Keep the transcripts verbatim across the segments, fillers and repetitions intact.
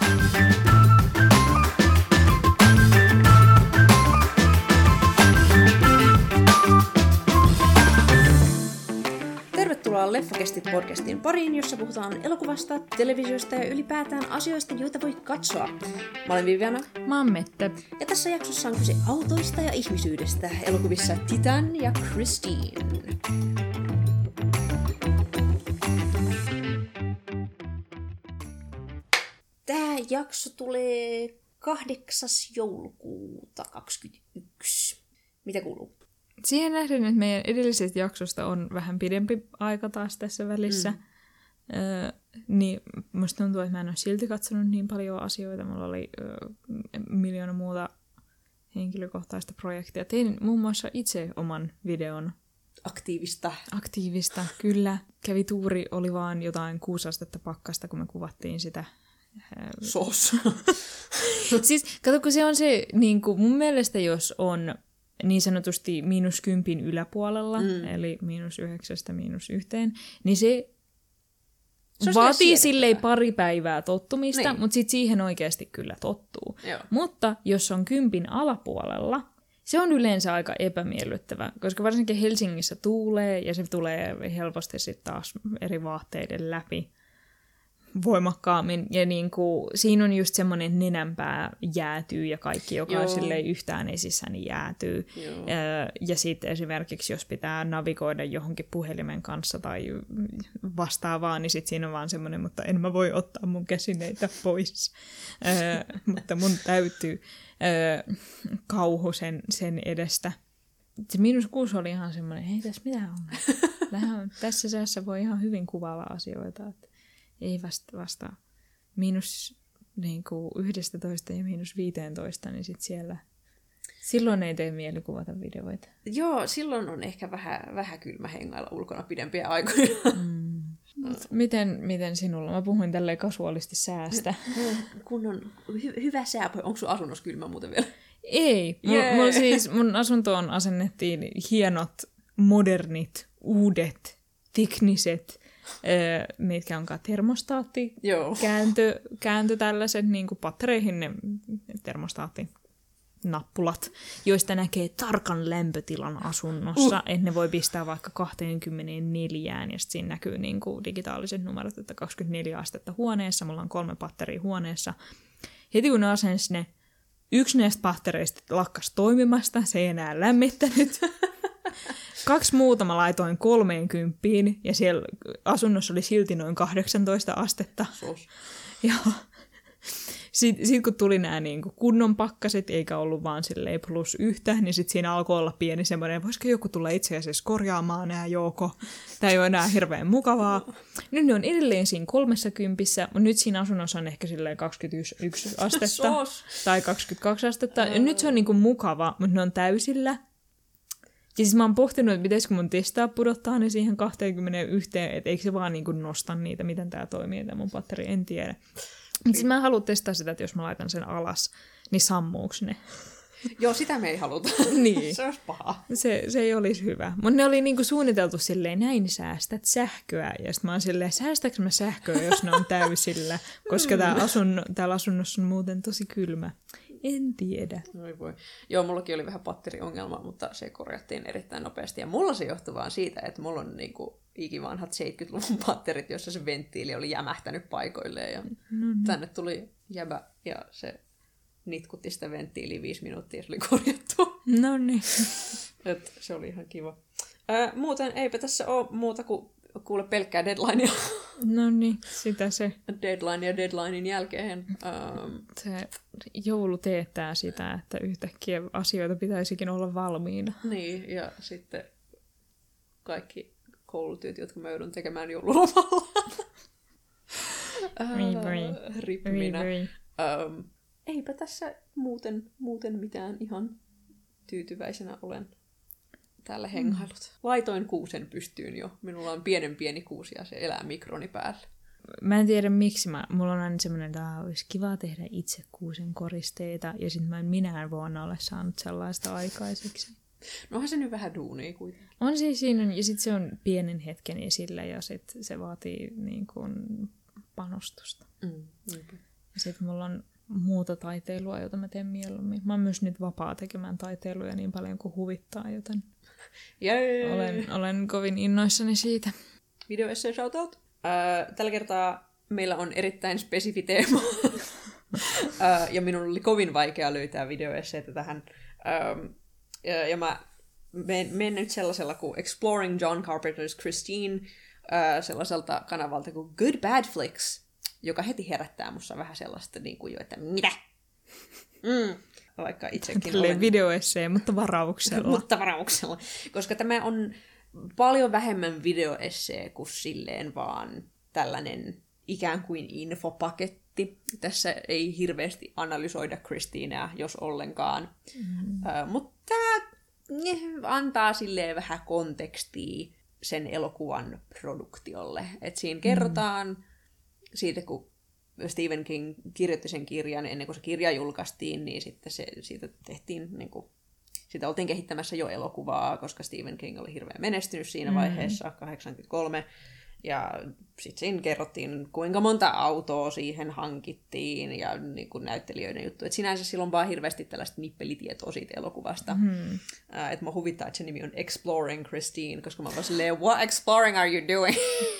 Tervetuloa Leffakestit-podcastin pariin, jossa puhutaan elokuvasta, televisiosta ja ylipäätään asioista, joita voi katsoa. Mä olen Viviana. Mä oon Mette. Ja tässä jaksossa on kyse autoista ja ihmisyydestä elokuvissa Titan ja Christine. Tää jakso tulee kahdeksas joulukuuta kaksikymmentäyksi. Mitä kuuluu? Siihen nähden, että meidän edellisestä jaksosta on vähän pidempi aika taas tässä välissä, mm. öö, niin musta tuntuu, että mä en ole silti katsonut niin paljon asioita. Mulla oli öö, miljoona muuta henkilökohtaista projektia. Tein muun muassa itse oman videon. Aktiivista. Aktiivista, kyllä. Kävi tuuri, oli vaan jotain kuusi astetta pakkasta, kun me kuvattiin sitä. Sos. Siis, kato, kun se on se, niin kuin mun mielestä jos on niin sanotusti miinus kympin yläpuolella, mm. eli miinus yhdeksästä miinus yhteen, niin se, se vaatii silleen pari päivää tottumista, niin. Mutta sitten siihen oikeasti kyllä tottuu. Joo. Mutta jos on kympin alapuolella, se on yleensä aika epämiellyttävä, koska varsinkin Helsingissä tuulee ja se tulee helposti sitten taas eri vaatteiden läpi voimakkaammin. Ja niin kuin, siinä on just semmoinen nenänpää jäätyy ja kaikki, joka on silleen yhtään esissä, niin jäätyy. Joo. Ja sitten esimerkiksi, jos pitää navigoida johonkin puhelimen kanssa tai vastaavaa, niin sitten siinä on vaan semmoinen, mutta en mä voi ottaa mun käsineitä pois. Mutta mun täytyy kauhu sen, sen edestä. Se miinus kuusi oli ihan semmoinen, hei tässä mitään on. Tässä säässä voi ihan hyvin kuvailla asioita, että ei vasta, vasta miinus niin kuin yksitoista ja miinus viisitoista, niin sitten siellä, silloin ei tee mieli kuvata videoita. Joo, silloin on ehkä vähän, vähän kylmä hengailla ulkona pidempiä aikoja. Mm. Miten, miten sinulla? Mä puhuin tälleen kasuaalisti säästä. Kun on hy- hyvä sää, onko sun asunnossa kylmä muuten vielä? Ei. Yeah. Mun, siis, mun asuntoon asennettiin hienot, modernit, uudet, tekniset, Öö, mitkä onkaan termostaatti, kääntö, kääntö tällaiset niin kuin pattereihin ne termostaattinappulat, joista näkee tarkan lämpötilan asunnossa, uh. että ne voi pistää vaikka kaksikymmentäneljä ja sitten siinä näkyy niin kuin digitaaliset numerot, että kaksikymmentäneljä astetta huoneessa, mulla on kolme patteria huoneessa. Heti kun ne asensi ne, yksi näistä pattereista lakkas toimimasta, se ei enää lämmittänyt. Kaksi muuta mä laitoin kolmeenkymppiin, ja siellä asunnossa oli silti noin kahdeksantoista astetta. Ja sitten sit kun tuli nämä niinku kunnon pakkaset, eikä ollut vaan silleen plus yhtä, niin sitten siinä alkoi olla pieni semmoinen, voisiko joku tulla itse asiassa korjaamaan nämä Jouko. Tämä ei ole enää hirveän mukavaa. Nyt ne on edelleen siinä kolmessa kympissä, mutta nyt siinä asunnossa on ehkä silleen kaksikymmentäyksi astetta tai kaksikymmentäkaksi astetta. Ja nyt se on niinku mukava, mutta ne on täysillä. Ja siis mä oon pohtinut, että pitäisikö mun testaa pudottaa ne siihen kaksikymmentäyksi, että eikö se vaan niin kuin nosta niitä, miten tää toimii, tämä mun patteri, en tiedä. Mutta siis mä en halua testaa sitä, että jos mä laitan sen alas, niin sammuuks ne? Joo, sitä me ei haluta. Niin. Se olisi paha. Se, se ei olisi hyvä. Mutta ne oli niinku suunniteltu silleen, näin säästät sähköä. Ja sitten mä oon silleen, säästäks mä sähköä, jos ne on täysillä? Koska tää asun, täällä asunnossa on muuten tosi kylmä. En tiedä. Oi voi. Joo, mullakin oli vähän patteriongelma, mutta se korjattiin erittäin nopeasti. Ja mulla se johtui vaan siitä, että mulla on niinku ikivanhat seitsemänkymmentäluvun patterit, jossa se venttiili oli jämähtänyt paikoilleen. Ja mm-hmm. tänne tuli jäbä ja se nitkutti sitä venttiiliä viisi minuuttia ja se oli korjattu. No niin. Se oli ihan kiva. Ää, muuten eipä tässä ole muuta kuin kuule pelkkää deadlinea. No niin, sitä se. Deadline ja deadlinein jälkeen. Um, se joulu teettää sitä, että yhtäkkiä asioita pitäisikin olla valmiina. Niin, ja sitten kaikki koulutyöt, jotka mä joudun tekemään joululomalla. uh, Rip minä. Um, eipä tässä muuten, muuten mitään, ihan tyytyväisenä olen täällä hengailut. Mm. Laitoin kuusen pystyyn jo. Minulla on pienen pieni kuusi ja se elää mikroni päällä. Mä en tiedä miksi. Mä, mulla on aina semmoinen, että olisi kiva tehdä itse kuusen koristeita ja sitten mä en minään vuonna ole saanut sellaista aikaiseksi. No onhan se nyt vähän duunia kuitenkin. On siis siinä, ja sitten se on pienen hetken esillä ja sit se vaatii niin kuin panostusta. Mm, Ja sitten mulla on muuta taiteilua, jota mä teen mieluummin. Mä oon myös nyt vapaa tekemään taiteiluja niin paljon kuin huvittaa, joten olen, olen kovin innoissani siitä. Videoessay shoutout. Äh, tällä kertaa meillä on erittäin spesifi teema. äh, ja minun oli kovin vaikea löytää videoesseitä tähän. Ähm, ja, ja mä menen nyt sellaisella kuin Exploring John Carpenter's Christine, äh, sellaiselta kanavalta kuin Good Bad Flicks, joka heti herättää musta vähän sellaista, niin kuin jo, että mitä? Mm. Vaikka itsekin Tulee olen... videoessee, mutta varauksella. mutta varauksella. Koska tämä on paljon vähemmän videoessee kuin silleen vaan tällainen ikään kuin infopaketti. Tässä ei hirveästi analysoida Christinea, jos ollenkaan. Mm. Äh, mutta tämä antaa silleen vähän kontekstia sen elokuvan produktiolle. Et siinä kerrotaan mm. siitä, kun Stephen King kirjoitti sen kirjan, ennen kuin se kirja julkaistiin, niin sitten se, siitä tehtiin, niin kuin, siitä oltiin kehittämässä jo elokuvaa, koska Stephen King oli hirveän menestynyt siinä mm. vaiheessa, kahdeksankymmentäkolme. Ja sitten siinä kerrottiin, kuinka monta autoa siihen hankittiin ja niin kuin näyttelijöiden juttu. Et sinänsä silloin vaan hirveästi tällaista nippelitietoa siitä elokuvasta. Mm. Uh, että mä huvittaa, että se nimi on Exploring Christine, koska mä oon silleen, what exploring are you doing?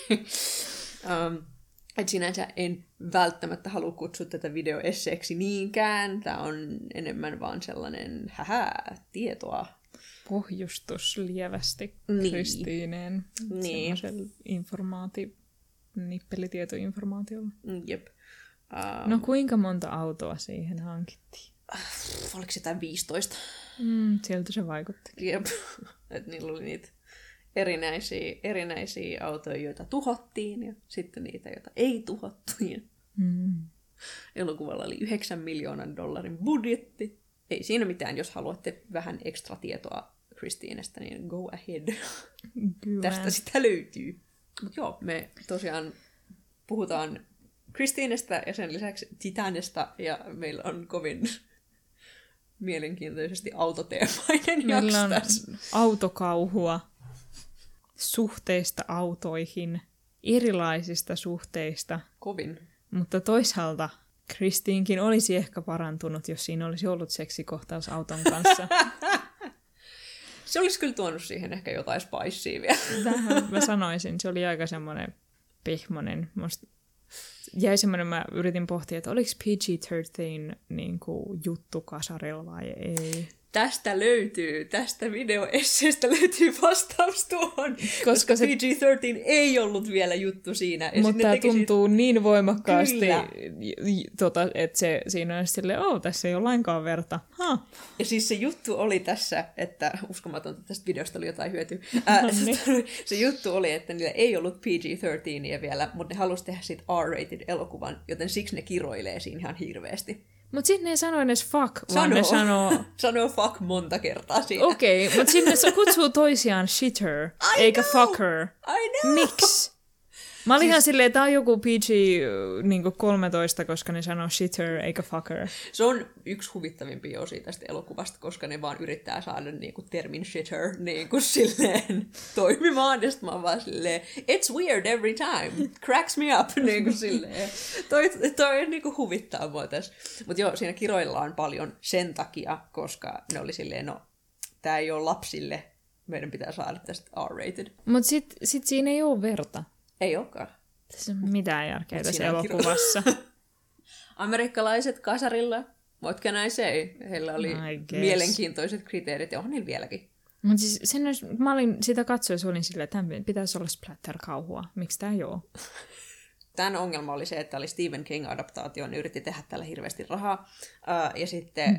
um, että sinänsä en välttämättä halua kutsua tätä videoesseeksi niinkään. Tää on enemmän vaan sellainen, hähää, tietoa. Pohjustus lievästi niin. Kristiineen. Niin. Semmoisella informaati, nippelitietoinformaatiolla. Jep. Um, no kuinka monta autoa siihen hankittiin? Uh, oliko se jotain viisitoista? Mm, sieltä se vaikutti. Jep. Että niillä oli niitä erinäisiä, erinäisiä autoja, joita tuhottiin, ja sitten niitä, joita ei tuhottu. Mm. Elokuvalla oli yhdeksän miljoonan dollarin budjetti. Ei siinä mitään, jos haluatte vähän ekstra tietoa Christinestä, niin go ahead. Kyllä. Tästä sitä löytyy. Mut joo, me tosiaan puhutaan Christinestä ja sen lisäksi Titanesta, ja meillä on kovin mielenkiintoisesti autoteemainen meillä on jakso. Autokauhua suhteista autoihin, erilaisista suhteista. Kovin. Mutta toisaalta Christinekin olisi ehkä parantunut, jos siinä olisi ollut seksikohtaus auton kanssa. Se olisi kyllä tuonut siihen ehkä jotain spicea vielä. Tähän mä sanoisin. Se oli aika semmoinen pehmonen. Musta jäi semmoinen, mä yritin pohtia, että oliko P G kolmetoista niin kuin juttu kasarilla vai ei. Tästä löytyy, tästä videoesseestä löytyy vastaus tuohon, koska, koska se... P G kolmetoista ei ollut vielä juttu siinä. Ja mutta tämä tuntuu siitä... niin voimakkaasti, tota, että se, siinä on silleen, oh, tässä ei ole lainkaan verta. Huh. Ja siis se juttu oli tässä, että uskomatonta, että tästä videosta oli jotain hyötyä. Äh, niin. Se juttu oli, että niillä ei ollut P G kolmetoista vielä, mutta ne halusi tehdä siitä R-rated elokuvan, joten siksi ne kiroilee siinä ihan hirveästi. Mutta sitten ne ei sano edes fuck, vaan sanoo. ne sanoo... sanoo fuck monta kertaa siinä. Okei, okay, mutta sitten ne kutsuu toisiaan shitter, I eikä know. fucker. I know. Miksi? Mä olin siis... ihan silleen, että tää on joku P G kolmetoista, koska ne sanoo shitter eikä fucker. Se on yksi huvittavimpia osia tästä elokuvasta, koska ne vaan yrittää saada niinku termin shitter niinku silleen toimimaan. Ja sitten mä oon vaan silleen, it's weird every time, cracks me up, niinku silleen. Toi, toi niinku huvittaa mua tässä. Mutta joo, siinä kiroillaan paljon sen takia, koska ne oli silleen, no, tää ei ole lapsille, meidän pitää saada tästä R-rated. Mutta sit, sit siinä ei ole verta. Ei olekaan. Tässä on mitään järkeä tässä elokuvassa. Amerikkalaiset kasarilla, what can I say? Heillä oli mielenkiintoiset kriteerit, ja onhan niillä vieläkin. Mutta siis sen olisi, mä olin sitä katsoessa, olin silleen, että tämän pitäisi olla splatter-kauhua. Miksi tämä ei ole? Tämän ongelma oli se, että oli Stephen King-adaptaatio, ne yritti tehdä tällä hirveästi rahaa. Uh, ja, sitten,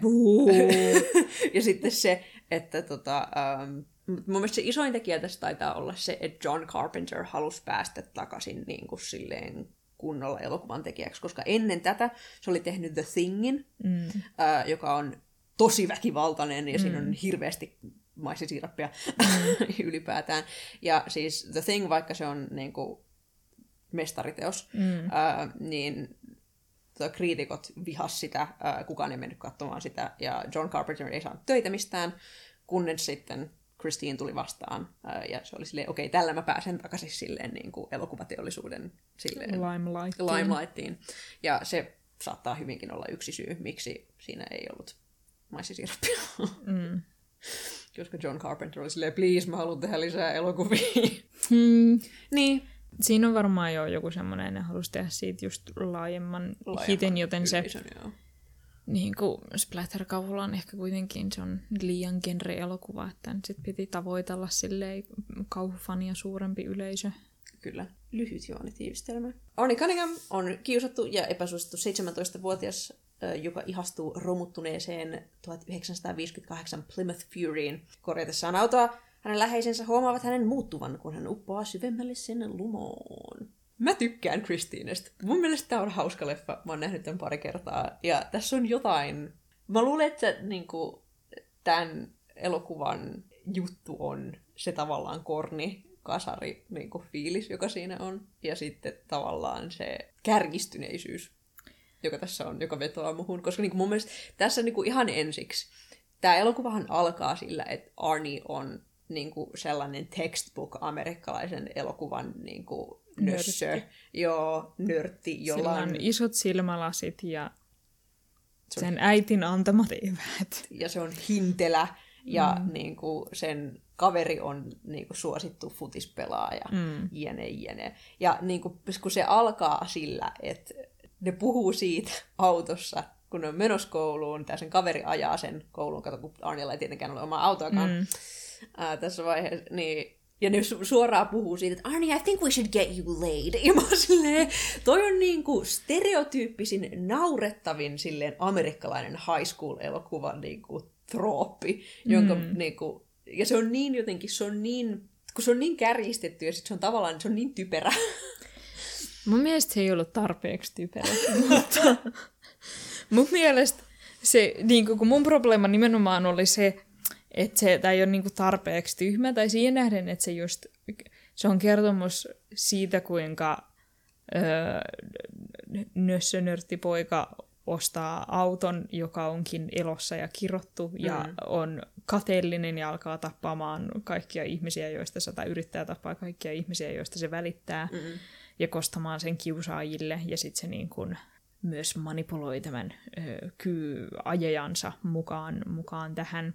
ja sitten se, että tota... Um, mun mielestä se isoin tekijä tässä taitaa olla se, että John Carpenter halusi päästä takaisin niin kuin silleen kunnolla elokuvan tekijäksi, koska ennen tätä se oli tehnyt The Thingin, mm. äh, joka on tosi väkivaltainen ja mm. siinä on hirveästi maissisiirappia mm. ylipäätään. Ja siis The Thing, vaikka se on niin kuin mestariteos, mm. äh, niin kriitikot vihas sitä, äh, kukaan ei mennyt katsomaan sitä, ja John Carpenter ei saanut töitä mistään, kunnes sitten Christine tuli vastaan, ää, ja se oli silleen, okei, okay, tällä mä pääsen takaisin silleen niin kuin elokuvateollisuuden silleen Limelightiin. Limelightiin. Ja se saattaa hyvinkin olla yksi syy, miksi siinä ei ollut maissisirppia. Mm. Koska John Carpenter oli silleen, please, mä haluan tehdä lisää elokuvia. Hmm. Niin. Siinä on varmaan jo joku semmoinen, ne halusi tehdä siitä just laajemman, laajemman hitin, joten yleisön, se joo. Niin kuin Splatter-kavulla on ehkä kuitenkin, se on liian genre-elokuva, että sit piti tavoitella silleen kauhufania suurempi yleisö. Kyllä. Lyhyt juonitiivistelmä. Arnie Cunningham on kiusattu ja epäsuosittu seitsemäntoistavuotias, joka ihastuu romuttuneeseen tuhatyhdeksänsataaviisikymmentäkahdeksan Plymouth Furyin. Korjatessaan autoa hänen läheisensä huomaavat hänen muuttuvan, kun hän uppoaa syvemmälle sen lumoon. Mä tykkään Christinestä. Mun mielestä tää on hauska leffa. Mä oon nähnyt tämän pari kertaa. Ja tässä on jotain. Mä luulen, että niinku, tämän elokuvan juttu on se tavallaan korni, kasari niinku, fiilis, joka siinä on. Ja sitten tavallaan se kärjistyneisyys, joka tässä on, joka vetoaa muhun. Koska niinku, mun mielestä tässä niinku, ihan ensiksi tämä elokuvahan alkaa sillä, että Arnie on niinku, sellainen textbook amerikkalaisen elokuvan niinku, nössö. Joo, nörtti, jolla on... on isot silmälasit ja sen on... äitin antamat eväät. Ja se on hintelä ja mm. niinku, sen kaveri on niinku, suosittu futispelaaja. Mm. Jene, jene. Ja niinku, kun se alkaa sillä, että ne puhuu siitä autossa, kun ne on menossa kouluun, tai sen kaveri ajaa sen kouluun, kato, kun Arniella ei tietenkään ole omaa autoakaan mm. ää, tässä vaiheessa, niin ja ne su- suoraan puhuu siitä, että Arnie, I think we should get you laid. Ja mä oon silleen, toi on niinku stereotyyppisin, naurettavin silleen amerikkalainen high school-elokuvan niinku trooppi, jonka mm. niinku, ja se on niin jotenkin, se on niin, kun se on niin kärjistetty ja sit se on tavallaan, se on niin typerä. Mun mielestä se ei ollut tarpeeksi typerä, mutta mun mielestä se, niinku, kun mun probleema nimenomaan oli se, että se ei ole niinku tarpeeksi tyhmä, tai siihen nähden, että se just, se on kertomus siitä, kuinka öö, nössönörttipoika ostaa auton, joka onkin elossa ja kirottu, mm. ja on kateellinen ja alkaa tappaamaan kaikkia ihmisiä, joista se, tai yrittää tappaa kaikkia ihmisiä, joista se välittää, mm. ja kostamaan sen kiusaajille, ja sitten se niin kuin myös manipuloi tämän öö, kyy-ajajansa mukaan, mukaan tähän.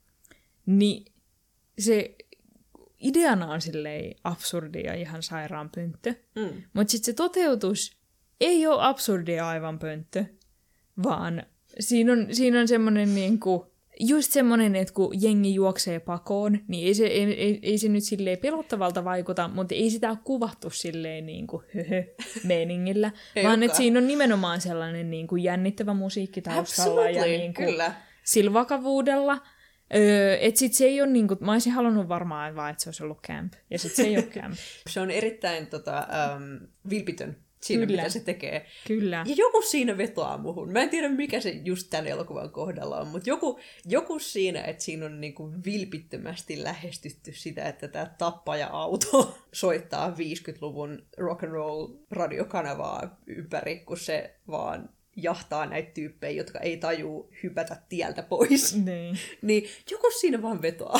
Niin se ideana on silleen absurdi ja ihan sairaan pönttö. Mm. Mutta sitten se toteutus ei ole absurdi ja aivan pönttö, vaan siinä on, siinä on semmoinen niinku, just semmoinen, että kun jengi juoksee pakoon, niin ei se, ei, ei, ei se nyt silleen pelottavalta vaikuta, mutta ei sitä ole kuvattu silleen niinku höhö meiningillä, vaan että siinä on nimenomaan sellainen niinku jännittävä musiikki taustalla. Absolutely, ja niinku kyllä. Sillä vakavuudella. Öö, et sit se ei ole niinku, mä olisin halunnut varmaan vaan, että se olisi ollut camp. Ja sit se ei ole camp. Se on erittäin tota, um, vilpitön siinä, Kyllä. mitä se tekee. Kyllä. Ja joku siinä vetoaa muhun. Mä en tiedä, mikä se just tämän elokuvan kohdalla on, mutta joku, joku siinä, että siinä on niinku vilpittömästi lähestytty sitä, että tämä tappaja-auto soittaa viisikymmentäluvun rock'n'roll radiokanavaa ympäri, kun se vaan jahtaa näitä tyyppejä, jotka ei tajuu hypätä tieltä pois. Niin. Niin joku siinä vaan vetoaa.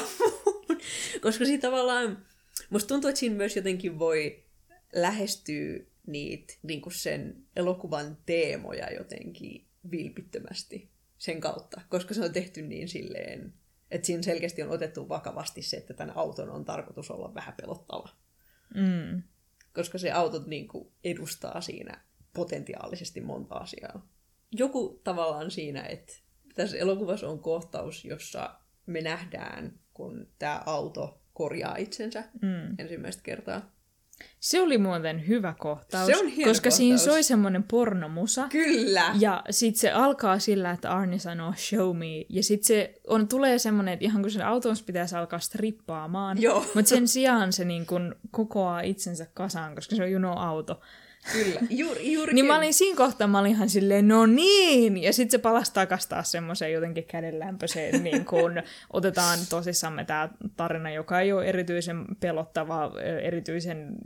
Koska siinä tavallaan, musta tuntuu, että siinä myös jotenkin voi lähestyä niitä niin kuin sen elokuvan teemoja jotenkin vilpittömästi sen kautta. Koska se on tehty niin silleen, että siinä selkeästi on otettu vakavasti se, että tämän auton on tarkoitus olla vähän pelottava. Mm. Koska se auto niin kuin edustaa siinä potentiaalisesti monta asiaa. Joku tavallaan siinä, että tässä elokuvassa on kohtaus, jossa me nähdään, kun tämä auto korjaa itsensä mm. ensimmäistä kertaa. Se oli muuten hyvä kohtaus, se on hieno koska kohtaus. Siinä soi semmoinen pornomusa. Kyllä! Ja sitten se alkaa sillä, että Arnie sanoo show me. Ja sitten se on, tulee semmoinen, että ihan kun sen auton pitäisi alkaa strippaamaan. Mutta sen sijaan se niin kun kokoaa itsensä kasaan, koska se on juno-auto. Kyllä, juuri, juurikin. Niin mä olin siinä kohtaa, mä olin ihan silleen, no niin! Ja sitten se palasi takas taas semmoiseen jotenkin kädenlämpöiseen, niin kun otetaan tosissamme tämä tarina, joka ei ole erityisen pelottava, erityisen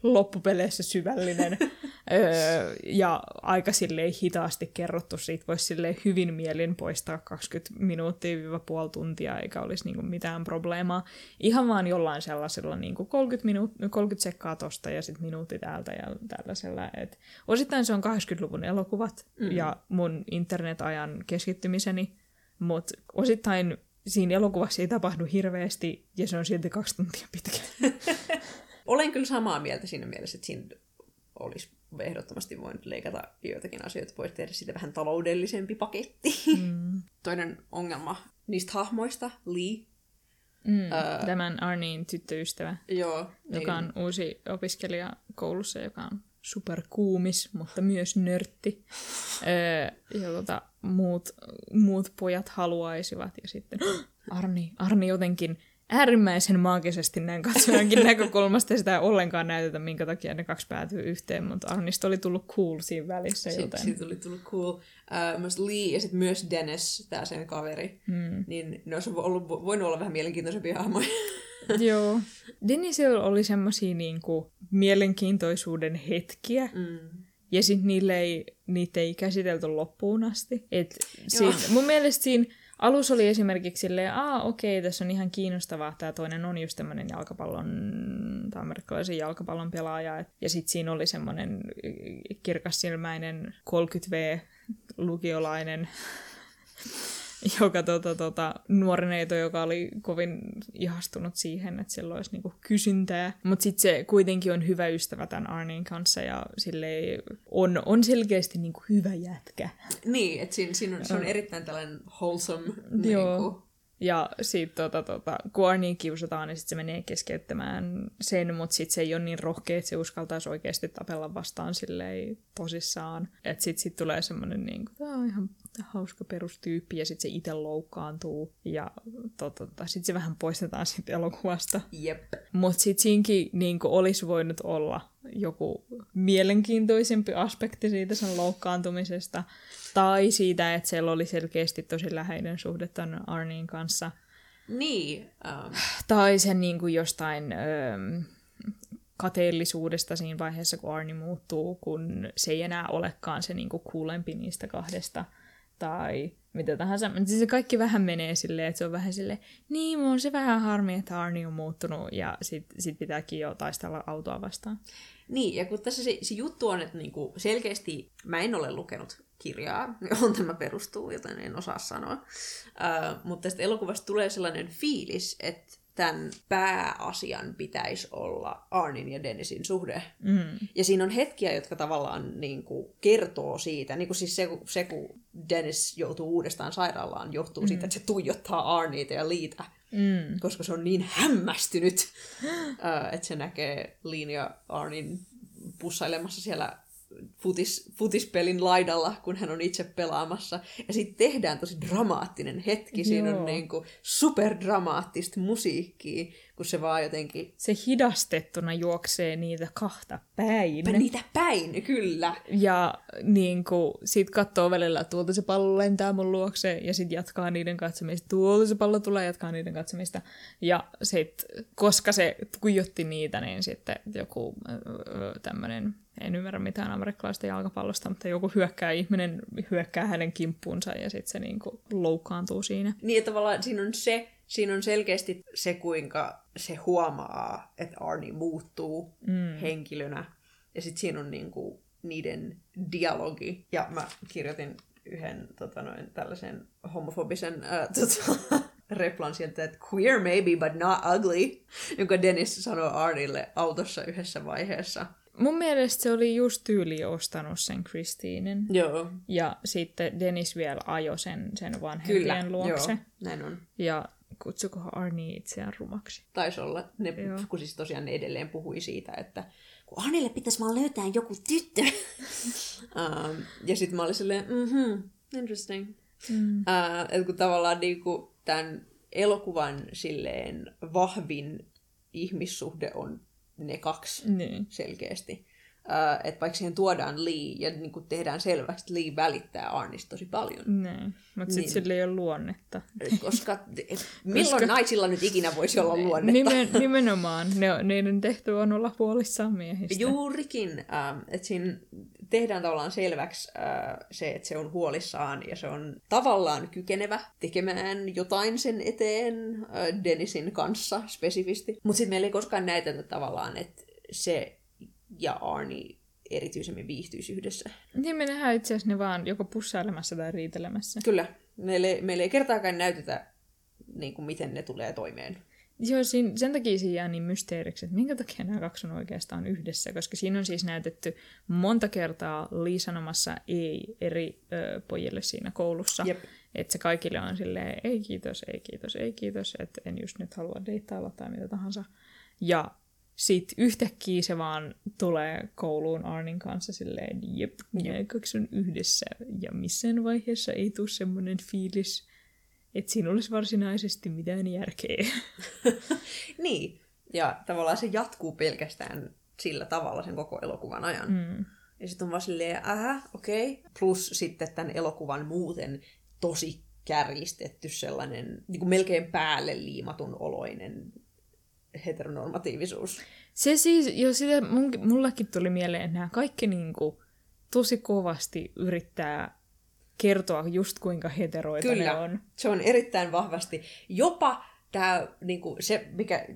loppupeleissä syvällinen öö, ja aika silleen hitaasti kerrottu. Siitä voisi silleen hyvin mielin poistaa kaksikymmentä minuuttia puoli tuntia, eikä olisi niinku mitään probleemaa. Ihan vaan jollain sellaisella niinku kolmekymmentä, minuut- kolmekymmentä sekkaa tosta ja sitten minuutti täältä ja tällaisella. Et osittain se on kahdeksankymmentäluvun elokuvat mm. ja mun internetajan keskittymiseni, mutta osittain siinä elokuvassa ei tapahdu hirveästi, ja se on silti kaksi tuntia pitkä. Olen kyllä samaa mieltä siinä mielessä, että siinä olisi ehdottomasti voinut leikata joitakin asioita, voisi tehdä siitä vähän taloudellisempi paketti. Mm. Toinen ongelma niistä hahmoista, Lee. Mm, uh, tämän Arnien tyttöystävä, joo, joka niin. on uusi opiskelija koulussa, joka on superkuumis, mutta myös nörtti. Öö, ja tota, muut, muut pojat haluaisivat. Ja sitten Arni, Arni jotenkin äärimmäisen maagisesti näin katsojankin näkökulmasta sitä ei ollenkaan näytetä, minkä takia ne kaksi päätyy yhteen, mutta Arnista oli tullut cool siinä välissä. Joten... Siitä oli tullut cool. Uh, myös Lee ja sitten myös Dennis, tämä sen kaveri, hmm. niin ne olisi ollut, voinut olla vähän mielenkiintoisempia hahmoja. Joo. Dennisillä oli semmosia niinku mielenkiintoisuuden hetkiä, mm. ja sitten ei, niitä ei käsitelty loppuun asti. Et siinä, mun mielestä siinä alussa oli esimerkiksi silleen, aa okei, tässä on ihan kiinnostavaa, tämä toinen on just tämmöinen jalkapallon, tai amerikkalaisen jalkapallon pelaaja, et, ja sitten siinä oli semmoinen kirkassilmäinen kolmekymmentä vuotias-lukiolainen, joka tota, tota, nuori neito, joka oli kovin ihastunut siihen, että sillä olisi niinku kysyntää. Mutta sitten se kuitenkin on hyvä ystävä tämän Arnin kanssa ja silleen on, on selkeästi niinku hyvä jätkä. Niin, että siinä, siinä on, se on erittäin tällainen wholesome. Joo. Niinku. Ja sitten tota, tota, kun Arnia kiusataan, niin sit se menee keskeyttämään sen, mutta sitten se ei ole niin rohkea, että se uskaltaisi oikeasti tapella vastaan silleen tosissaan. Että sitten sit tulee semmoinen, niin kuin, tämä on ihan hauska perustyyppi, ja sitten se itse loukkaantuu, ja tota, tota, sitten se vähän poistetaan siitä elokuvasta. Jep. Mutta sitten siinkin niin olisi voinut olla joku mielenkiintoisempi aspekti siitä sen loukkaantumisesta, tai siitä, että siellä oli selkeästi tosi läheinen suhde tämän Arnin kanssa. Niin. Um... Tai sen niin kuin jostain öö, kateellisuudesta siinä vaiheessa, kun Arni muuttuu, kun se ei enää olekaan se niin kuin kuulempi niistä kahdesta. Tai mitä tahansa. Siis se kaikki vähän menee silleen, että se on vähän silleen, niin, mun on se vähän harmi, että Arni on muuttunut, ja sit, sit pitääkin jo taistella autoa vastaan. Niin, ja kun tässä se, se juttu on, että niinku selkeästi mä en ole lukenut kirjaa, johon tämä perustuu, joten en osaa sanoa. Uh, mutta tästä elokuvasta tulee sellainen fiilis, että tämän pääasian pitäisi olla Arnin ja Dennisin suhde. Mm. Ja siinä on hetkiä, jotka tavallaan niin kuin kertoo siitä, niin kuin siis se, se, kun Dennis joutuu uudestaan sairaalaan, johtuu mm. siitä, että se tuijottaa Arniita ja Leeta, mm. koska se on niin hämmästynyt, uh, että se näkee Leen ja Arnin pussailemassa siellä Futis, futispelin laidalla, kun hän on itse pelaamassa. Ja sitten tehdään tosi dramaattinen hetki. Siinä Joo. on niinku superdramaattista musiikkia, kun se vaan jotenkin... Se hidastettuna juoksee niitä kahta päin. Niitä päin, kyllä. Ja niinku, sit katsoo välillä, että tuolta se pallo lentää mun luokse, ja sit jatkaa niiden katsomista. Tuolta se pallo tulee, jatkaa niiden katsomista. Ja sit, koska se tuijotti niitä, niin sitten joku öö, tämmönen... En ymmärrä mitään amerikkalaista jalkapallosta, mutta joku hyökkää ihminen hyökkää hänen kimppuunsa ja sitten se niinku loukkaantuu siinä. Niin, että tavallaan siinä on, se, siinä on selkeästi se, kuinka se huomaa, että Arnie muuttuu mm. henkilönä. Ja sitten siinä on niinku niiden dialogi. Ja mä kirjoitin yhden tota noin, tällaisen homofobisen äh, tota, replan sieltä, että queer maybe, but not ugly, jonka Dennis sanoi Arnielle autossa yhdessä vaiheessa. Mun mielestä se oli just tyyli ostanut sen Christinen. Joo. Ja sitten Dennis vielä ajoi sen, sen vanhempien Kyllä, luokse. Joo, näin on. Ja kutsukohan Arnie itseään rumaksi. Taisi olla. Ne, kun siis tosiaan ne edelleen puhui siitä, että kun Arnielle pitäisi vaan löytää joku tyttö. um, ja sitten mä olin silleen, mhm, interesting. Mm. Uh, että kun tavallaan niinku tämän elokuvan silleen vahvin ihmissuhde on ne kaksi niin. selkeästi. äh, että vaikka siihen tuodaan Lee ja niin kuin tehdään selväksi, että Lee välittää Arnista tosi paljon. Ne, mutta sitten niin. Sillä ei ole luonnetta. Koska milloin koska... naisilla nyt ikinä voisi olla luonnetta? Nimen, nimenomaan. Ne, niiden tehtävä on olla huolissaan miehistä. Juurikin. Äh, että siinä tehdään tavallaan selväksi äh, se, että se on huolissaan ja se on tavallaan kykenevä tekemään jotain sen eteen äh, Dennisin kanssa spesifisti. Mutta sitten meillä ei koskaan näytetä tavallaan, että se ja Arnie erityisemmin viihtyisi yhdessä. Niin me nähdään itse asiassa ne vaan joko pussailemassa tai riitelemässä. Kyllä. Meille, meille ei kertaakaan näytetä, niin kuin miten ne tulee toimeen. Joo, siinä, sen takia siinä jää niin mysteeriksi, että minkä takia nämä kaksi on oikeastaan yhdessä, koska siinä on siis näytetty monta kertaa Lee sanomassa ei eri ö, pojille siinä koulussa. Jep. Että se kaikille on silleen, ei kiitos, ei kiitos, ei kiitos, että en just nyt halua deittailla tai mitä tahansa. Ja sitten yhtäkkiä se vaan tulee kouluun Arnin kanssa silleen, jep, nämä kaksi on yhdessä. Ja missään vaiheessa ei tule semmoinen fiilis, että siinä olisi varsinaisesti mitään järkeä. Niin, ja tavallaan se jatkuu pelkästään sillä tavalla sen koko elokuvan ajan. Mm. Ja sitten on vaan silleen, ähä, okei. Okay. Plus sitten tämän elokuvan muuten tosi kärjistetty sellainen niin kuin melkein päälle liimatun oloinen heteronormatiivisuus. Se siis, jo sitä mun, mullekin tuli mieleen, että nämä kaikki niin kuin, tosi kovasti yrittää kertoa just kuinka heteroita Kyllä. ne on. Se on erittäin vahvasti. Jopa tämä, niin kuin, se, mikä,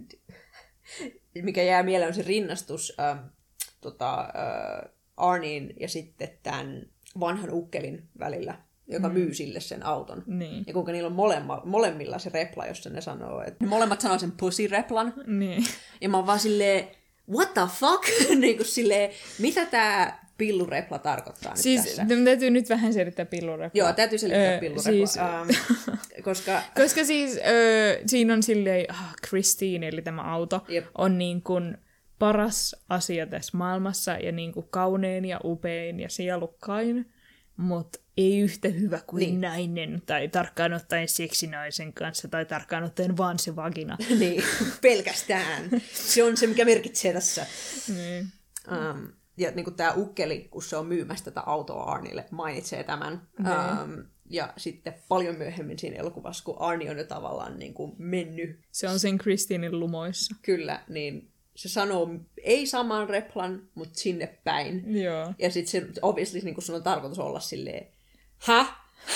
mikä jää mieleen, on se rinnastus äh, tota, äh, Arnin ja sitten tämän vanhan ukkelin välillä, joka mm. myy sille sen auton. Niin. Ja kuinka niillä on molemma, molemmilla se repla, jossa ne sanoo, että ne molemmat sanoo sen pussy-replan. Niin. Ja mä oon vaan silleen, what the fuck? niin kuin silleen, mitä tää pillurepla tarkoittaa siis, nyt tässä? Siis täytyy nyt vähän selittää pillureplaa. Joo, täytyy selittää öö, pillureplaa. Siis, um, koska... koska siis öö, siinä on silleen, oh, Christine, eli tämä auto, Jep. on niin kuin paras asia tässä maailmassa ja niin kuin kaunein ja upein ja sielukkain, mutta ei yhtä hyvä kuin niin. nainen, tai tarkkaan ottaen seksinaisen kanssa, tai tarkkaan ottaen vaan se vagina. Niin, pelkästään. Se on se, mikä merkitsee tässä. Niin. Um, ja niin kuin tämä ukkeli, kun se on myymässä tätä autoa Arnille, mainitsee tämän. Niin. Um, ja sitten paljon myöhemmin siinä elokuvassa, kun Arnie on jo tavallaan niin kuin mennyt. Se on sen Christinin lumoissa. Kyllä, niin se sanoo ei saman replan, mutta sinne päin. Joo. Ja sitten se obviously niin sun on tarkoitus olla silleen, häh?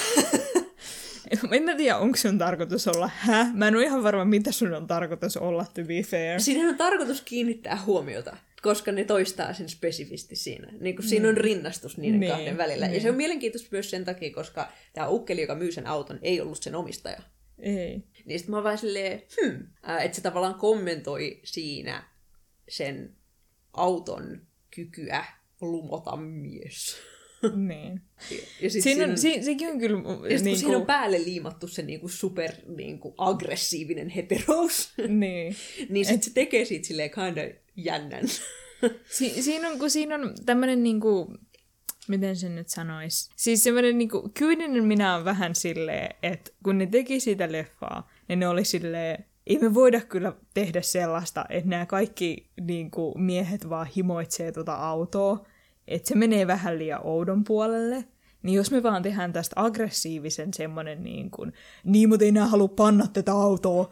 En mä tiedä, onko sun tarkoitus olla häh? Mä en ole ihan varma, mitä sun on tarkoitus olla, to be fair. Siinä on tarkoitus kiinnittää huomiota, koska ne toistaa sen spesifisti siinä. Niin kuin siinä on rinnastus niiden niin, kahden välillä. Niin. Ja se on mielenkiintoista myös sen takia, koska tämä ukkeli, joka myy sen auton, ei ollut sen omistaja. Ei. Niin sit mä oon vaan silleen, hmm, että se tavallaan kommentoi siinä sen auton kykyä lumota mies. Niin. Ja, ja sit siinä on, siinä on, sekin on kyllä... Ja sit, niin siinä on päälle liimattu se niinku super niinku aggressiivinen heterous. Niin. niin sit Et... se tekee siitä silleen kinda jännän. Si- siinä on, kun siinä on tämmönen niinku... Miten sen nyt sanois? Siis semmoinen niinku... Kyyninen minä on vähän silleen, että kun ne teki sitä leffaa, niin ne oli silleen... Ei me voida kyllä tehdä sellaista, että nämä kaikki niin kuin, miehet vaan himoitsee tuota autoa, että se menee vähän liian oudon puolelle. Niin jos me vaan tehdään tästä aggressiivisen semmoinen niin kuin, niin mutta ei nää halua panna tätä autoa,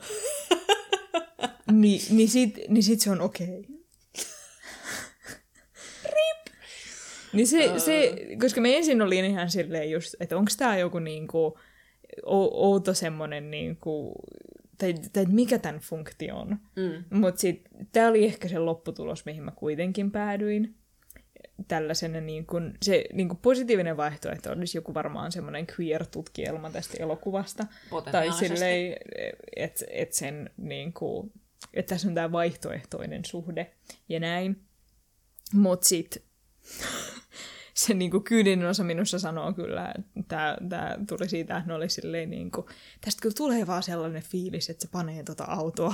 niin, niin, sit, niin sit se on okei. Okay. Rip! Niin se, uh. se, koska me ensin oli ihan silleen just, että onko tää joku niin kuin, outo semmoinen niin kuin, Tai, tai mikä tämän funktio on. Mm. Mutta tämä oli ehkä se lopputulos, mihin mä kuitenkin päädyin. Tällaisena niin kun, se niin kun positiivinen vaihtoehto olisi joku varmaan semmoinen queer-tutkielma tästä elokuvasta. Tai silleen, että et sen niin kun, että tässä on tämä vaihtoehtoinen suhde ja näin. Mutta sitten se niinku kyyninen osa minussa sanoo kyllä, että tämä tuli siitä, että ne oli silleen niinku, tästä kyllä tulee vaan sellainen fiilis, että se panee tota autoa.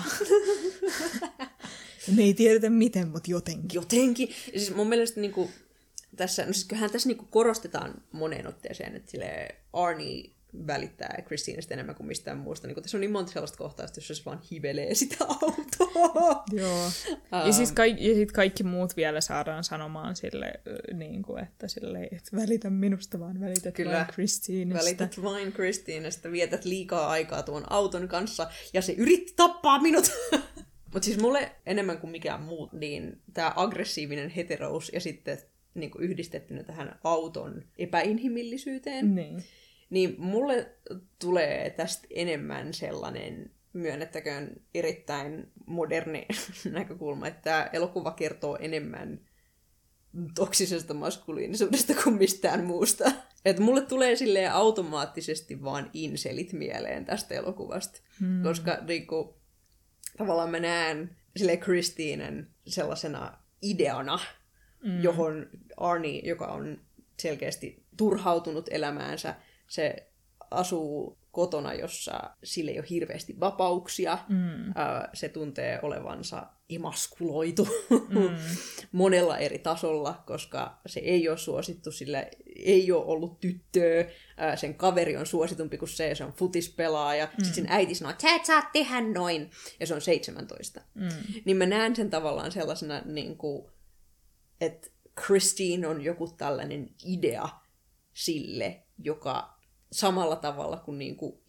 Me ei tiedetä miten, mutta jotenkin. Jotenkin. Ja siis mun mielestä niinku, tässä, no siis kyllähän tässä niinku korostetaan moneen otteeseen, että silleen Arnie välittää Christinestä enemmän kuin mistään muusta. Niin kun tässä on niin monta sellaista kohtausta, jossa se vaan hivelee sitä autoa. Joo. Um, ja siis kaikki, ja sit kaikki muut vielä saadaan sanomaan sille, niin kuin, että, sille, että välitä minusta, vaan välität kyllä, vain Christinestä. Välität vain Christinestä, vietät liikaa aikaa tuon auton kanssa, ja se yritti tappaa minut. Mutta siis mulle enemmän kuin mikään muu, niin tämä aggressiivinen heterous ja sitten niin kuin yhdistettynä tähän auton epäinhimillisyyteen, niin. niin mulle tulee tästä enemmän sellainen, myönnettäköön, erittäin moderni näkökulma, että tämä elokuva kertoo enemmän toksisesta maskuliinisuudesta kuin mistään muusta. Että mulle tulee silleen automaattisesti vaan inselit mieleen tästä elokuvasta, hmm. koska niinku, tavallaan mä näen silleen Christinen sellaisena ideana, mm. johon Arnie, joka on selkeästi turhautunut elämäänsä, se asuu kotona, jossa sillä ei ole hirveästi vapauksia. Mm. Se tuntee olevansa emaskuloitu mm. monella eri tasolla, koska se ei ole suosittu, sillä ei ole ollut tyttöä. Sen kaveri on suositumpi kuin se, ja se on futispelaaja. Mm. Sitten sen äiti sanoo, että sä et saa tehdä noin, ja se on seitsemäntoista. Mm. Niin mä näen sen tavallaan sellaisena, niin kuin, että Christine on joku tällainen idea sille, joka samalla tavalla kuin, niin kuin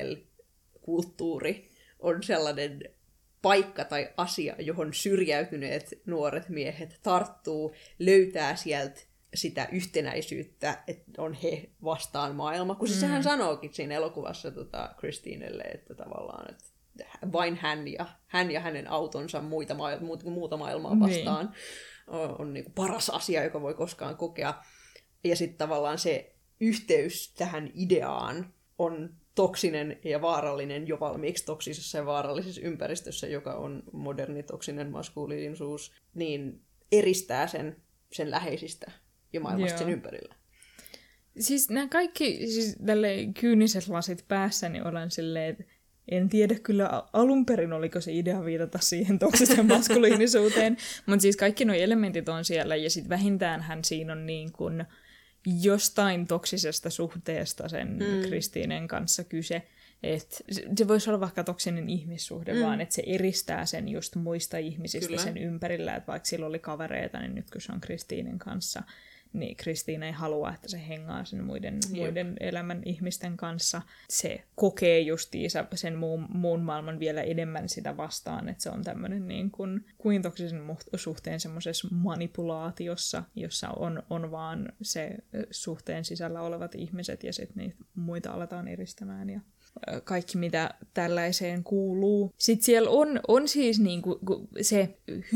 incel-kulttuuri on sellainen paikka tai asia, johon syrjäytyneet nuoret miehet tarttuu, löytää sieltä sitä yhtenäisyyttä, että on he vastaan maailma. Kun se mm. sehän sanookin siinä elokuvassa tota, Christinelle, että tavallaan että vain hän ja, hän ja hänen autonsa muita, muuta, muuta maailmaa vastaan niin. on, on niin kuin paras asia, joka voi koskaan kokea. Ja sitten tavallaan se yhteys tähän ideaan on toksinen ja vaarallinen jo valmiiksi toksisessa ja vaarallisessa ympäristössä, joka on moderni toksinen maskuliinisuus, niin eristää sen, sen läheisistä ja maailmasta sen ympärillä. Siis nämä kaikki siis kyyniset lasit päässä, niin olen silleen, että en tiedä kyllä alun perin, oliko se idea viitata siihen toksiseen maskuliinisuuteen, mutta siis kaikki nuo elementit on siellä, ja sitten vähintäänhän siinä on niin kuin jostain toksisesta suhteesta sen mm. Christinen kanssa kyse. Et se voisi olla vaikka toksinen ihmissuhde, mm. vaan että se eristää sen just muista ihmisistä kyllä. sen ympärillä. Että vaikka sillä oli kavereita, niin nyt kun se on Christinen kanssa, niin Christine ei halua, että se hengaa sen muiden, muiden elämän ihmisten kanssa. Se kokee justiinsa sen muun, muun maailman vielä enemmän sitä vastaan, että se on tämmöinen niin kuin, kuin toksisen suhteen semmoisessa manipulaatiossa, jossa on, on vaan se suhteen sisällä olevat ihmiset ja sitten niitä muita aletaan eristämään ja kaikki, mitä tällaiseen kuuluu. Sitten siellä on, on siis niinku se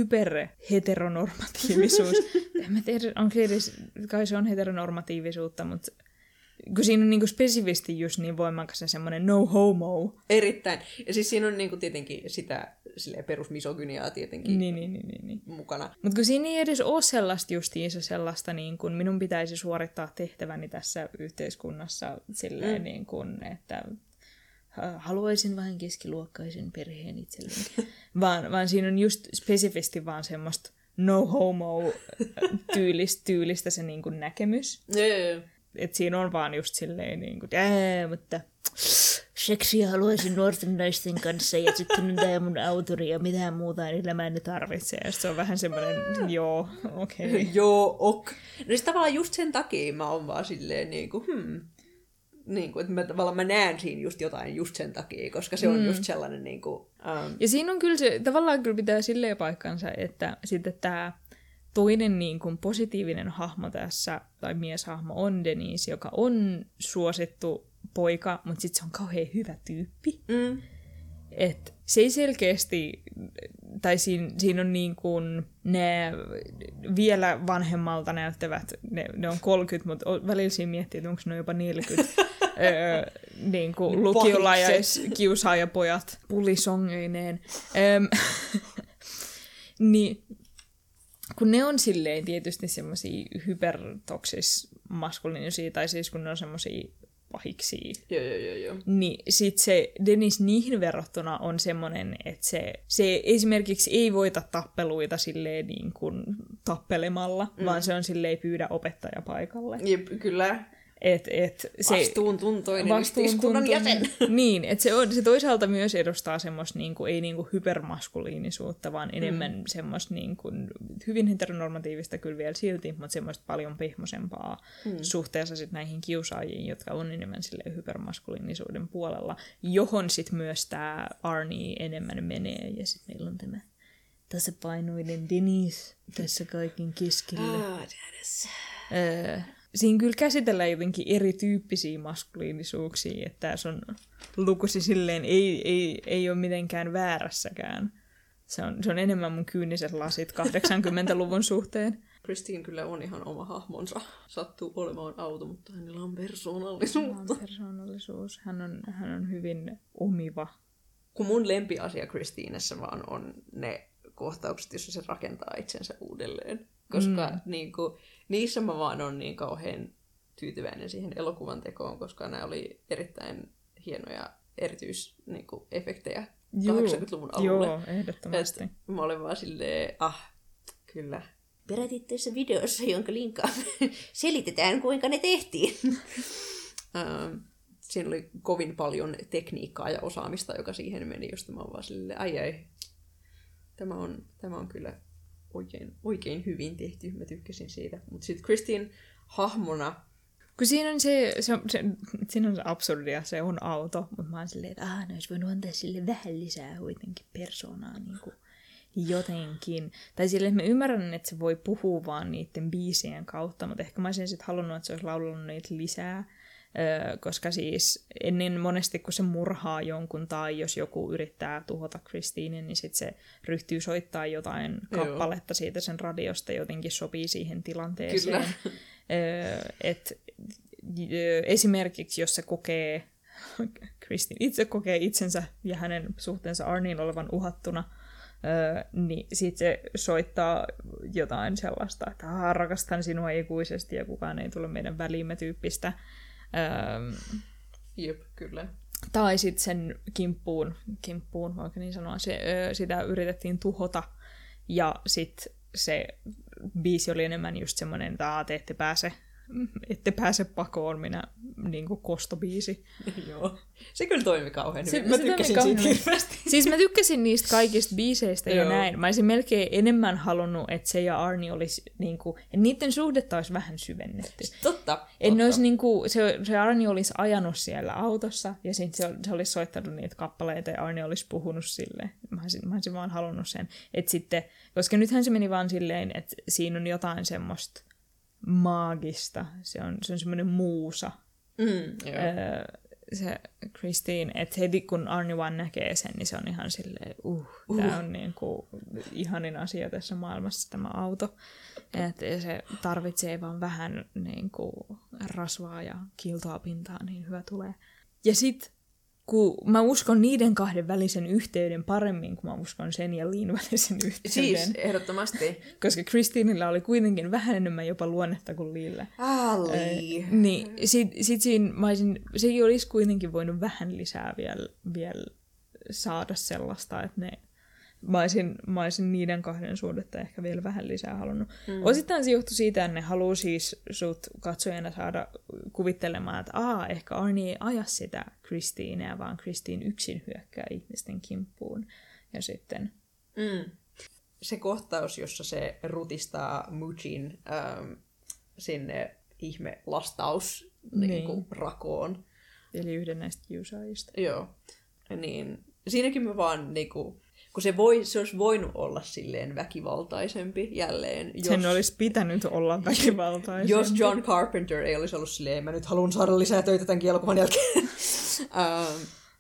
hyperheteronormatiivisuus. En mä tiedä, onko edes, kai se on heteronormatiivisuutta, mutta kun siinä on niinku spesifisti just niin voimakas se semmoinen no homo. Erittäin. Ja siis siinä on niinku tietenkin sitä perusmisogyniaa tietenkin niin, niin, niin, niin. mukana. Mutta kun siinä ei edes ole sellaista justiinsa sellaista, niin kun minun pitäisi suorittaa tehtäväni tässä yhteiskunnassa silleen, mm. niin kun, että haluaisin vain keskiluokkaisen perheen itselleni. vaan, vaan siinä on just spesifisti vaan semmoista no homo tyylistä, tyylistä se niin kuin näkemys. Yeah. Että siinä on vaan just silleen niin kuin, ää, mutta seksiä haluaisin nuorten naisten kanssa ja sitten on tämä mun autori ja mitään muuta elämää ne tarvitsee. Ja se on vähän semmoinen, joo, okei. Okay. joo, ok. No siis tavallaan just sen takia mä oon vaan silleen niin kuin, hmm. Niin kuin, että mä, tavallaan mä näen siinä just jotain just sen takia, koska se on mm. just sellainen niin kuin, um... Ja siinä on kyllä se, tavallaan kyllä pitää silleen paikkansa, että sitten tämä toinen niin kuin positiivinen hahmo tässä, tai mieshahmo on Denise, joka on suosittu poika, mutta sitten se on kauhean hyvä tyyppi. Mm. Että se ei selkeästi, tai siinä, siinä on niin kuin ne vielä vanhemmalta näyttävät, ne, ne on kolmekymmentä, mutta välillä siinä miettii, että onko ne jopa neljäkymmentä öö, niin kuin lukiolaiskiusaajapojat pulisongeineen. Öm, niin, kun ne on silleen tietysti semmoisia hypertoksis maskuliinisia, tai siis kun ne on semmoisia pahiksi. Joo, joo, joo, joo. Niin sit se Dennis niihin verrattuna on semmoinen, että se, se esimerkiksi ei voita tappeluita silleen niin kuin tappelemalla, mm. vaan se on silleen pyydä opettaja paikalle. Jep, kyllä. Et, et se, vastuuntuntoinen yhteiskunnan jäsen. Niin, että se, on, se toisaalta myös edustaa semmoista niinku, ei niinku hypermaskuliinisuutta, vaan enemmän mm. semmoista niinku, hyvin heteronormatiivista kyllä vielä silti, mutta semmoista paljon pehmosempaa mm. suhteessa sit näihin kiusaajiin, jotka on enemmän sille hypermaskuliinisuuden puolella, johon sitten myös tämä Arnie enemmän menee, ja sitten meillä on tämä tasapainoinen Denise tässä kaiken keskellä. Ah, Dennis. Öö, siinä kyllä käsitellään jotenkin erityyppisiä maskuliinisuuksia, että se on lukusi silleen, ei, ei, ei ole mitenkään väärässäkään. Se on, se on enemmän mun kyyniset lasit kahdeksankymmentäluvun suhteen. Christine kyllä on ihan oma hahmonsa. Sattuu olemaan auto, mutta hänellä on persoonallisuutta. Hänellä on persoonallisuus. Hän on, hän on hyvin omiva. Kun mun lempiasia Christinessä vaan on ne kohtaukset, jossa se rakentaa itsensä uudelleen. Koska mm. niin kuin, niissä mä vaan on niin kauhean tyytyväinen siihen elokuvan tekoon, koska nämä oli erittäin hienoja erityisefektejä niin kahdeksankymmentäluvun alulle. Joo, ehdottomasti. Et mä olin vaan silleen, ah, kyllä. Perätitteessä videossa, jonka linkkaamme, selitetään, kuinka ne tehtiin. um, siinä oli kovin paljon tekniikkaa ja osaamista, joka siihen meni, josta mä oon vaan silleen, ai ai, tämä on, tämä on kyllä oikein, oikein hyvin tehty. Mä tykkäsin siitä. Mutta sitten Christine hahmona... Kun siinä on se, se, se, siinä on se absurdia, se on auto, mutta mä oon silleen, että aah, ne olisi voinut antaa sille vähän lisää kuitenkin persoonaa niin kuin jotenkin. Tai silleen, että mä ymmärrän, että se voi puhua vaan niiden biisien kautta, mutta ehkä mä olisin sitten halunnut, että se olisi laulanut niitä lisää. Öö, koska siis ennen monesti, kun se murhaa jonkun tai jos joku yrittää tuhota Christinen, niin sitten se ryhtyy soittaa jotain kappaletta siitä sen radiosta, jotenkin sopii siihen tilanteeseen. Öö, et, öö, esimerkiksi jos se kokee, Christine itse kokee itsensä ja hänen suhteensa Arniin olevan uhattuna, öö, niin sitten se soittaa jotain sellaista, että rakastan sinua ikuisesti ja kukaan ei tule meidän väliimme tyyppistä. Ähm, Jep, kyllä. Tai sitten sen kimppuun, kimppuun voiko niin sanoa, se, ö, sitä yritettiin tuhota, ja sitten se biisi oli enemmän just semmoinen, että te ette pääse, ette pääse pakoon, minä niin kuin kostobiisi. Joo, se kyllä toimi kauhean se, hyvin. Mä tykkäsin siitä hirveästi. Siis mä tykkäsin niistä kaikista biiseistä ja näin. Mä olisin melkein enemmän halunnut, että se ja Arnie olisi, niin kuin, että niiden suhdetta olisi vähän syvennetty. Totta. Että olisi, niin kuin, se, se Arnie olisi ajanut siellä autossa ja sitten se, se olisi soittanut niitä kappaleita ja Arnie olisi puhunut silleen. Mä olisin, mä olisin vaan halunnut sen. Että sitten, koska nythän se meni vaan silleen, että siinä on jotain semmoista maagista. Se on, se on semmoinen muusa. Mm, joo. Öö, se Christine, että heti kun Arnie vaan näkee sen, niin se on ihan silleen, uh, uh. tämä on niin kuin ihanin asia tässä maailmassa, tämä auto. Että se tarvitsee vaan vähän niin kuin rasvaa ja kiiltoa pintaa, niin hyvä tulee. Ja sitten, kun mä uskon niiden kahden välisen yhteyden paremmin, kuin mä uskon sen ja Liin välisen yhteyden. Siis, ehdottomasti. Koska Christinella oli kuitenkin vähän enemmän jopa luonnetta kuin Liillä. Ah, Lee. Äh, niin, sit, sit siinä mä olisin, sekin olisi kuitenkin voinut vähän lisää vielä, vielä saada sellaista, että ne, mä olisin, mä olisin niiden kahden suhdetta ehkä vielä vähän lisää halunnut. Mm. Osittain se johtui siitä, että ne haluaa siis sut katsojana saada kuvittelemaan, että aa, ehkä Arnie ei aja sitä Christinea, vaan Christine yksin hyökkää ihmisten kimppuun. Ja sitten... Mm. Se kohtaus, jossa se rutistaa Mujin ähm, sinne ihme lastaus niin. Niin kuin, rakoon. Eli yhden näistä kiusaajista. Joo. Niin siinäkin mä vaan niinku... Kun se, voi, se olisi voinut olla silleen väkivaltaisempi jälleen. Jos, sen olisi pitänyt olla väkivaltaisempi. Jos John Carpenter ei olisi ollut silleen, mä nyt haluan saada lisää töitä tämän elokuvan jälkeen. um,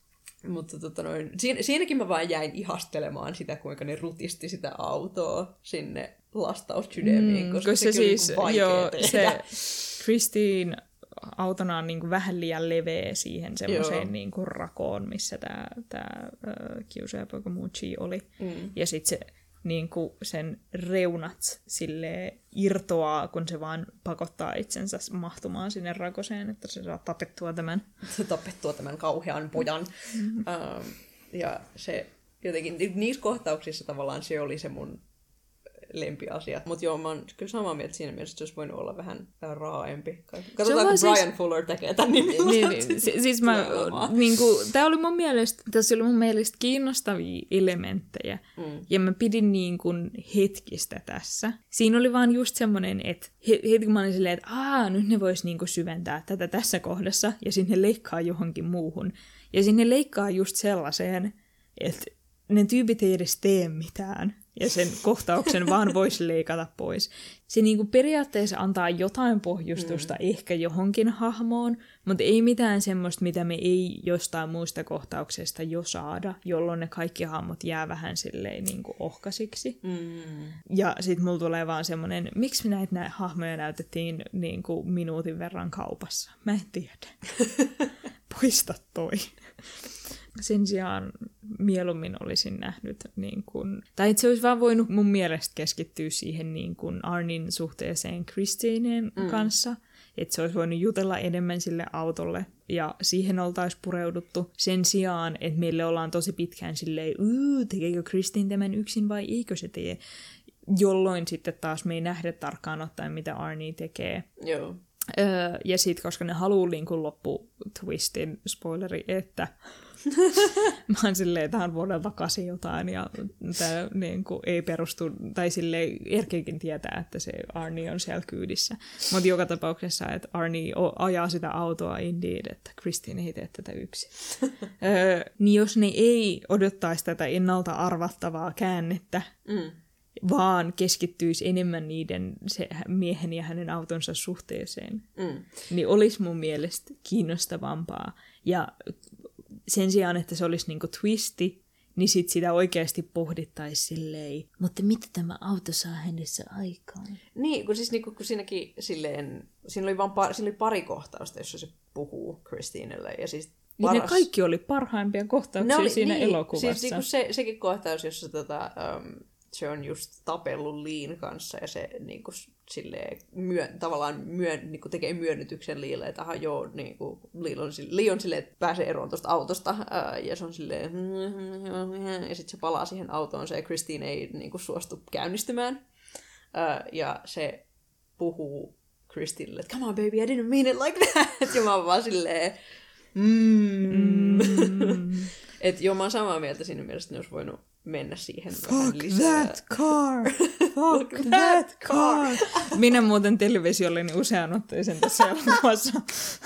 mutta tota noin, siinä, siinäkin mä vaan jäin ihastelemaan sitä, kuinka ne rutisti sitä autoa sinne lastaussydämiin, mm, koska se, se siis, oli joo, se Christine autona on niin kuin vähän liian leveä siihen semmoiseen niin kuin rakoon, missä tämä, tämä äh, kiusaajapoika Muji oli. Mm. Ja sitten se niin kuin sen reunat silleen irtoaa, kun se vaan pakottaa itsensä mahtumaan sinne rakoseen, että se saa tapettua tämän. tapettua tämän kauhean pojan. Mm-hmm. Uh, ja se jotenkin, niissä kohtauksissa tavallaan se oli se mun lempiasiat. Mutta joo, mä oon kyllä samaa mieltä siinä mielessä, että se olisi voinut olla vähän, vähän raaempi. Katsotaan, kun Brian siis... Fuller tekee tämän, niin niin, niin, si- siis mä, niinku, tää oli mun mielestä, tässä oli mun mielestä kiinnostavia elementtejä. Mm. Ja mä pidin niin kuin hetkistä tässä. Siinä oli vaan just semmoinen, että heti kun mä olin silleen, että aah, nyt ne vois niinku syventää tätä tässä kohdassa, ja sitten ne leikkaa johonkin muuhun. Ja sinne leikkaa just sellaiseen, että ne tyypit ei edes tee mitään, ja sen kohtauksen vaan voisi leikata pois. Se niinku periaatteessa antaa jotain pohjustusta mm. ehkä johonkin hahmoon, mutta ei mitään semmoista, mitä me ei jostain muista kohtauksesta jo saada, jolloin ne kaikki hahmot jää vähän silleen niinku ohkasiksi. Mm. Ja sit mulla tulee vaan semmoinen, miksi näitä näitä hahmoja näytettiin niinku minuutin verran kaupassa? Mä en tiedä. Poista toi. Sen sijaan mieluummin olisin nähnyt, niin kun, tai itse olisi vaan voinut mun mielestä keskittyä siihen niin kun Arnin suhteeseen Christineen mm. kanssa, että se olisi voinut jutella enemmän sille autolle, ja siihen oltaisiin pureuduttu sen sijaan, että meille ollaan tosi pitkään silleen, tekeekö Christine tämän yksin vai eikö se tee, jolloin sitten taas me ei nähdä tarkkaan ottaen, mitä Arnie tekee. Joo. Öö, ja sitten, koska ne haluaa niin kuin loppu-twistin, spoileri, että mä oon silleen, tähän vuodelta kasi jotain, ja tämä niin kuin, ei perustu, tai silleen Erkekin tietää, että se Arnie on siellä kyydissä. Mutta joka tapauksessa, että Arnie ajaa sitä autoa Indeed, että Christine ei tee tätä yksin. öö, niin jos ne ei odottaisi tätä ennalta arvattavaa käännettä, mm. vaan keskittyisi enemmän niiden se miehen ja hänen autonsa suhteeseen, mm. niin olisi mun mielestä kiinnostavampaa. Ja sen sijaan, että se olisi niinku twisti, niin sit sitä oikeasti pohdittaisiin silleen, mutta mitä tämä auto saa hänessä aikaan? Niin, kun siis niinku, kun siinäkin silleen, siinä oli, vaan par, siinä oli pari kohtausta, jossa se puhuu Christinelle. Ja siis paras... niin ne kaikki oli parhaimpia kohtauksia oli, siinä niin, elokuvassa. Siis niinku se, sekin kohtaus, jossa tota... Um, se on just tapellut Liin kanssa ja se niinku silleen myön, tavallaan myön, niinku tekee myönnytyksen Liille, että aha joo, niinku Li on, Li on silleen, että pääsee eroon tuosta autosta ää, ja se on silleen ja sitten se palaa siihen autoonsa ja Christine ei niinku suostu käynnistymään ää, ja se puhuu Christinelle, että come on baby, I didn't mean it like that ja mä oon vaan silleen mm. mm. että joo, mä oon samaa mieltä siinä mielessä, että ne olisi voinut mennä siihen vähän lisää. That car! Fuck that car! Minä muuten televisiolleni usean otteeseen tässä elokuvassa.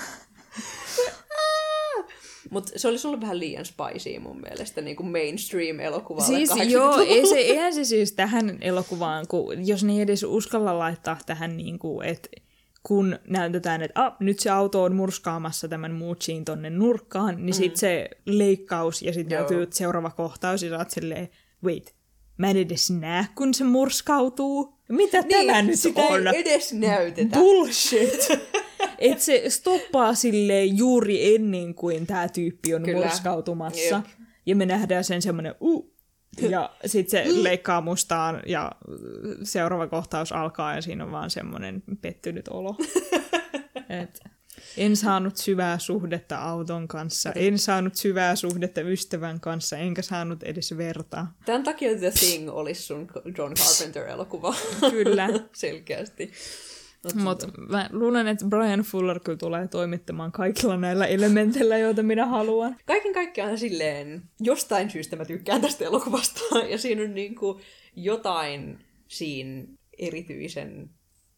Mutta se olisi ollut vähän liian spicy mun mielestä, niin kuin mainstream-elokuvalle siis joo, ei se, eihän se siis tähän elokuvaan, kun, jos ne ei edes uskalla laittaa tähän, niin kuin, että kun näytetään, että ah, nyt se auto on murskaamassa tämän Mucciin tonne nurkkaan, niin mm. sitten se leikkaus ja sitten näytyy seuraava kohtaus ja sä oot silleen, wait, mä en edes näe, kun se murskautuu. Mitä niin, tämä nyt sitä on? Sitä ei edes näytetä. Bullshit! Että se stoppaa silleen juuri ennen kuin tämä tyyppi on Kyllä. murskautumassa. Jep. Ja me nähdään sen semmoinen uh, ja sitten se leikkaa mustaan ja seuraava kohtaus alkaa ja siinä on vaan semmoinen pettynyt olo. Et en saanut syvää suhdetta auton kanssa, en saanut syvää suhdetta ystävän kanssa, enkä saanut edes verta. Tämän takia The Thing olisi sun John Carpenter-elokuva. Kyllä. Selkeästi. Mutta mä luulen, että Brian Fuller kyllä tulee toimittamaan kaikilla näillä elementeillä, joita minä haluan. Kaiken kaikkiaan silleen, jostain syystä mä tykkään tästä elokuvasta, ja siinä on niinku jotain siinä erityisen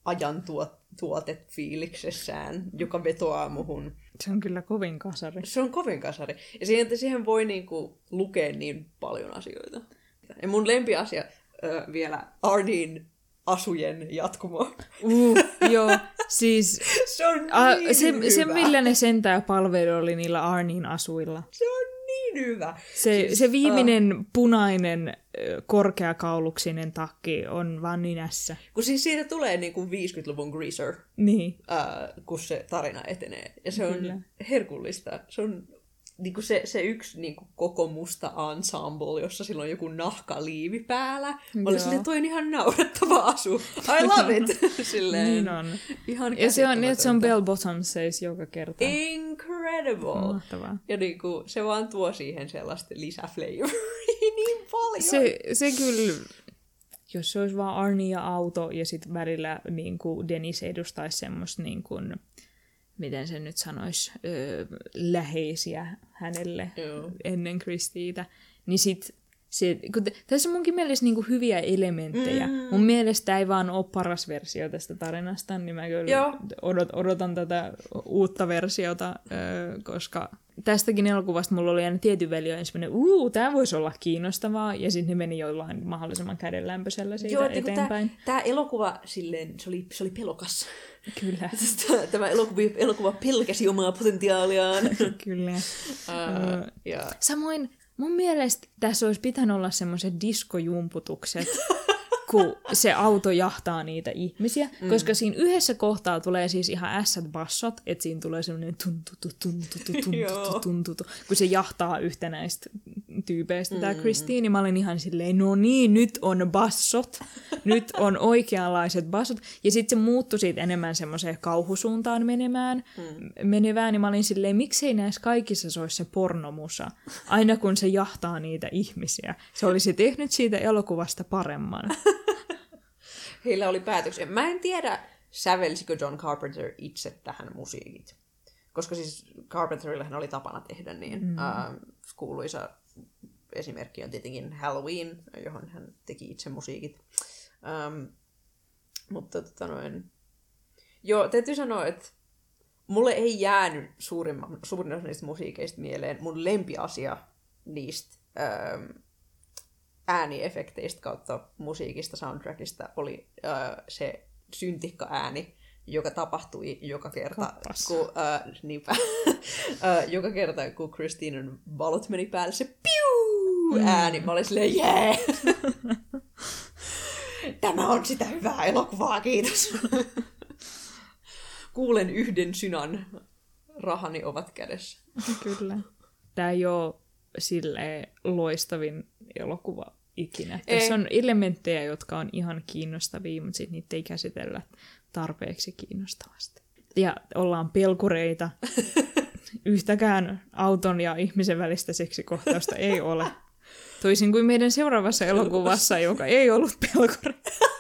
ajantuotefiiliksessään, joka vetoaa muhun. Se on kyllä kovin kasari. Se on kovin kasari. Ja siihen, siihen voi niinku lukea niin paljon asioita. Ja mun lempiasia äh, vielä Arnin asujen jatkumo. Uh, joo, siis se on niin a, se, hyvä. Se, millä ne sentään palvelu oli niillä Arnin asuilla. Se on niin hyvä. Se, siis, se viimeinen uh, punainen korkeakauluksinen takki on vaan ninässä. Kun siis siitä tulee niin kuin viisikymmentäluvun Greaser, niin. uh, kun se tarina etenee. Ja se on Kyllä. herkullista. Se on niin kuin se, se yksi niin kuin koko musta ensemble, jossa sillä on joku nahkaliivi päällä. Mä olin silleen, toi on ihan naurettava asu. I love it! Silleen, niin on. Ihan ja se on niin, että se on bell bottom seis joka kerta. Incredible! Mahtavaa. Ja niin kuin, se vaan tuo siihen sellaista lisäflavoria niin paljon. Se, se kyllä... jos se olisi vaan Arnie ja auto, ja sitten välillä niin kuin Dennis edustaisi semmoista, niin kuin, miten se nyt sanoisi, öö, läheisiä hänelle Joo. ennen Christiitä, niin sitten se, kun te, tässä on munkin mielestä niin kuin hyviä elementtejä. Mm. Mun mielestä tämä ei vaan ole paras versio tästä tarinasta, niin mä kyllä odot, odotan tätä uutta versiota, öö, koska tästäkin elokuvasta mulla oli aina tietyn väliin ensimmäinen, uu, tää voisi olla kiinnostavaa, ja sitten ne meni jollain mahdollisimman kädenlämpöisellä siitä Joo, eteenpäin. Joo, tämä elokuva, silleen, se oli, se oli pelokas. Kyllä. Tämä elokuva, elokuva pelkäsi omaa potentiaaliaan. Kyllä. uh, yeah. Samoin mun mielestä tässä olisi pitänyt olla semmoiset diskojumputukset, kun se auto jahtaa niitä ihmisiä, mm. koska siinä yhdessä kohtaa tulee siis ihan ässät bassot, että siinä tulee semmoinen tuntutu, tuntutu, tuntutu, tuntutu, kun se jahtaa yhtä näistä tyypeistä, mm. tämä Christine, niin mä olin ihan silleen, no niin, nyt on bassot, nyt on oikeanlaiset bassot, ja sitten se muuttui siitä enemmän semmoiseen kauhusuuntaan menemään, mm. menevään, niin mä olin silleen, miksei näissä kaikissa se olisi se pornomusa, aina kun se jahtaa niitä ihmisiä, se olisi tehnyt siitä elokuvasta paremman. Heillä oli päätöksiä. Mä en tiedä, sävelsikö John Carpenter itse tähän musiikit. Koska siis Carpenterillahan oli tapana tehdä niin. Mm. Äh, kuuluisa esimerkki on tietenkin Halloween, johon hän teki itse musiikit. Ähm, mutta tota noin... Joo, täytyy sanoa, että mulle ei jäänyt suurin, suurin osa niistä musiikeista mieleen. Mun lempiasia niistä... Ähm, ääniefekteistä kautta musiikista, soundtrackista oli äh, se syntikka-ääni, joka tapahtui joka kerta, kun, äh, niinpä, äh, joka kerta, kun Christinen valot meni päälle, se piu ääni. Mä olin silleen, jee! Tämä on sitä hyvää elokuvaa, kiitos! Kuulen yhden synan, rahani ovat kädessä. Kyllä. Tää ei ole silleen loistavin elokuva ikinä. Ei. Tässä on elementtejä, jotka on ihan kiinnostavia, mutta sitten niitä ei käsitellä tarpeeksi kiinnostavasti. Ja ollaan pelkureita. Yhtäkään auton ja ihmisen välistä seksikohtausta ei ole. Toisin kuin meidän seuraavassa elokuvassa, joka ei ollut pelkure.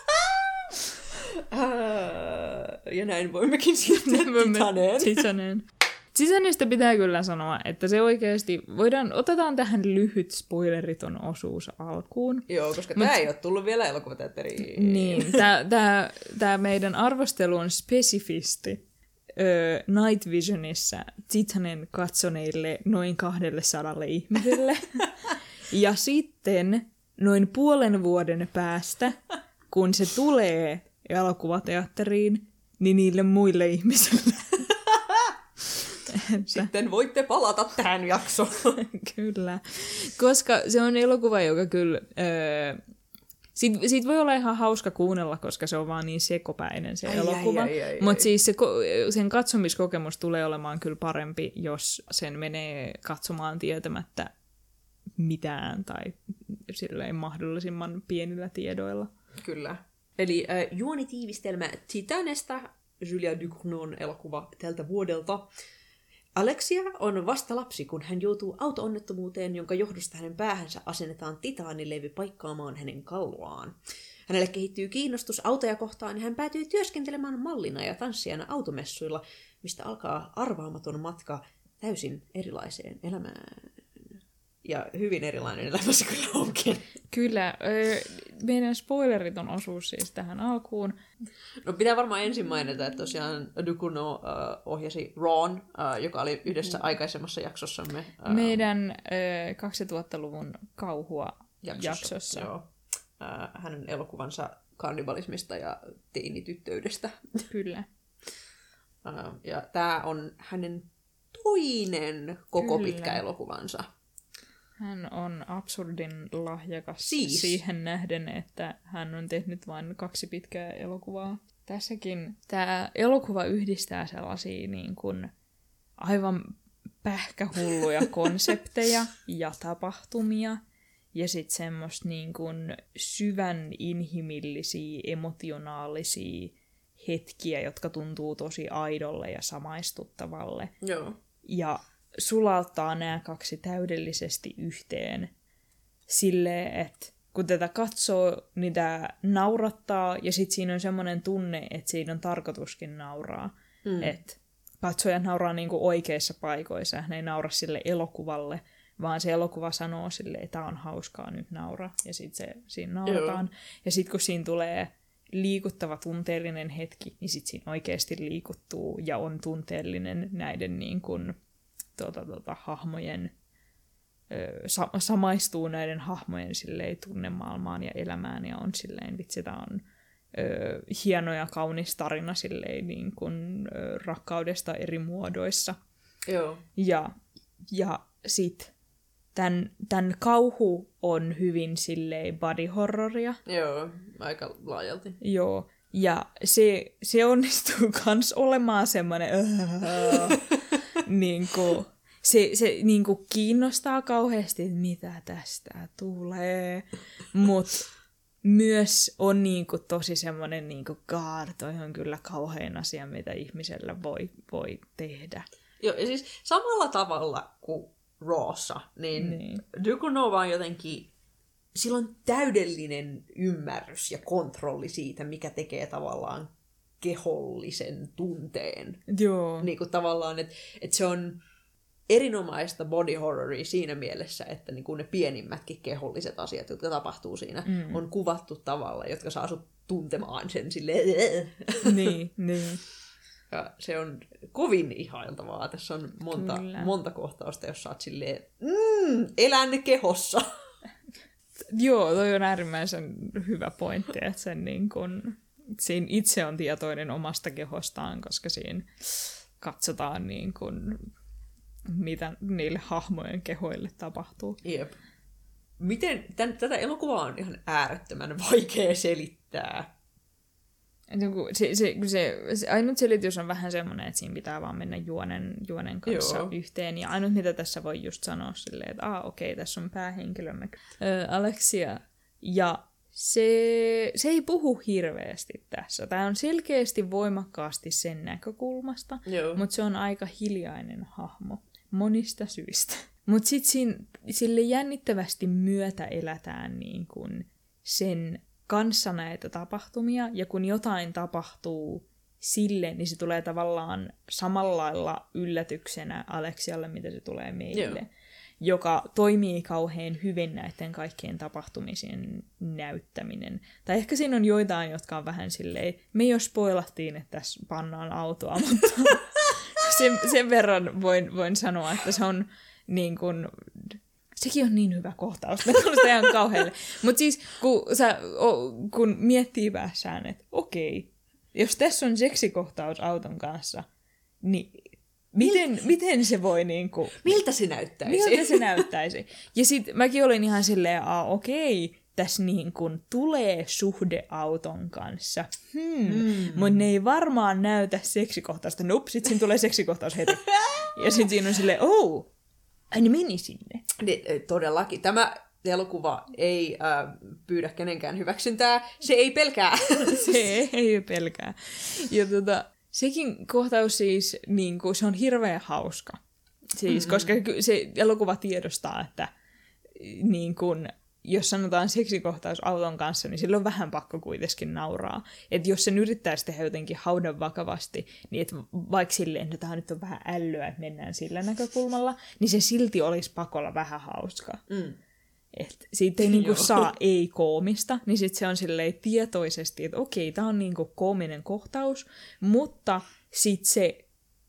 Ja näin voimmekin siirtyä Titaneen. Titaneen. Titaneesta pitää kyllä sanoa, että se oikeasti, voidaan, otetaan tähän lyhyt spoileriton osuus alkuun. Joo, koska Mut, tämä ei ole tullut vielä elokuvateatteriin. Niin, tämä meidän arvostelu on spesifisti ö, Night Visionissa Titanen katsoneille noin kahdelle sadalle ihmiselle. Ja sitten noin puolen vuoden päästä, kun se tulee elokuvateatteriin, niin niille muille ihmisille. Sitten voitte palata tähän jaksoon. Kyllä, koska se on elokuva, joka kyllä... Öö, siitä, siitä voi olla ihan hauska kuunnella, koska se on vaan niin sekopäinen se ai, elokuva. Mutta siis se, sen katsomiskokemus tulee olemaan kyllä parempi, jos sen menee katsomaan tietämättä mitään tai silleen mahdollisimman pienillä tiedoilla. Kyllä. Eli äh, juonitiivistelmä Titanesta, Julia Ducournau'n elokuva tältä vuodelta. Alexia on vasta lapsi, kun hän joutuu auto-onnettomuuteen, jonka johdosta hänen päähänsä asennetaan titaanilevy paikkaamaan hänen kalloaan. Hänelle kehittyy kiinnostus autoja kohtaan ja hän päätyy työskentelemään mallina ja tanssijana automessuilla, mistä alkaa arvaamaton matka täysin erilaiseen elämään. Ja hyvin erilainen elämä se kyllä onkin. Kyllä. Meidän spoileriton osuus siis tähän alkuun. No pitää varmaan ensin mainita, että tosiaan Ducournau uh, ohjasi Ron, uh, joka oli yhdessä aikaisemmassa jaksossamme. Uh, Meidän uh, kaksituhattaluvun kauhua jaksossa. jaksossa. Joo. Uh, hänen elokuvansa kannibalismista ja teinityttöydestä. Kyllä. uh, ja tämä on hänen toinen koko kyllä. pitkä elokuvansa. Hän on absurdin lahjakas siis. Siihen nähden, että hän on tehnyt vain kaksi pitkää elokuvaa. Tässäkin tämä elokuva yhdistää sellaisia niin kuin aivan pähkähulluja konsepteja ja tapahtumia. Ja sitten semmoista niin kuin syvän inhimillisiä, emotionaalisia hetkiä, jotka tuntuu tosi aidolle ja samaistuttavalle. Joo. Ja sulauttaa nämä kaksi täydellisesti yhteen silleen, että kun tätä katsoo, niin tämä naurattaa, ja sitten siinä on semmoinen tunne, että siinä on tarkoituskin nauraa. Mm. Että katsoja nauraa niinku oikeissa paikoissa, hän ei naura sille elokuvalle, vaan se elokuva sanoo silleen, että tämä on hauskaa, nyt nauraa. Ja sitten se, siinä naurataan. Joo. Ja sitten kun siinä tulee liikuttava tunteellinen hetki, niin sitten siinä oikeasti liikuttuu ja on tunteellinen näiden niin kuin, tuota, tuota, hahmojen, ö, sa- samaistuu näiden hahmojen silleen, tunnemaailmaan ja elämään, ja on silleen, vitsi, tämä on ö, hieno ja kaunis tarina silleen, niin kuin, ö, rakkaudesta eri muodoissa. Joo. Ja, ja sitten Tän, tän kauhu on hyvin silleen body horroria. Joo, aika laajalti. Joo, ja se, se onnistuu kans olemaan semmoinen niinku, se, se niinku kiinnostaa kauheasti, että mitä tästä tulee. Mut myös on niinku tosi semmoinen niinku, god, toi on kyllä kauhean asia, mitä ihmisellä voi, voi tehdä. Joo, ja siis samalla tavalla kuin Rawssa, niin, niin. Ducournau on jotenkin, sillä on täydellinen ymmärrys ja kontrolli siitä, mikä tekee tavallaan kehollisen tunteen. Joo. Niin kuin tavallaan, että et se on erinomaista body horroria siinä mielessä, että niin kuin ne pienimmätkin keholliset asiat, jotka tapahtuu siinä, mm. on kuvattu tavalla, jotka saa sut tuntemaan sen silleen. Niin, niin. Ja se on kovin ihailtavaa. Tässä on monta, monta kohtausta, jos sä oot silleen, mmm, elän kehossa. Joo, toi on äärimmäisen hyvä pointti, että sen niin kun, siinä itse on tietoinen omasta kehostaan, koska siinä katsotaan niin kun, mitä niille hahmojen kehoille tapahtuu. Jep. Miten, tän, tätä elokuvaa on ihan äärettömän vaikea selittää. Se, se, se, se ainut selitys on vähän semmoinen, että siinä pitää vaan mennä juonen, juonen kanssa Joo. yhteen. Ja ainut, mitä tässä voi just sanoa silleen, että ah, okei, tässä on päähenkilömme äh, Alexia. Ja se, se ei puhu hirveästi tässä. Tämä on selkeästi voimakkaasti sen näkökulmasta, Joo. mutta se on aika hiljainen hahmo monista syistä. Mutta sitten sille jännittävästi myötä elätään niin kuin sen kanssa näitä tapahtumia, ja kun jotain tapahtuu sille, niin se tulee tavallaan samalla lailla yllätyksenä Aleksialle, mitä se tulee meille, Joo. joka toimii kauhean hyvin näiden kaikkien tapahtumisen näyttäminen. Tai ehkä siinä on joitain, jotka on vähän silleen, me jo spoilattiin, että tässä pannaan autoa, mutta sen, sen verran voin, voin sanoa, että se on niin kuin, sekin on niin hyvä kohtaus, me kuulostaa ihan kauhealle. Mutta siis, kun, sä, o, kun miettii päässään, että okei, jos tässä on seksikohtaus auton kanssa, niin miten, Mil... miten se voi niinku... Miltä se näyttäisi? Miltä se näyttäisi? Ja sit mäkin olin ihan silleen, a okei, tässä niin kun tulee suhde auton kanssa. Hmm. Mm. Mutta ne ei varmaan näytä seksikohtausta. Nup, sit siinä tulee seksikohtaus heti. Ja sit siinä on silleen, oh, ne meni sinne. Ne, todellakin. Tämä elokuva ei äh, pyydä kenenkään hyväksyntää. Se ei pelkää. Se ei pelkää. Ja tota, sekin kohtaus siis, niin kuin, se on hirveän hauska. Siis, mm-hmm. Koska se elokuva tiedostaa, että niin kuin, jos sanotaan seksikohtaus auton kanssa, niin silloin on vähän pakko kuitenkin nauraa. Että jos sen yrittäisi tehdä jotenkin haudan vakavasti, niin että vaikka silleen, että tämä nyt on vähän älyä, että mennään sillä näkökulmalla, niin se silti olisi pakolla vähän hauska. Mm. Että siitä ei niinku saa ei-koomista, niin sitten se on silleen tietoisesti, että okei, tämä on niinku koominen kohtaus, mutta sitten se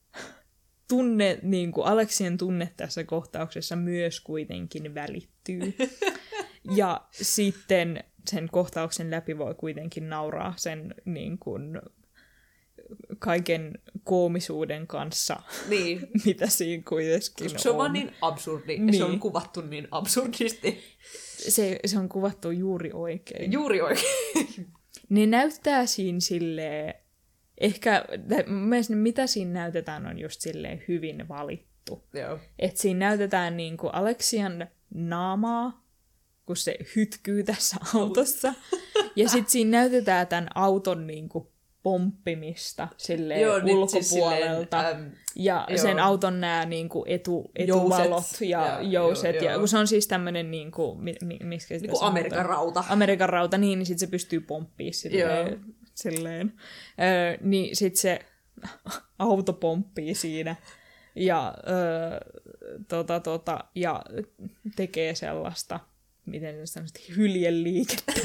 tunne, niinku Aleksien tunne tässä kohtauksessa myös kuitenkin välittyy. Ja sitten sen kohtauksen läpi voi kuitenkin nauraa sen niin kuin, kaiken koomisuuden kanssa, niin. Mitä siinä kuitenkin on. Se on vaan niin absurdi, niin. Se on kuvattu niin absurdisti. Se, se on kuvattu juuri oikein. Juuri oikein. Ne näyttää siinä silleen, ehkä, mielestäni mitä siinä näytetään on just silleen hyvin valittu. Joo. Että siinä näytetään niin kuin Aleksian naamaa, kun se hytkyy tässä autossa. Ja sitten siinä näytetään tämän auton niin kuin pomppimista silleen joo, ulkopuolelta. Siis silleen, äm, ja joo. sen auton nämä niinku etu, etuvalot jouset, ja, ja jouset. joo, ja joo. kun se on siis tämmöinen, niinku, mi, mi, miskä sitä niinku sanotaan? Amerikan rauta. Amerikan rauta, niin, niin sitten se pystyy pomppimaan silleen. silleen. Öö, niin sitten se auto pomppii siinä. Ja, öö, tota, tota, ja tekee sellaista, miten se sanoisi, hyljeliikettä.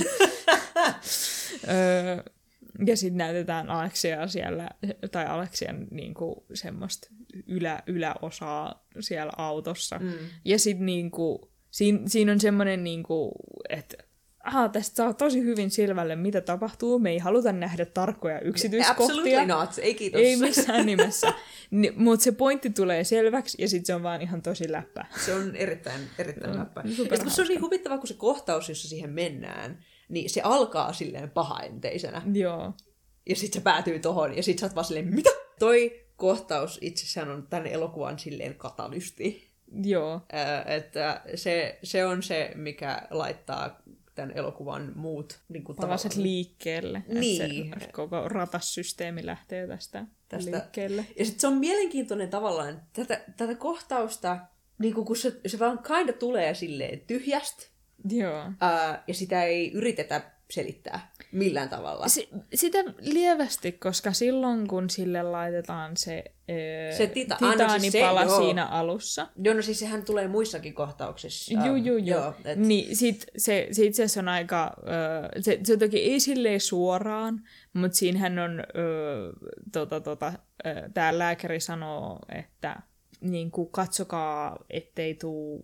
öö, ja sitten näytetään Alexia siellä, tai Alexian niinku, semmoista ylä, yläosaa siellä autossa. Mm. Ja sitten niinku, siinä, siinä on semmoinen, niinku, että aha, tästä saa tosi hyvin silmälle, mitä tapahtuu. Me ei haluta nähdä tarkkoja yksityiskohtia. Absolutely not. Ei kiitos. Ei missään nimessä. Ni, mutta se pointti tulee selväksi, ja sitten se on vaan ihan tosi läppä. Se on erittäin, erittäin Mm, läppä. Ja kun se on niin huvittavaa, kun se kohtaus, jossa siihen mennään, niin se alkaa silleen pahaenteisenä. Joo. Ja sitten se päätyy tohon, ja sitten sä oot vaan silleen, mitä? Toi kohtaus itsessään on tämän elokuvan silleen katalysti. Joo. Äh, että se, se on se, mikä laittaa tämän elokuvan muut niin kuin palaset liikkeelle. Niin. Se koko ratassysteemi lähtee tästä, tästä. liikkeelle. Ja sitten se on mielenkiintoinen tavallaan, tätä, tätä kohtausta, niin kun se, se vaan kinda tulee silleen tyhjästä. Joo. Ää, ja sitä ei yritetä selittää millään tavalla. S- sitä lievästi, koska silloin kun sille laitetaan se, öö, se tita- titaanipala siis se, siinä joo. alussa. Joo, no siis sehän tulee muissakin kohtauksissa. Joo, joo, joo. joo et... Niin sit se, se itse asiassa on aika, öö, se, se toki ei silleen suoraan, mutta siinähän on, öö, tota, tota, öö, tää lääkäri sanoo, että niin kuin, katsokaa, ettei tuu,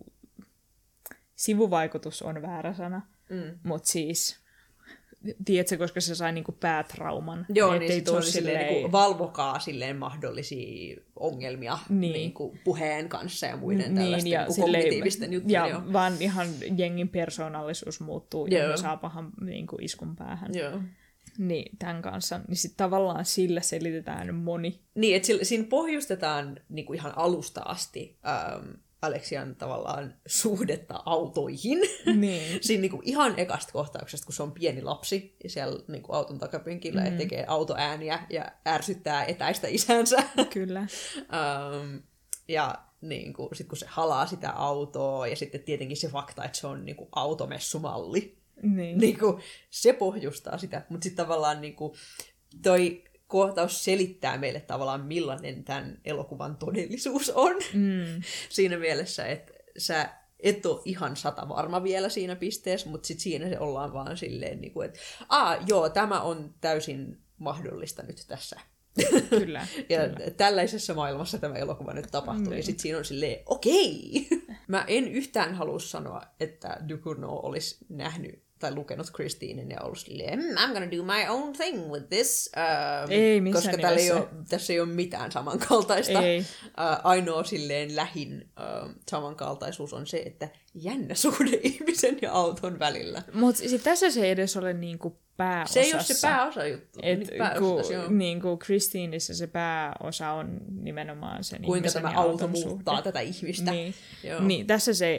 sivuvaikutus on väärä sana, mm. mutta siis... Tiedätkö, koska se sai niinku päätrauman. Joo, niin se oli silleen, niinku, valvokaa silleen mahdollisia ongelmia niin. Niinku, puheen kanssa ja muiden niin, tällaisten ja niinku, silleen, kognitiivisten juttujen. Ja jo. vaan ihan jengin persoonallisuus muuttuu joo. ja ne saa pahan niinku, iskun päähän. Joo. Niin, tämän kanssa. Niin sitten tavallaan sillä selitetään moni. Niin, että siinä pohjustetaan niinku, ihan alusta asti ähm, Alexian tavallaan suhdetta autoihin. Niin. Siinä niinku ihan ekasta kohtauksesta, kun se on pieni lapsi ja siellä niinku auton takapenkillä mm. ja tekee autoääniä ja ärsyttää etäistä isänsä. Kyllä. um, ja niinku, sit kun se halaa sitä autoa ja sitten tietenkin se fakta, että se on niinku automessumalli. Niin. Niinku, se pohjustaa sitä, mutta sitten tavallaan niinku, toi kohtaus selittää meille tavallaan, millainen tämän elokuvan todellisuus on. Mm. Siinä mielessä, että sä et ole ihan sata varma vielä siinä pisteessä, mutta sitten siinä se ollaan vaan silleen, niin kuin, että Aa, joo, tämä on täysin mahdollista nyt tässä. Kyllä. ja kyllä. Tällaisessa maailmassa tämä elokuva nyt tapahtuu. Mm. Ja sitten siinä on silleen, okei! Mä en yhtään halua sanoa, että Ducournau olisi nähnyt tai lukenut Christinen ja ollut silleen, mm, I'm gonna do my own thing with this. Uh, ei koska täällä ei ole, tässä ei ole mitään samankaltaista. Ei. Uh, ainoa silleen lähin uh, samankaltaisuus on se, että jännä suhde ihmisen ja auton välillä. Mutta tässä se ei edes ole niinku pääosassa. Se ei ole se pääosa juttu. Et pääosassa, ku, niin kuin Christineissä se pääosa on nimenomaan sen kuinka ihmisen tämä ja auto auton muuttaa suhde. tätä ihmistä. Niin. Joo. niin tässä se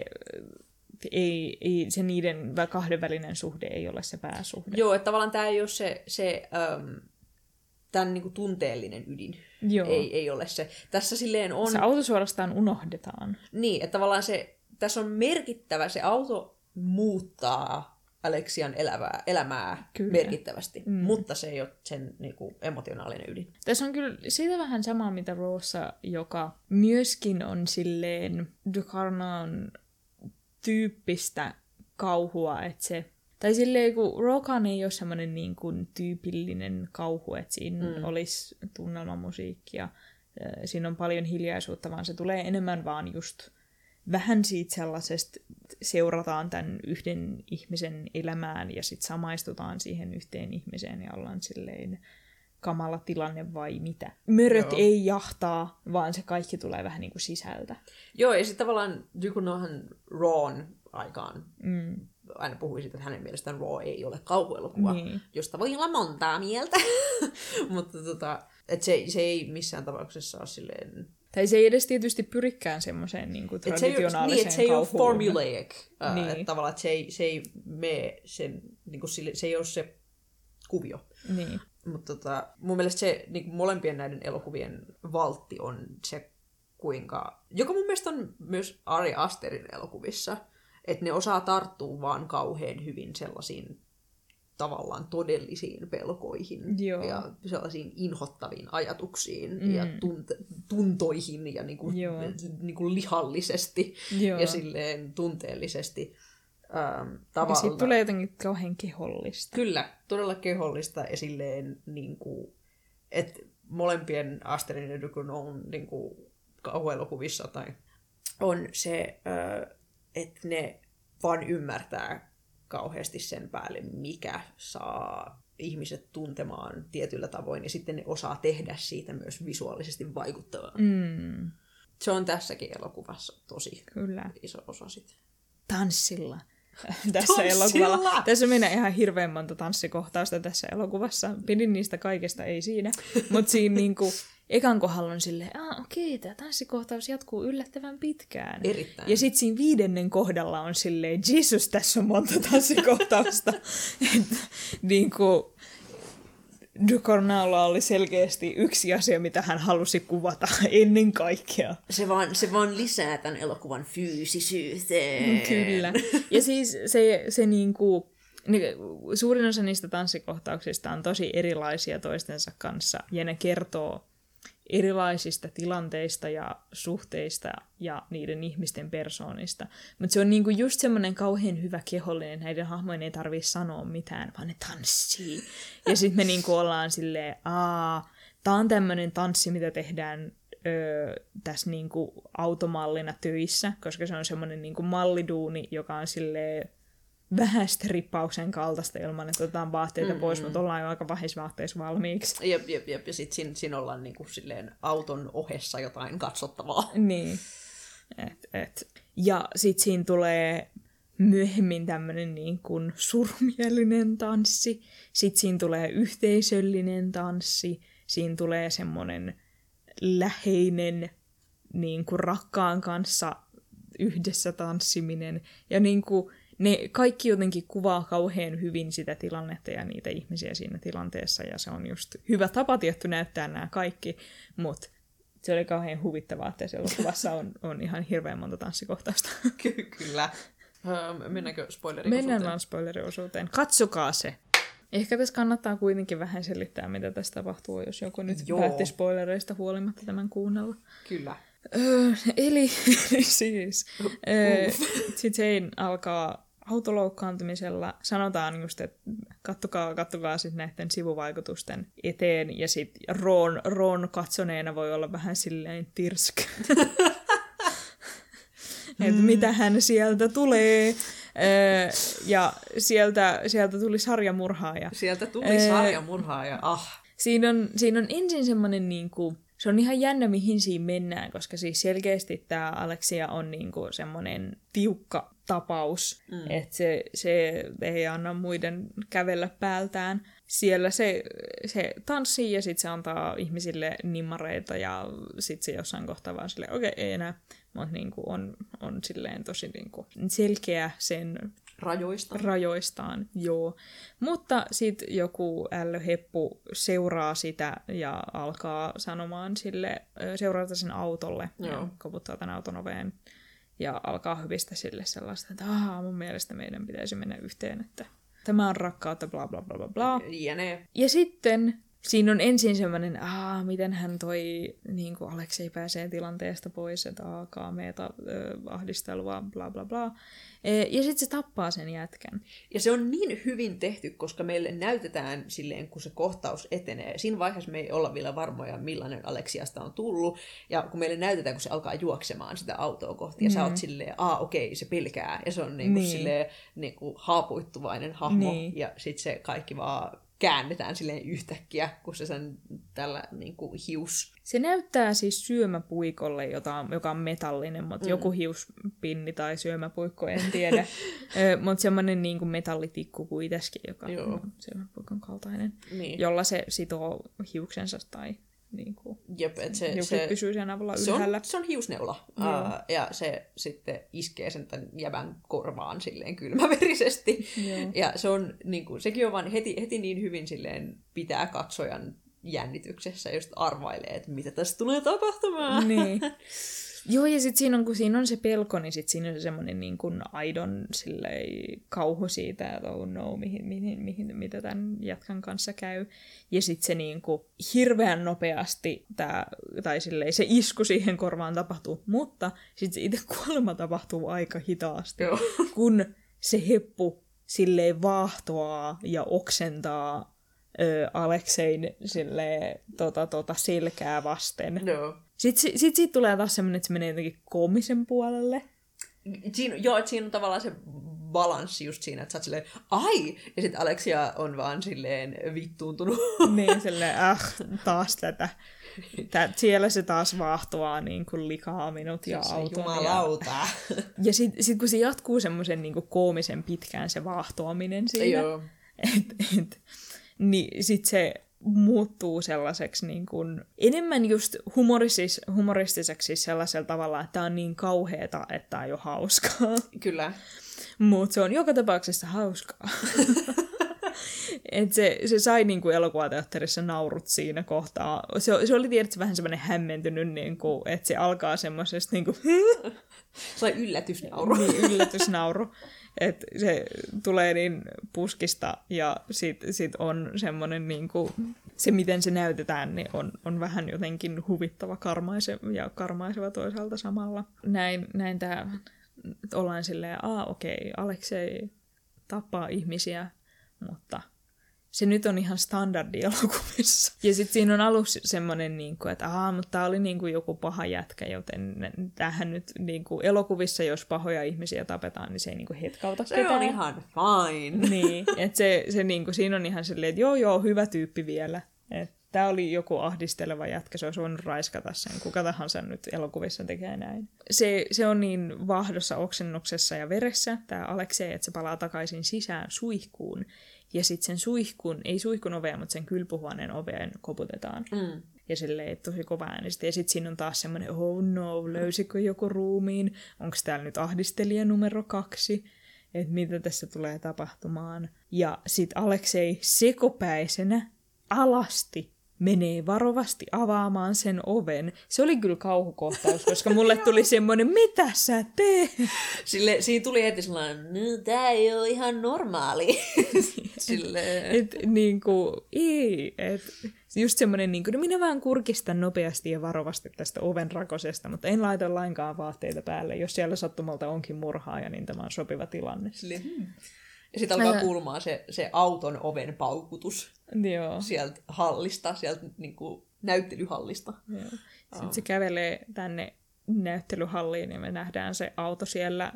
ei, ei, se niiden kahdenvälinen suhde ei ole se pääsuhde. Joo, että tavallaan tämä ei ole se, se um, tämän niinku tunteellinen ydin. Joo. Ei, ei ole se. Tässä silleen on... Se auto suorastaan unohdetaan. Niin, että tavallaan se, tässä on merkittävä, se auto muuttaa Alexian elävää, elämää kyllä. merkittävästi, mm. mutta se ei ole sen niinku, emotionaalinen ydin. Tässä on kyllä siitä vähän samaa, mitä Rosa, joka myöskin on silleen Ducournaun tyyppistä kauhua, että se... Tai silleen, kun Rokan ei ole semmoinen niin kuin tyypillinen kauhu, että siinä mm. olisi tunnelmamusiikkia. Siinä on paljon hiljaisuutta, vaan se tulee enemmän vaan just vähän siitä sellaisesta, seurataan tämän yhden ihmisen elämään ja sitten samaistutaan siihen yhteen ihmiseen ja ollaan silleen kamala tilanne vai mitä. Möröt Joo. ei jahtaa, vaan se kaikki tulee vähän niin kuin sisältä. Joo, ja sitten tavallaan Ducournauhan Rawn aikaan mm. aina puhui siitä, että hänen mielestään Raw ei ole kauhuelokuva, niin. josta voi olla montaa mieltä. Mutta tota, että se, se ei missään tapauksessa ole silleen... Tai se ei edes tietysti pyrikään semmoiseen niin kuin traditionaaliseen kauhuun. Se ei ole kauhuun. formulaic. Uh, niin. Että tavallaan että se ei, se ei mene sen, niin kuin sille, se ei ole se kuvio. Niin. Mutta tota, mun mielestä se niin molempien näiden elokuvien valtti on se, kuinka... Joka mun mielestä on myös Ari Asterin elokuvissa, että ne osaa tarttua vaan kauhean hyvin sellaisiin tavallaan todellisiin pelkoihin Joo. ja sellaisiin inhottaviin ajatuksiin mm. ja tunt- tuntoihin ja niinku, niinku lihallisesti Joo. ja silleen tunteellisesti. Ähm, ja siitä tulee jotenkin kauhean kehollista. Kyllä, todella kehollista ja silleen, niinku, että molempien Asterin ja Ducournau'n niinku, kauhuelokuvissa tai on se, äh, että ne vaan ymmärtää kauheasti sen päälle, mikä saa ihmiset tuntemaan tietyllä tavoin, ja sitten ne osaa tehdä siitä myös visuaalisesti vaikuttavaa. Mm. Se on tässäkin elokuvassa tosi Kyllä. iso osa sitä. Tanssilla. Tässä elokuvalla. Tässä mennään ihan hirveän monta tanssikohtausta tässä elokuvassa. Pidin niistä kaikesta, ei siinä. Mutta siinä niinku, ekan kohdalla on silleen, ah okei, tämä tanssikohtaus jatkuu yllättävän pitkään. Erittäin. Ja sitten siinä viidennen kohdalla on silleen, Jesus, tässä on monta tanssikohtausta. niinku, Ducournaulla oli selkeästi yksi asia, mitä hän halusi kuvata ennen kaikkea. Se vaan, se vaan lisää tämän elokuvan fyysisyyteen. Kyllä. Ja siis se, se niinku, suurin osa niistä tanssikohtauksista on tosi erilaisia toistensa kanssa, ja ne kertoo erilaisista tilanteista ja suhteista ja niiden ihmisten persoonista. Mutta se on niinku just semmoinen kauhean hyvä kehollinen, näiden hahmojen ei tarvitse sanoa mitään, vaan ne tanssii. Ja sitten me niinku ollaan silleen, aa, tää on tämmöinen tanssi, mitä tehdään öö, tässä niinku automallina töissä, koska se on semmoinen niinku malliduuni, joka on silleen vähän strippauksen kaltaista ilman, että otetaan vaatteita mm-hmm. pois, mutta ollaan jo aika vähisvaatteissa valmiiksi. Jep, jep, jep. Ja sitten siinä, siinä ollaan niinku silleen auton ohessa jotain katsottavaa. Niin. Et, et. Ja sitten siinä tulee myöhemmin tämmöinen niin kuin surmielinen tanssi. Sitten siinä tulee yhteisöllinen tanssi. Siinä tulee semmoinen läheinen niin kuin rakkaan kanssa yhdessä tanssiminen. Ja niin kuin ne kaikki jotenkin kuvaa kauhean hyvin sitä tilannetta ja niitä ihmisiä siinä tilanteessa, ja se on just hyvä tapa tietty näyttää nämä kaikki, mutta se oli kauhean huvittavaa, että siellä kuvassa on, on ihan hirveän monta tanssikohtausta. Ky- kyllä. Öö, mennäänkö spoileriosuuteen? Mennään vaan spoileriosuuteen. Katsokaa se! Ehkä tässä kannattaa kuitenkin vähän selittää, mitä tässä tapahtuu, jos joku nyt Joo. päätti spoilereista huolimatta tämän kuunnella. Kyllä. Öö, eli siis uh. öö, sitten Jane alkaa autoloukkaantumisella. Sanotaan just, että kattokaa, kattokaa sitten näiden sivuvaikutusten eteen. Ja sitten Ron, Ron katsoneena voi olla vähän silleen tirsk. Että mitä hän sieltä tulee. Öö, ja sieltä, sieltä tuli sarjamurhaaja. Sieltä tuli öö, sarjamurhaaja, ah. Siinä on, siinä on ensin semmoinen niinku... Se on ihan jännä, mihin siinä mennään, koska siis selkeästi tämä Alexia on niinku semmoinen tiukka tapaus, mm. että se, se ei anna muiden kävellä päältään. Siellä se, se tanssii ja sitten se antaa ihmisille nimmareita ja sitten se jossain kohtaa vaan silleen, okei, okay, ei enää. Mutta niinku on, on silleen tosi niinku selkeä sen rajoistaan. rajoistaan joo. Mutta sitten joku ällöheppu seuraa sitä ja alkaa sanomaan sille, seurata sen autolle joo. ja koputtaa tämän auton oveen ja alkaa hyvistä sille sellaista, että ahaa, mun mielestä meidän pitäisi mennä yhteen, että tämä on rakkautta, bla bla bla bla bla. Jene. Ja sitten siinä on ensin semmoinen, aah, miten hän toi, niin kuin Aleksei pääsee tilanteesta pois, että aah, kaameeta, äh, ahdistelua, bla bla bla. E, ja sitten se tappaa sen jätkän. Ja se on niin hyvin tehty, koska meille näytetään silleen, kun se kohtaus etenee. Siinä vaiheessa me ei olla vielä varmoja, millainen Aleksiasta on tullut. Ja kun meille näytetään, kun se alkaa juoksemaan sitä autoa kohti, ja mm. sä oot silleen, aa okei, se pelkää. Ja se on niinku niin. silleen niinku haapuittuvainen hahmo. Niin. Ja sitten se kaikki vaan käännetään silleen yhtäkkiä, kun se sen tällä niin kuin hius. Se näyttää siis syömäpuikolle, jota, joka on metallinen, mutta mm. joku hiuspinni tai syömäpuikko, en tiedä. Mutta semmoinen niin kuin metallitikku kuitenkin, joka Joo. on syömäpuikon kaltainen, niin. jolla se sitoo hiuksensa tai niin kuin, Jep, et se, joku se, pysyy sen avulla se ylhäällä. On, se on hiusneula. Uh, ja se sitten iskee sen tämän jävän korvaan silleen kylmäverisesti. Joo. Ja se on, niin kuin, sekin on vaan heti, heti niin hyvin silleen pitää katsojan jännityksessä, just arvailee, että mitä tässä tulee tapahtumaan. Niin. Joo, ja sitten siinä on, kun siinä on se pelko, niin sitten siinä on se semmoinen niin kuin aidon sillei, kauhu siitä, että oh no, mihin, mihin, mihin, mitä tämän jatkan kanssa käy. Ja sitten se niin kuin hirveän nopeasti, tää, tai sillei, se isku siihen korvaan tapahtuu, mutta sitten se itse kuolema tapahtuu aika hitaasti, Joo. kun se heppu silleen vaahtoaa ja oksentaa ö, Aleksein silleen, tota, tota, selkää vasten. No. Sitten sit, sit, sit tulee taas semmoinen, että se menee jotenkin koomisen puolelle. Siinä, joo, että siinä on tavallaan se balanssi just siinä, että sä oot silleen, ai! Ja sitten Aleksia on vaan silleen vittuuntunut. Niin, silleen, äh, taas tätä. Tää, siellä se taas vaahtoaa niin kuin likaa minut ja se auton. Jumalauta. Ja, ja sitten sit, kun se jatkuu semmoisen niin kuin koomisen pitkään se vaahtoaminen siinä, Joo. et, et, niin sitten se muuttuu sellaiseksi niin kuin, enemmän just humoristis, humoristiseksi sellaisella tavalla, että tämä on niin kauheata, että tämä ei ole hauskaa. Kyllä. Mutta se on joka tapauksessa hauskaa. Et se, se sai niin kuin elokuvateatterissa naurut siinä kohtaa. Se, se oli tietysti vähän semmoinen hämmentynyt, niin kuin, että se alkaa semmoisesta niin kuin, sai yllätysnauru. niin, yllätysnauru. Että se tulee niin puskista ja sit, sit on semmoinen, niin kuin, se miten se näytetään, niin on, on vähän jotenkin huvittava karmaise, ja karmaiseva toisaalta samalla. Näin, näin tää, ollaan silleen, aa okei, Aleksei tappaa ihmisiä, mutta se nyt on ihan standardi elokuvissa. Ja sitten siinä on alussa semmoinen, niin kuin, että aah, mutta tämä oli niin kuin joku paha jätkä, joten tämähän nyt niin kuin elokuvissa, jos pahoja ihmisiä tapetaan, niin se ei niin kuin hetkauta se ketään. on ihan fine. Niin, että se, se niin kuin, siinä on ihan silleen, että joo joo, hyvä tyyppi vielä. Tämä oli joku ahdisteleva jätkä, se olisi voinut raiskata sen, kuka tahansa nyt elokuvissa tekee näin. Se, se on niin vahdossa oksennuksessa ja veressä, tämä Aleksei, että se palaa takaisin sisään suihkuun. Ja sitten sen suihkun, ei suihkun ovea, mutta sen kylpyhuoneen oveen koputetaan. Mm. Ja silleen tosi kova äänesti. Ja sitten siinä on taas semmoinen, oh no, löysikö joku ruumiin? Onko täällä nyt ahdistelija numero kaksi? Että mitä tässä tulee tapahtumaan? Ja sitten Aleksei sekopäisenä alasti menee varovasti avaamaan sen oven. Se oli kyllä kauhukohtaus, koska mulle tuli semmoinen, mitä sä teet? Sille, siinä tuli heti sellainen, no tää ei ole ihan normaali. Sille... Et niinku, ei, et just semmoinen, niinku, no minä vaan kurkistan nopeasti ja varovasti tästä oven rakosesta, mutta en laita lainkaan vaatteita päälle. Jos siellä sattumalta onkin murhaaja, niin tämä on sopiva tilanne. Sille, hmm. Ja sitten alkaa kuulumaan se, se auton oven paukutus. Joo. Sieltä hallista, sieltä niinku näyttelyhallista. Joo. Sitten oh. se kävelee tänne näyttelyhalliin ja me nähdään se auto siellä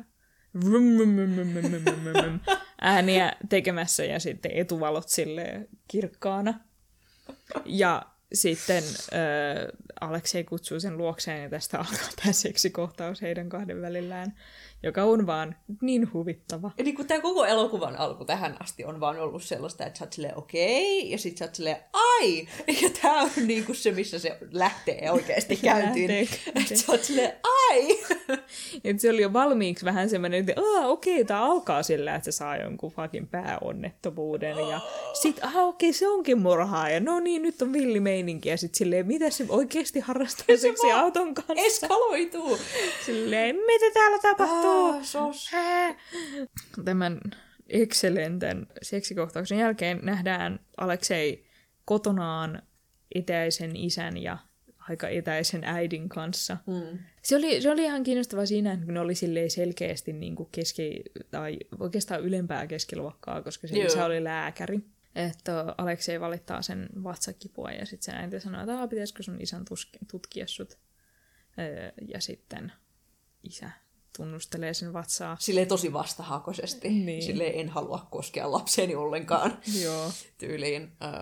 ääniä tekemässä ja sitten etuvalot silleen kirkkaana. Ja sitten äh, Aleksei kutsuu sen luokseen ja tästä alkaa tämä seksikohtaus heidän kahden välillään, joka on vaan niin huvittava. Eli kun tämä koko elokuvan alku tähän asti on vaan ollut sellaista, että sä oot silleen okei, okay, ja sit sä oot silleen ai! Ja tää on niinku se, missä se lähtee oikeasti käyntiin. Että sä oot silleen ai! Et se oli jo valmiiksi vähän semmoinen, että okei, okay, tää alkaa sillä, että se saa jonkun fucking pääonnettomuuden. Ja sit, ah okei, okay, se onkin murhaaja. No niin, nyt on villi meininki. Ja sit silleen, mitä se oikeasti harrastaa seksi auton kanssa? Eskaloituu! Silleen, mitä täällä tapahtuu? Ah, sos. Tämän excellenten seksikohtauksen jälkeen nähdään Aleksei kotonaan etäisen isän ja aika etäisen äidin kanssa. Mm. Se, oli, se oli ihan kiinnostavaa siinä, kun ne oli selkeästi niin kuin keski, tai oikeastaan ylempää keskiluokkaa, koska se isä oli lääkäri. Että Aleksei valittaa sen vatsakipua ja sitten sen äiti sanoo, että pitäisikö sun isän tutkia sut. Ja sitten isä tunnustelee sen vatsaa. Silleen tosi vastahakoisesti. Niin. Silleen en halua koskea lapseni ollenkaan. Joo. Tyyliin. Uh,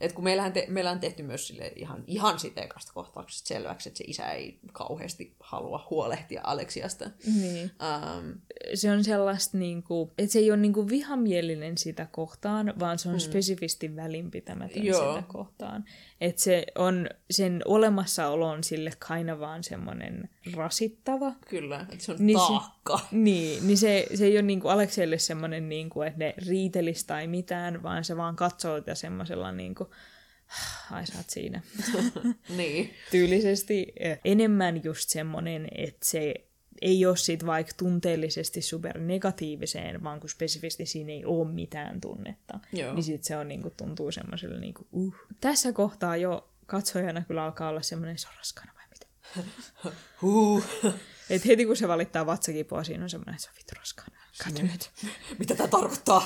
Et kun meillähän te, meillä on tehty myös sille ihan, ihan siitä ekasta kohtauksesta selväksi, että se isä ei kauheasti halua huolehtia Aleksiasta. Niin. Um, se on sellaista, niinku, että se ei ole niinku vihamielinen sitä kohtaan, vaan se on mm. spesifisti välinpitämätön Joo. sitä kohtaan. Että se on, sen olemassaolo on sille aina vaan semmoinen rasittava. Kyllä, että se on niin taakka. Se, niin, niin se, se ei ole niinku Alekseille semmoinen, niinku, että ne riitelis tai mitään, vaan se vaan katsoo sitä semmoisella niinku, ai sä oot siinä. Niin. Tyylisesti enemmän just semmoinen, että se ei ole sit vaikka tunteellisesti supernegatiiviseen, vaan kun spesifisti siinä ei ole mitään tunnetta. Joo. Niin sit se on, niinku, tuntuu semmoiselle niinku, uh. Tässä kohtaa jo katsojana kyllä alkaa olla semmoinen, se on raskaana vai mitä? huh. Et heti kun se valittaa vatsakipua, siinä on semmoinen, että se on vittu raskaana. Katso nyt. Mitä tää tarkoittaa?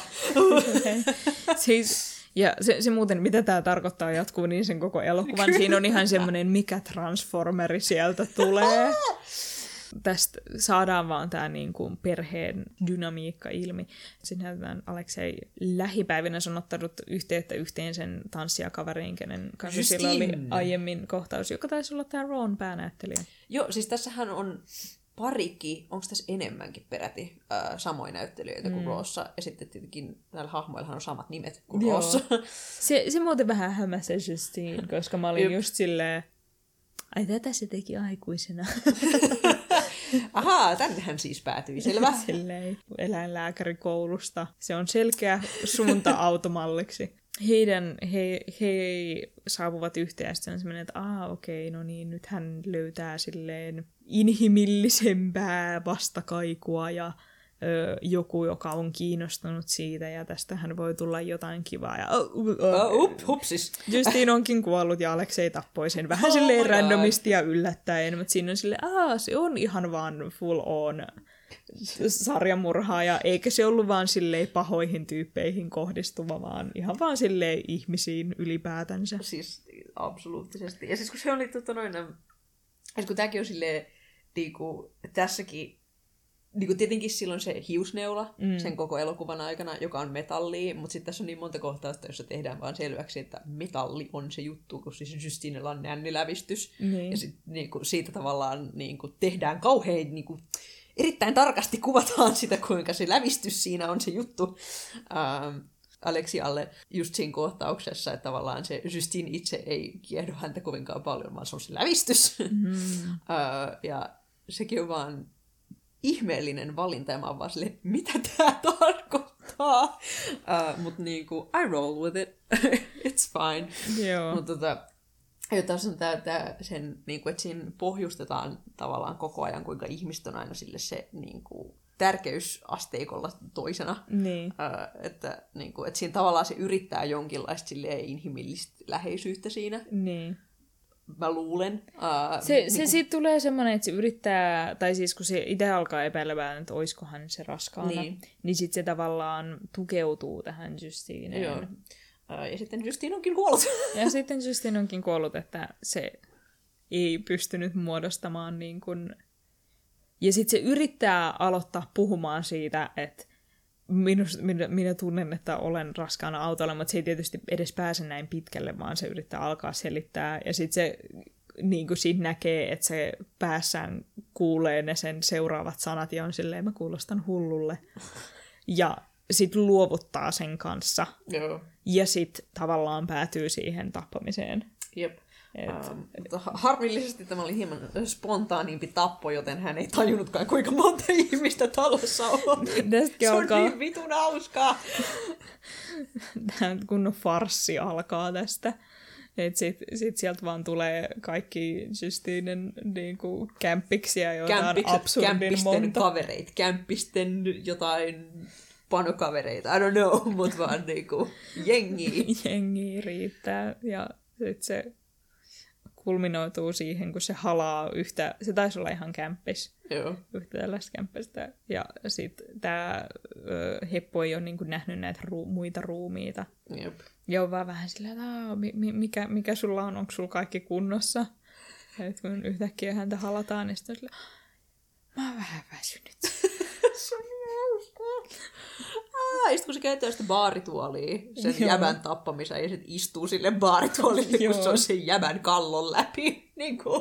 Siis... Ja se, se muuten, mitä tämä tarkoittaa, jatkuu niin sen koko elokuvan. Kyllä. Siinä on ihan semmoinen, mikä Transformeri sieltä tulee. Tästä saadaan vaan tämä niinku perheen dynamiikka ilmi. Sitten näytetään Aleksei lähipäivinä on ottanut yhteyttä yhteen sen tanssijakaveriin, kenen kanssa Justin. sillä oli aiemmin kohtaus, joka taisi olla tämä Ron päänäyttelijä. Joo, siis tässähän on parikin, onko tässä enemmänkin peräti äh, samoja näyttelijöitä kuin mm. Roossa, ja sitten tietenkin näillä hahmoillahan on samat nimet kuin Joo. Roossa. Se, se muuten vähän hämäsi Justine, koska mä olin Jep. just silleen, ai tätä se teki aikuisena. Ahaa, tännehän siis päätyi, selvä. Silleen eläinlääkärikoulusta. Se on selkeä suunta automalliksi. Heidän, he, he saapuvat yhteen ja sitten on semmoinen, että aah okei, okay, no niin, nyt hän löytää silleen inhimillisempää vastakaikua ja ö, joku, joka on kiinnostunut siitä ja tästähän voi tulla jotain kivaa. Ja, uh, uh, uh, up, hupsis. Justiin onkin kuollut ja Aleksei tappoi sen vähän oh silleen randomisti ja yllättäen, mutta siinä on silleen, aah, se on ihan vaan full on sarjamurhaaja, eikä se ollut vaan silleen pahoihin tyyppeihin kohdistuva, vaan ihan vaan silleen ihmisiin ylipäätänsä. Siis absoluuttisesti. Ja siis kun se oli tota noin, siis kun tämäkin on silleen, niinku, tässäkin, niinku tietenkin silloin se hiusneula mm. sen koko elokuvan aikana, joka on metallia, mutta sitten tässä on niin monta kohtausta, jossa tehdään vaan selväksi, että metalli on se juttu, kun siis Justinella on nännilävistys. Niin. Ja sit, niinku, siitä tavallaan niinku, tehdään kauhean niinku, erittäin tarkasti kuvataan sitä, kuinka se lävistys siinä on se juttu ähm, Aleksialle just siinä kohtauksessa, että tavallaan se Justine itse ei kiehdo häntä kovinkaan paljon, vaan se on se lävistys. Mm. äh, ja sekin on vaan ihmeellinen valinta, ja mä oon vaan silleen, mitä tää tarkoittaa? äh, Mutta niinku, I roll with it. It's fine. Joo. Mutta tota, ja tässä on tää, tää sen, niinku, että siinä pohjustetaan tavallaan koko ajan, kuinka ihmiset on aina sille se niinku, tärkeysasteikolla toisena. Niin. Äh, että, niinku, että siinä tavallaan se yrittää jonkinlaista silleen inhimillistä läheisyyttä siinä. Niin. Mä luulen. Äh, se niinku... se siitä tulee semmoinen, että se yrittää, tai siis kun se itse alkaa epäilemään, että oiskohan se raskaana, niin, niin sitten se tavallaan tukeutuu tähän Justineen. Joo. Ja sitten Justine onkin kuollut. Ja sitten Justine onkin kuollut, että se ei pystynyt muodostamaan niin kuin... Ja sitten se yrittää aloittaa puhumaan siitä, että minus, minä, minä tunnen, että olen raskaana autolla, mutta se ei tietysti edes pääse näin pitkälle, vaan se yrittää alkaa selittää. Ja sitten se niin kuin siitä näkee, että se päässään kuulee ne sen seuraavat sanat ja on silleen, mä kuulostan hullulle. Ja sitten luovuttaa sen kanssa. Joo. Ja sitten tavallaan päätyy siihen tappamiseen. Jep. Ähm, mutta harmillisesti tämä oli hieman spontaanimpi tappo, joten hän ei tajunnutkaan, kuinka monta ihmistä talossa on. Se on alkaa... niin vitun hauskaa. Tämä kunnon farssi alkaa tästä. Sitten sit sieltä vaan tulee kaikki Justinen niinku, kämppiksiä, joita on absurdin monta. Kavereit, kämppisten jotain panokavereita, I don't know, mutta vaan niinku jengi. Jengi riittää ja sitten se kulminoituu siihen, kun se halaa yhtä, se taisi olla ihan kämppis, Joo. yhtä tällaista kämppistä. Ja sitten tämä Heppo ei ole niinku nähnyt näitä ruu, muita ruumiita. Jep. Ja on vaan vähän sillä, että mi, mikä, mikä sulla on, onko sulla kaikki kunnossa? Ja kun yhtäkkiä häntä halataan, niin sitten on sillä, mä oon vähän väsynyt. Se on niin hauskaa. aah, ja sit kun se käyttää sitä baarituolia sen Joo. jäbän tappamiseen, ja sit istuu sille baarituolille, kun se on sen jäbän kallon läpi. Niin kuin,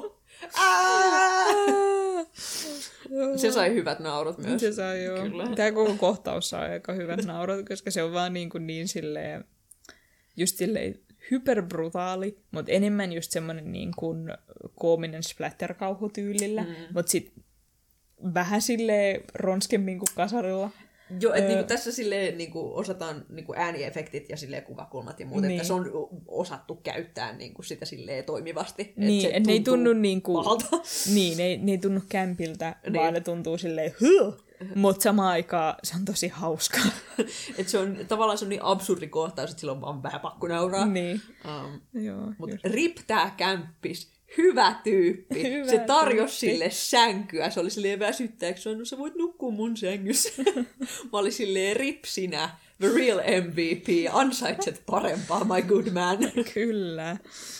se sai hyvät naurut myös. Se sai, joo. Kyllä. Tämä koko kohtaus sai aika hyvät naurut, koska se on vaan niin, kuin niin silleen, just silleen hyperbrutaali, mutta enemmän just semmoinen niin kuin koominen splatter-kauhutyylillä, mm. mutta sitten vähän silleen ronskemmin kuin kasarilla. Joo, että öö, niinku tässä silleen niinku osataan niinku ääniefektit ja silleen kuvakulmat ja muut, niin. Että se on osattu käyttää niinku sitä silleen toimivasti. Niin, että ne ei tunnu niinku niin, ne, ne ei tunnu kämpiltä, niin. Vaan ne tuntuu silleen huh, mutta samaan aikaan se on tosi hauskaa. Että se on tavallaan se on niin absurdi kohtaus, että sillä on vaan vähän pakko nauraa. Niin. Um, Joo. Mutta rip tää kämppis. Hyvä tyyppi. Hyvä se tarjosi sille sänkyä. Se oli silleen väsyttääkö se on, no sä voit nukkua mun sängyssä. Mä olin silleen ripsinä. The real M V P. Ansaitset parempaa, my good man. Kyllä.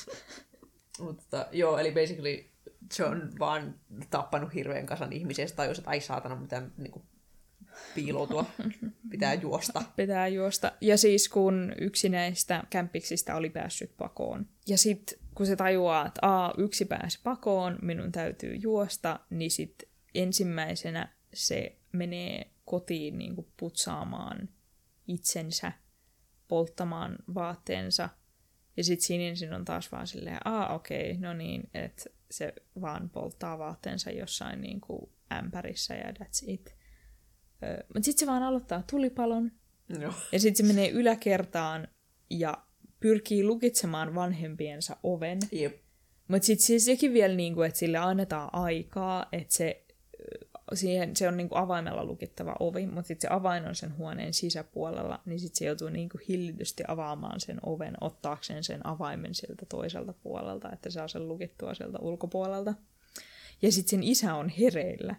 Mutta joo, eli basically se on vaan tappanut hirveän kasan ihmisiä. Se tajusi, että ai saatana, pitää niinku piiloutua. Pitää juosta. Pitää juosta. Ja siis kun yksi näistä kämpiksistä oli päässyt pakoon. Ja sitten kun se tajuaa, että a, yksi pääsi pakoon, minun täytyy juosta, niin sitten ensimmäisenä se menee kotiin niin kuin putsaamaan itsensä, polttamaan vaatteensa. Ja sitten siinä ensin on taas vaan silleen, a, okei, okay, no niin, että se vaan polttaa vaatteensa jossain niin kuin ämpärissä ja that's it. Mutta sitten se vaan aloittaa tulipalon. No. Ja sitten se menee yläkertaan ja pyrkii lukitsemaan vanhempiensa oven. Yep. Mutta sitten siis sekin vielä, niinku, että sille annetaan aikaa, että se, siihen, se on niinku avaimella lukittava ovi, mutta sitten se avain on sen huoneen sisäpuolella, niin sitten se joutuu niinku hillitysti avaamaan sen oven, ottaakseen sen avaimen sieltä toiselta puolelta, että saa sen lukittua sieltä ulkopuolelta. Ja sitten sen isä on hereillä.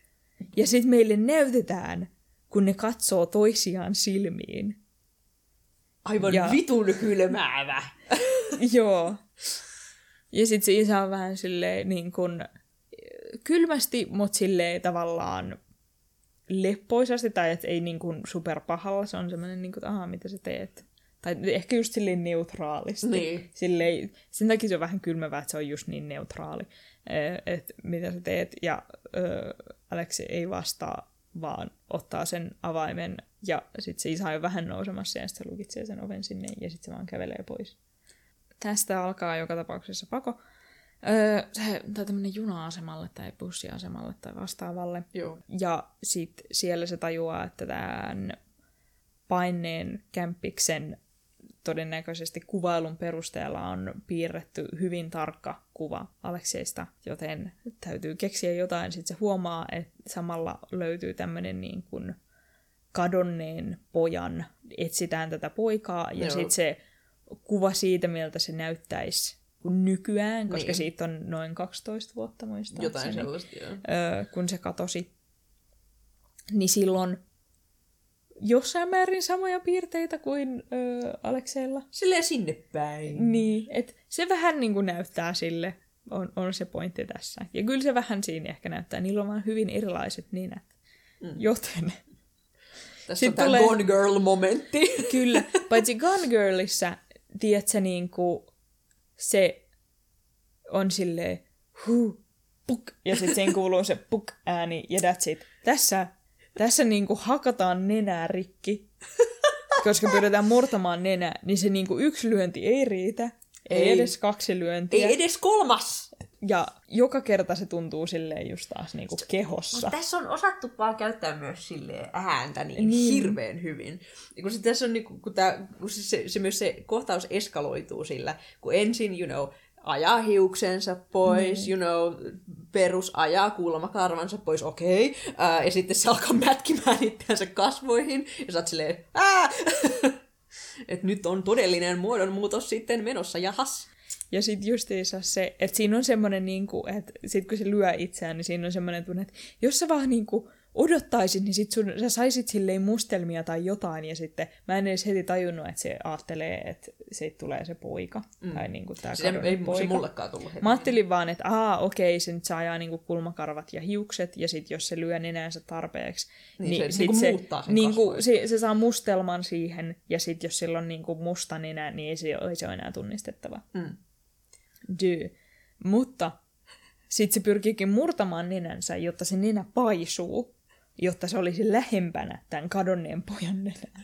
Ja sitten meille näytetään, kun ne katsoo toisiaan silmiin. Aivan ja vitun kylmäävä. Joo. Ja sitten se isä on vähän silleen niin kuin kylmästi, mutta silleen tavallaan leppoisasti, tai että ei niin kuin superpahalla. Se on semmoinen, niin kuin, että aha, mitä sä teet? Tai ehkä just silleen neutraalisti. Niin. Silleen, sen takia se on vähän kylmävää, että se on just niin neutraali. Että mitä sä teet? Ja äh, Aleksi ei vastaa, vaan ottaa sen avaimen, ja sitten se isä on jo vähän nousemassa, ja sitten se lukitsee sen oven sinne, ja sitten se vaan kävelee pois. Tästä alkaa joka tapauksessa pako. Öö, se, tai tämmöinen juna-asemalle, tai bussiasemalle, tai vastaavalle. Joo. Ja sitten siellä se tajuaa, että tämän paineen kämppiksen todennäköisesti kuvailun perusteella on piirretty hyvin tarkka kuva Alekseista, joten täytyy keksiä jotain. Sitten se huomaa, että samalla löytyy tämmöinen niin kuin kadonneen pojan, etsitään tätä poikaa, ja sitten se kuva siitä, miltä se näyttäisi nykyään, koska niin. Siitä on noin kaksitoista vuotta muistaakseni. Jotain sellaista, joo. Öö, kun se katosi. Niin silloin jossain määrin samoja piirteitä kuin öö, Alekseilla. Silleen sinne päin. Niin, että se vähän niin kuin näyttää sille, on, on se pointti tässä. Ja kyllä se vähän siinä ehkä näyttää. Niillä on vaan hyvin erilaiset ninät. Mm. Joten tässä on tämä tulee Gone Girl-momentti. Kyllä, paitsi Gone Girlissa, tiedätkö, niin kuin se on silleen huu, puk, ja sitten siihen kuuluu se puk-ääni, ja that's it. Tässä, tässä niin kuin hakataan nenää rikki, koska pyritään murtamaan nenää, niin se niin kuin yksi lyönti ei riitä, ei, ei edes kaksi lyöntiä. Ei edes kolmas! Ja joka kerta se tuntuu silleen just taas niinku kehossa. Mutta tässä on osattu vaan käyttää myös silleen ääntä niin, niin. hirveän hyvin. Ja kun se, tässä on niinku, kun tää, kun se, se, se, myös se kohtaus eskaloituu sillä, kun ensin, you know, ajaa hiuksensa pois, mm. you know, perus ajaa kuulomakarvansa pois, okei. Okay. Uh, ja sitten se alkaa mätkimään itseänsä kasvoihin, ja sä oot silleen, ää! Että nyt on todellinen muodonmuutos sitten menossa, jahas. Ja sitten justiinsa se, että siinä on semmoinen, niinku, että sit kun se lyö itseään, niin siinä on semmoinen tunne, että jos sä vaan niinku odottaisit, niin sit sun, sä saisit silleen mustelmia tai jotain, ja sitten mä en edes heti tajunnut, että se aattelee, että siitä tulee se poika. Mm. Tai niinku tää se ei poika. Se mullekaan tullut heti. Mä ajattelin vaan, että aa, okei, se nyt saa ajaa niinku kulmakarvat ja hiukset, ja sit jos se lyö nenänsä tarpeeksi, niin, niin se, sit niinku se, muuttaa sen niinku, se, se saa mustelman siihen, ja sit jos sillä on niinku musta nenä, niin ei se, ei se ole enää tunnistettava. Mm. Dy. Mutta sitten se pyrkiikin murtamaan nenänsä, jotta se nenä paisuu, jotta se olisi lähempänä tämän kadonneen pojan nenää.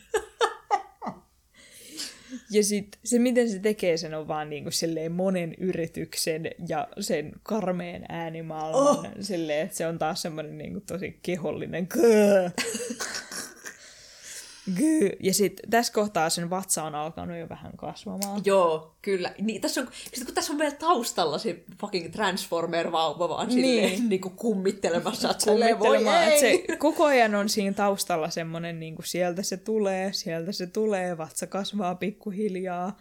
Ja sitten se, miten se tekee sen, on vaan niinku monen yrityksen ja sen karmeen äänimaailman. Oh. Silleen, että se on taas semmoinen niinku tosi kehollinen. Ja sitten tässä kohtaa sen vatsa on alkanut jo vähän kasvamaan. Joo, kyllä. Niin, tässä on, kun tässä on meillä taustalla se fucking Transformer-vauva vaan silleen niin. Niin kuin kummittelemassa. Että kummittelemaan, että se koko ajan on siinä taustalla semmoinen, niin kuin sieltä se tulee, sieltä se tulee, vatsa kasvaa pikkuhiljaa.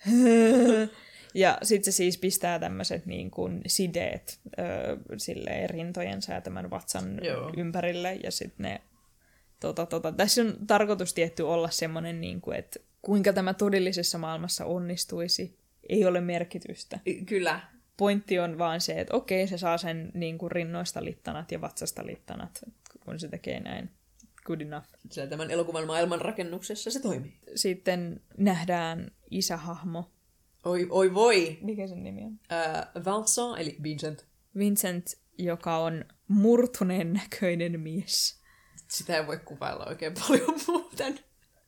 Ja sitten se siis pistää tämmöiset niin kuin sideet ö, silleen rintojensa ja tämän vatsan Joo. ympärille ja sitten ne Tota, tota. Tässä on tarkoitus tietty olla semmoinen, niin kuin, että kuinka tämä todellisessa maailmassa onnistuisi, ei ole merkitystä. Kyllä. Pointti on vaan se, että okei, se saa sen niin kuin rinnoista littanat ja vatsasta littanat, kun se tekee näin. Good enough. Sillä tämän elokuvan maailman rakennuksessa se toimii. Sitten nähdään isähahmo. Oi, oi voi! Mikä sen nimi on? Uh, Vincent, eli Vincent. Vincent, joka on murtuneen näköinen mies. Sitä ei voi kuvailla oikein paljon muuten.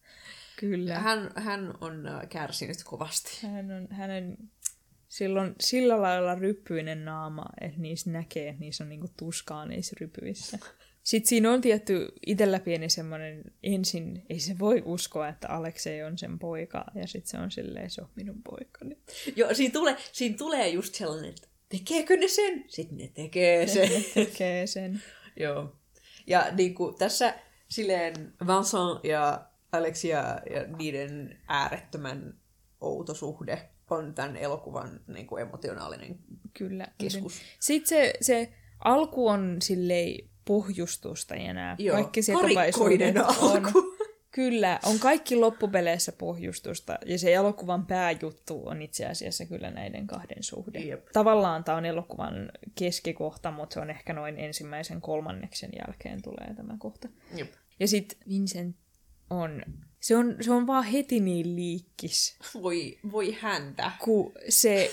Kyllä. Hän, hän on kärsinyt kovasti. Hän on, hänen, silloin sillä lailla ryppyinen naama, että niissä näkee, että niissä on niinku tuskaa niissä rypyissä. Sitten siinä on tietty itsellä pieni semmoinen, ensin ei se voi uskoa, että Aleksei on sen poika, ja sitten se on silleen, se on minun poikani. Joo, siinä tulee, siinä tulee just sellainen, että tekeekö ne sen? Sitten ne tekee sen. Ne tekee sen. Joo. Ja niin kuin tässä silleen Vincent ja Alexia ja niiden äärettömän outo suhde on tämän elokuvan niin kuin emotionaalinen Kyllä, keskus. Sitten se, se alku on silleen pohjustusta ja nämä Joo, kaikki sekapaisuudet on. Alku. Kyllä, on kaikki loppupeleissä pohjustusta, ja se elokuvan pääjuttu on itse asiassa kyllä näiden kahden suhde. Jep. Tavallaan tämä on elokuvan keskikohta, mutta se on ehkä noin ensimmäisen kolmanneksen jälkeen tulee tämä kohta. Jep. Ja sitten Vincent on, se on, se on vaan heti niin liikkis. Voi, voi häntä. Kun se,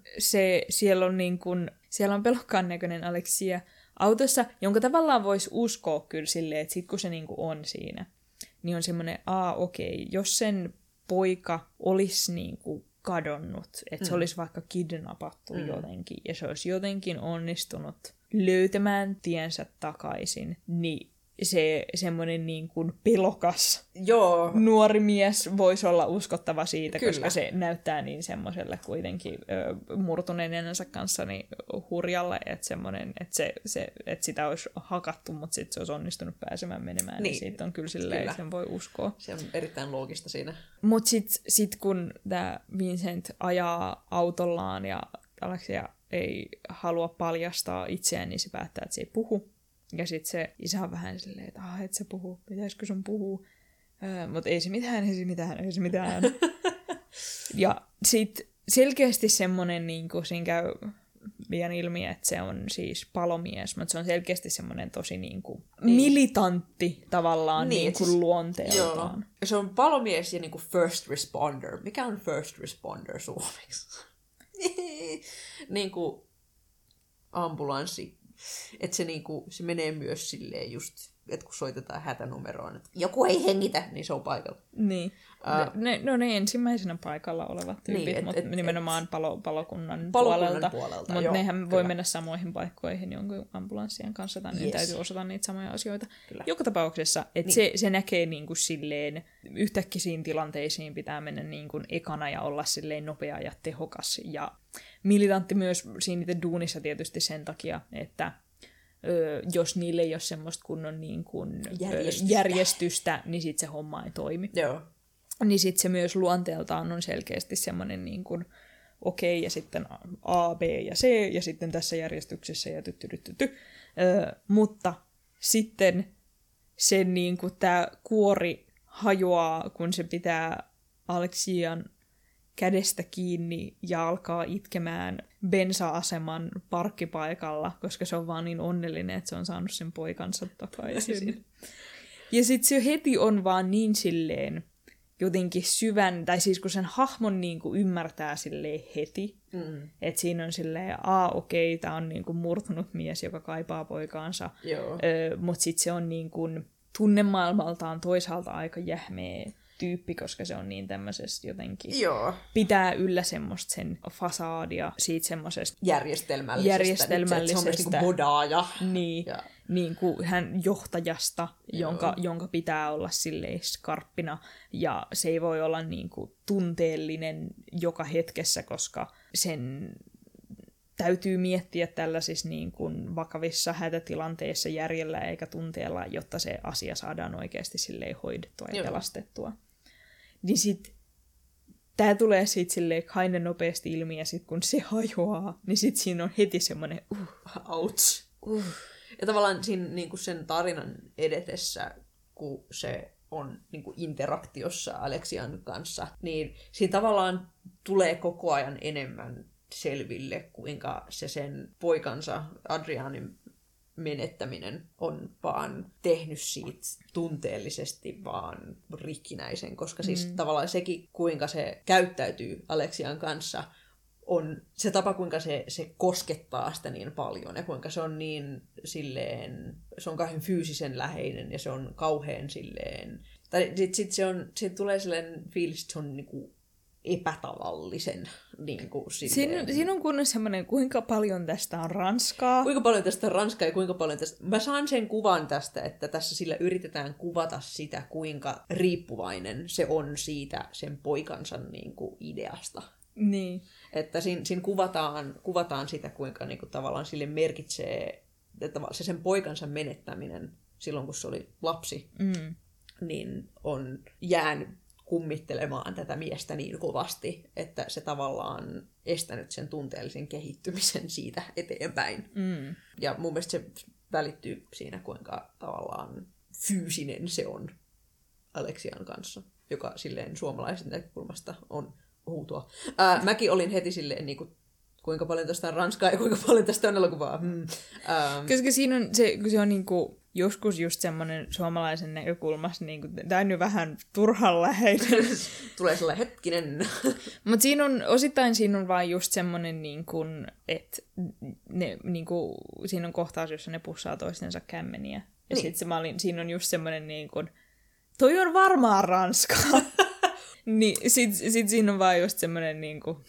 se, siellä on niin kuin, siellä on pelokkaan näköinen Alexia autossa, jonka tavallaan voisi uskoa kyllä silleen, että sit kun se niin kuin on siinä, niin on semmoinen, aa okei, jos sen poika olisi niin kuin kadonnut, että se mm. olisi vaikka kidnappattu mm. jotenkin, ja se olisi jotenkin onnistunut löytämään tiensä takaisin, niin se semmoinen niin kuin pelokas Joo. nuori mies voisi olla uskottava siitä, Kyllä. koska se näyttää niin semmoiselle kuitenkin ö, murtuneen nenänsä kanssa niin hurjalle, että, semmoinen, että, se, se, että sitä olisi hakattu, mutta sitten se olisi onnistunut pääsemään menemään, niin, niin siitä on kyllä silleen, että sen voi uskoa. Se on erittäin loogista siinä. Mutta sitten sit kun tämä Vincent ajaa autollaan ja Alexia ei halua paljastaa itseään, niin se päättää, että se ei puhu. Ja sitten se isä on vähän silleen, että ah, et sä puhu, pitäisikö sun puhua? Öö, mutta ei se mitään, ei se mitään, ei se mitään. Ja sitten selkeästi semmoinen, niin kuin siinä käy pian ilmi, että se on siis palomies, mutta se on selkeästi semmoinen tosi niin kuin niin. militantti tavallaan niin, niin kuin siis, luonteeltaan. Joo. Se on palomies ja niin kuin first responder. Mikä on first responder suomeksi? Niin kuin ambulanssi. Että se, niinku, se menee myös silleen just, että kun soitetaan hätänumeroon, että joku ei hengitä, niin se on paikalla. Niin. Uh, ne, no ne ensimmäisenä paikalla olevat tyypit, niin, mutta nimenomaan et, palo, palokunnan, palokunnan puolelta. puolelta Mutta nehän kyllä. voi mennä samoihin paikkoihin jonkun ambulanssien kanssa, tai yes. niin täytyy osata niitä samoja asioita. Kyllä. Joka tapauksessa, että niin. se, se näkee niinku silleen, yhtäkkiä tilanteisiin pitää mennä niinku ekana ja olla silleen nopea ja tehokas. Ja militantti myös siinä itse duunissa tietysti sen takia, että Öö, jos niille ei ole semmoista kunnon niin kuin, järjestystä. järjestystä, niin sitten se homma ei toimi. Joo. Niin sitten se myös luonteeltaan on selkeästi semmoinen niin kuin okei, okay, ja sitten A, B ja C, ja sitten tässä järjestyksessä ja tyttydyttyty. Öö, mutta sitten sen niin kuin tämä kuori hajoaa, kun se pitää Alexian kädestä kiinni ja alkaa itkemään bensa-aseman parkkipaikalla, koska se on vaan niin onnellinen, että se on saanut sen poikansa takaisin. Ja sitten se heti on vaan niin silleen jotenkin syvän, tai siis kun sen hahmon niin kuin ymmärtää silleen heti, mm. että siinä on silleen, aa okei, okay, tää on niin kuin murtunut mies, joka kaipaa poikaansa, öö, mutta sitten se on niin kuin tunnemaailmaltaan toisaalta aika jähmeä tyyppi, koska se on niin tämmöisestä jotenkin Joo. pitää yllä semmoista sen fasaadia siitä semmoisesta järjestelmällisestä, järjestelmällisestä se on myös niin kuin bodaaja. Niin, ja. niin kuin hän johtajasta, jonka, jonka pitää olla silleen skarppina, ja se ei voi olla niin kuin tunteellinen joka hetkessä, koska sen täytyy miettiä tällaisissa niin kuin vakavissa hätätilanteissa järjellä eikä tunteella, jotta se asia saadaan oikeasti silleen hoidettua ja Joo. pelastettua. Niin sit tää tulee sit silleen kainen nopeasti ilmi, ja sit kun se hajoaa, niin sit siinä on heti semmonen uh, ouch. Uh. Ja tavallaan siinä niin kuin sen tarinan edetessä, kun se on niin kuin interaktiossa Alexian kanssa, niin siinä tavallaan tulee koko ajan enemmän selville, kuinka se sen poikansa Adrianin menettäminen on vaan tehnyt siitä tunteellisesti vaan rikkinäisen, koska siis mm. tavallaan sekin, kuinka se käyttäytyy Alexian kanssa, on se tapa, kuinka se, se koskettaa sitä niin paljon ja kuinka se on niin silleen, se on kauhean fyysisen läheinen ja se on kauhean silleen, tai sit, sit se on, siitä tulee sellainen fiilis, että se on niinku epätavallisen. Niin kuin, siinä, siinä on kunnon semmoinen, kuinka paljon tästä on ranskaa. Kuinka paljon tästä on ranskaa ja kuinka paljon tästä... Mä saan sen kuvan tästä, että tässä sillä yritetään kuvata sitä, kuinka riippuvainen se on siitä sen poikansa niin kuin, ideasta. Niin. Että siinä, siinä kuvataan, kuvataan sitä, kuinka niin kuin, tavallaan sille merkitsee, että se sen poikansa menettäminen silloin, kun se oli lapsi, mm. niin on jäänyt kummittelemaan tätä miestä niin kovasti, että se tavallaan estänyt sen tunteellisen kehittymisen siitä eteenpäin. Mm. Ja mun mielestä se välittyy siinä, kuinka tavallaan fyysinen se on Alexian kanssa, joka silleen suomalaisen näkökulmasta on outoa. Ää, mäkin olin heti silleen, niin kuin, kuinka paljon tästä on ranskaa ja kuinka paljon tästä on elokuvaa. Hmm. Ähm. Koska siinä on, se, se on niin kuin joskus just semmoinen suomalaisen näkökulmasta, niin kuin, tämä on nyt vähän turhan läheinen. Tulee sellainen hetkinen. Mutta siinä on, osittain siinä on vaan just semmoinen, niin kuin, että ne, niin kuin, siinä on kohtaus, jossa ne pussaa toistensa kämmeniä. Ja niin. Sitten olin, siinä on just semmoinen, niin kuin, toi on varmaan ranskaa. Niin sit, sit siinä on vaan just semmoinen niin kuin,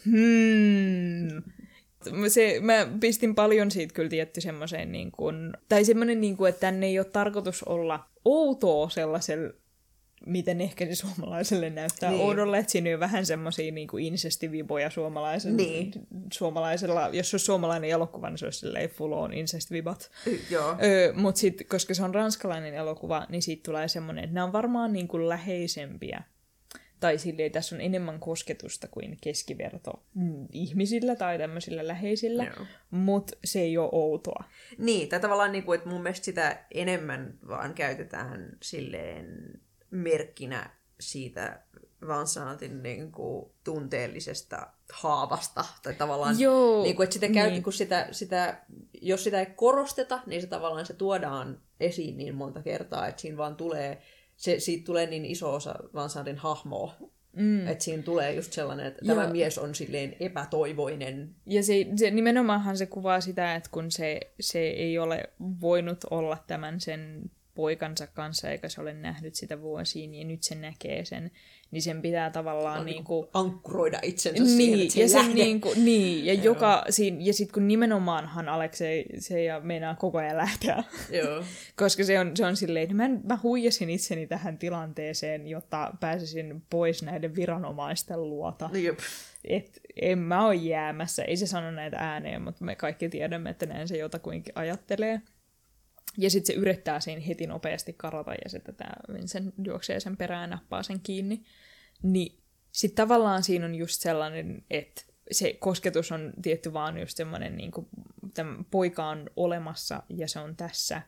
hmm... Se, mä pistin paljon siitä kyllä tietty semmoiseen, niin kuin, tai semmoinen, niin kuin, että tänne ei ole tarkoitus olla outoa sellaisella, miten ehkä se suomalaiselle näyttää niin. oudolle, että siinä on vähän semmoisia niin kuin incestiviboja suomalaisen, niin. suomalaisella, jos se olisi suomalainen elokuva, niin se olisi silleen full on incest-vibat. Joo. Öö, mutta sitten, koska se on ranskalainen elokuva, niin siitä tulee semmoinen, että nämä on varmaan niin kuin läheisempiä. Tai silleen, tässä on enemmän kosketusta kuin keskiverto mm, ihmisillä tai tämmöisillä läheisillä, no. mutta se ei ole outoa. Niin, tai tavallaan, niin kuin, että mun mielestä sitä enemmän vaan käytetään silleen merkkinä siitä Vincentin niin kuin, tunteellisesta haavasta. Tai tavallaan, Joo, niin kuin, että sitä käy, niin. kun sitä, sitä, jos sitä ei korosteta, niin se tavallaan se tuodaan esiin niin monta kertaa, että siinä vaan tulee... Se, siitä tulee niin iso osa Vincentin hahmoa, mm. että siinä tulee just sellainen, että tämä Joo. mies on silleen epätoivoinen. Ja se, se, nimenomaanhan se kuvaa sitä, että kun se, se ei ole voinut olla tämän sen poikansa kanssa, eikä se ole nähnyt sitä vuosiin, ja nyt se näkee sen, niin sen pitää tavallaan niin kuin ankkuroida itsensä niin, siihen, että se ja ei sen lähde. niin kuin, niin, ja, joka, siinä, ja sitten kun nimenomaanhan Aleksei se ja meinaa koko ajan lähteä, Joo. koska se on, se on silleen, että mä, mä huijasin itseni tähän tilanteeseen, jotta pääsisin pois näiden viranomaisten luota. Jop. Et en mä ole jäämässä, ei se sano näitä ääneen, mutta me kaikki tiedämme, että näin se jotakuinkin ajattelee. Ja sitten se yrittää siinä heti nopeasti karata, ja sitten tämä Vincent juoksee sen perään ja nappaa sen kiinni. Niin sitten tavallaan siinä on just sellainen, että se kosketus on tietty vaan just semmoinen, niin kuin, poika on olemassa ja se on tässä,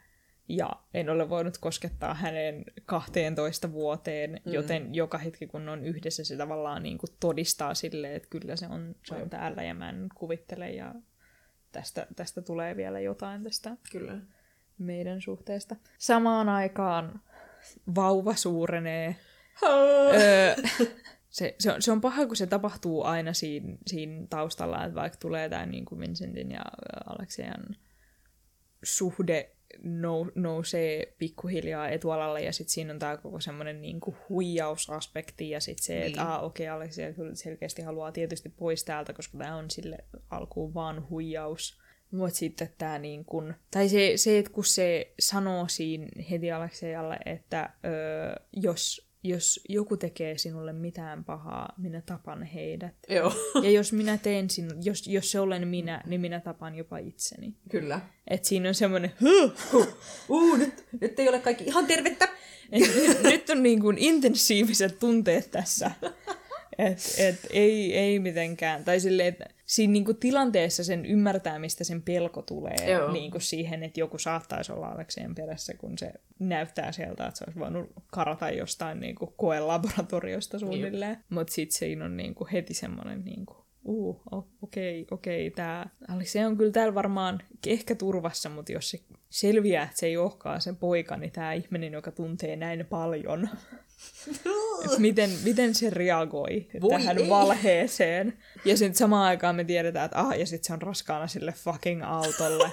ja en ole voinut koskettaa hänen kahteentoista vuoteen, mm. joten joka hetki kun on yhdessä se tavallaan niin kuin todistaa silleen, että kyllä se on, se on täällä ja mä en kuvittele ja tästä, tästä tulee vielä jotain tästä kyllä. meidän suhteesta. Samaan aikaan vauva suurenee. öö, se, se, on, se on paha, kun se tapahtuu aina siinä, siinä taustalla, että vaikka tulee tämä niin kuin Vincentin ja Alexian suhde nou, nousee pikkuhiljaa etualalle, ja sitten siinä on tämä koko semmoinen niin kuin huijausaspekti, ja sitten se, niin. että ah, okei, okay, Alexia kyllä selkeästi haluaa tietysti pois täältä, koska tämä on sille alkuun vaan huijaus. Mutta sitten tämä niin kun, tai se, se, että kun se sanoo siinä heti Alexialle, että öö, jos, jos joku tekee sinulle mitään pahaa, minä tapan heidät. Joo. Ja jos minä teen sinu, jos, jos se olen minä, niin minä tapan jopa itseni. Kyllä. Että siinä on semmoinen, huh, huh, uh, nyt, nyt ei ole kaikki ihan tervettä. nyt, nyt on niin kuin intensiiviset tunteet tässä. Että et, ei, ei mitenkään. Tai silleen, että siinä niinku tilanteessa sen ymmärtää, mistä sen pelko tulee niinku siihen, että joku saattaisi olla Alexian perässä, kun se näyttää sieltä, että se olisi voinut karata jostain niinku koelaboratoriosta suunnilleen. Mutta sitten siinä on niinku heti semmoinen, niinku, uh, okei, okei, tämä Alexia on kyllä täällä varmaan ehkä turvassa, mutta jos se selviää, että se ei olekaan se poika, niin tämä ihminen, joka tuntee näin paljon, miten, miten se reagoi Voi tähän ei. valheeseen. Ja sitten samaan aikaan me tiedetään, että ah, ja sitten se on raskaana sille fucking autolle.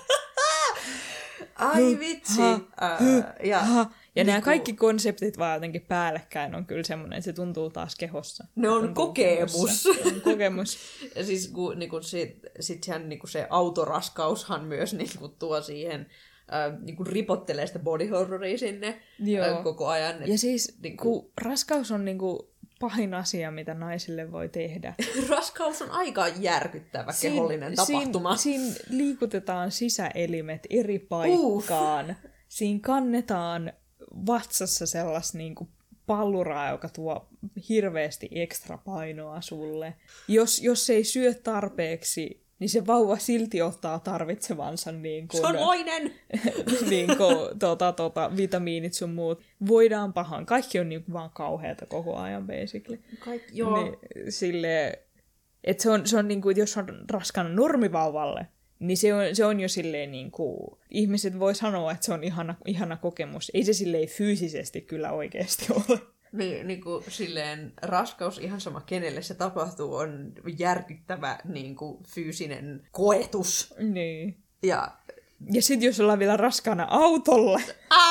Ai vitsi. Uh, ja ja niin nämä kaikki konseptit vaan jotenkin päällekkäin on kyllä semmoinen, että se tuntuu taas kehossa. Ne on kokemus. Se on kokemus. Ja siis kun, niin kun sit, sit sehän, niin kun se autoraskaushan myös niin kun tuo siihen, äh, niin kun ripottelee sitä body horroria sinne äh, koko ajan. Et, ja siis niin kun, kun raskaus on niin kun pahin asia, mitä naisille voi tehdä. Raskaus on aika järkyttävä siin, kehollinen tapahtuma. Siinä, siinä liikutetaan sisäelimet eri paikkaan. Uff. Siinä kannetaan vatsassa sellaista niin kuin palluraa, joka tuo hirveästi ekstra painoa sulle. Jos, jos ei syö tarpeeksi, niin se vauva silti ottaa tarvitsevansa niin kuin, se on loinen! niin kuin, tota, tota, vitamiinit sun muut. Voidaan pahan. Kaikki on niin kuin vaan kauheata koko ajan basically. Kaik, joo. Niin, silleen, että se on, se on niin kuin, jos on raskaana normivauvalle, niin se on, se on jo silleen niin kuin, ihmiset voi sanoa, että se on ihana, ihana kokemus. Ei se silleen fyysisesti kyllä oikeasti ole. Niin, niin kuin silleen raskaus, ihan sama kenelle se tapahtuu, on järkyttävä niin kuin fyysinen koetus. Niin. Ja, ja sitten jos ollaan vielä raskaana autolle.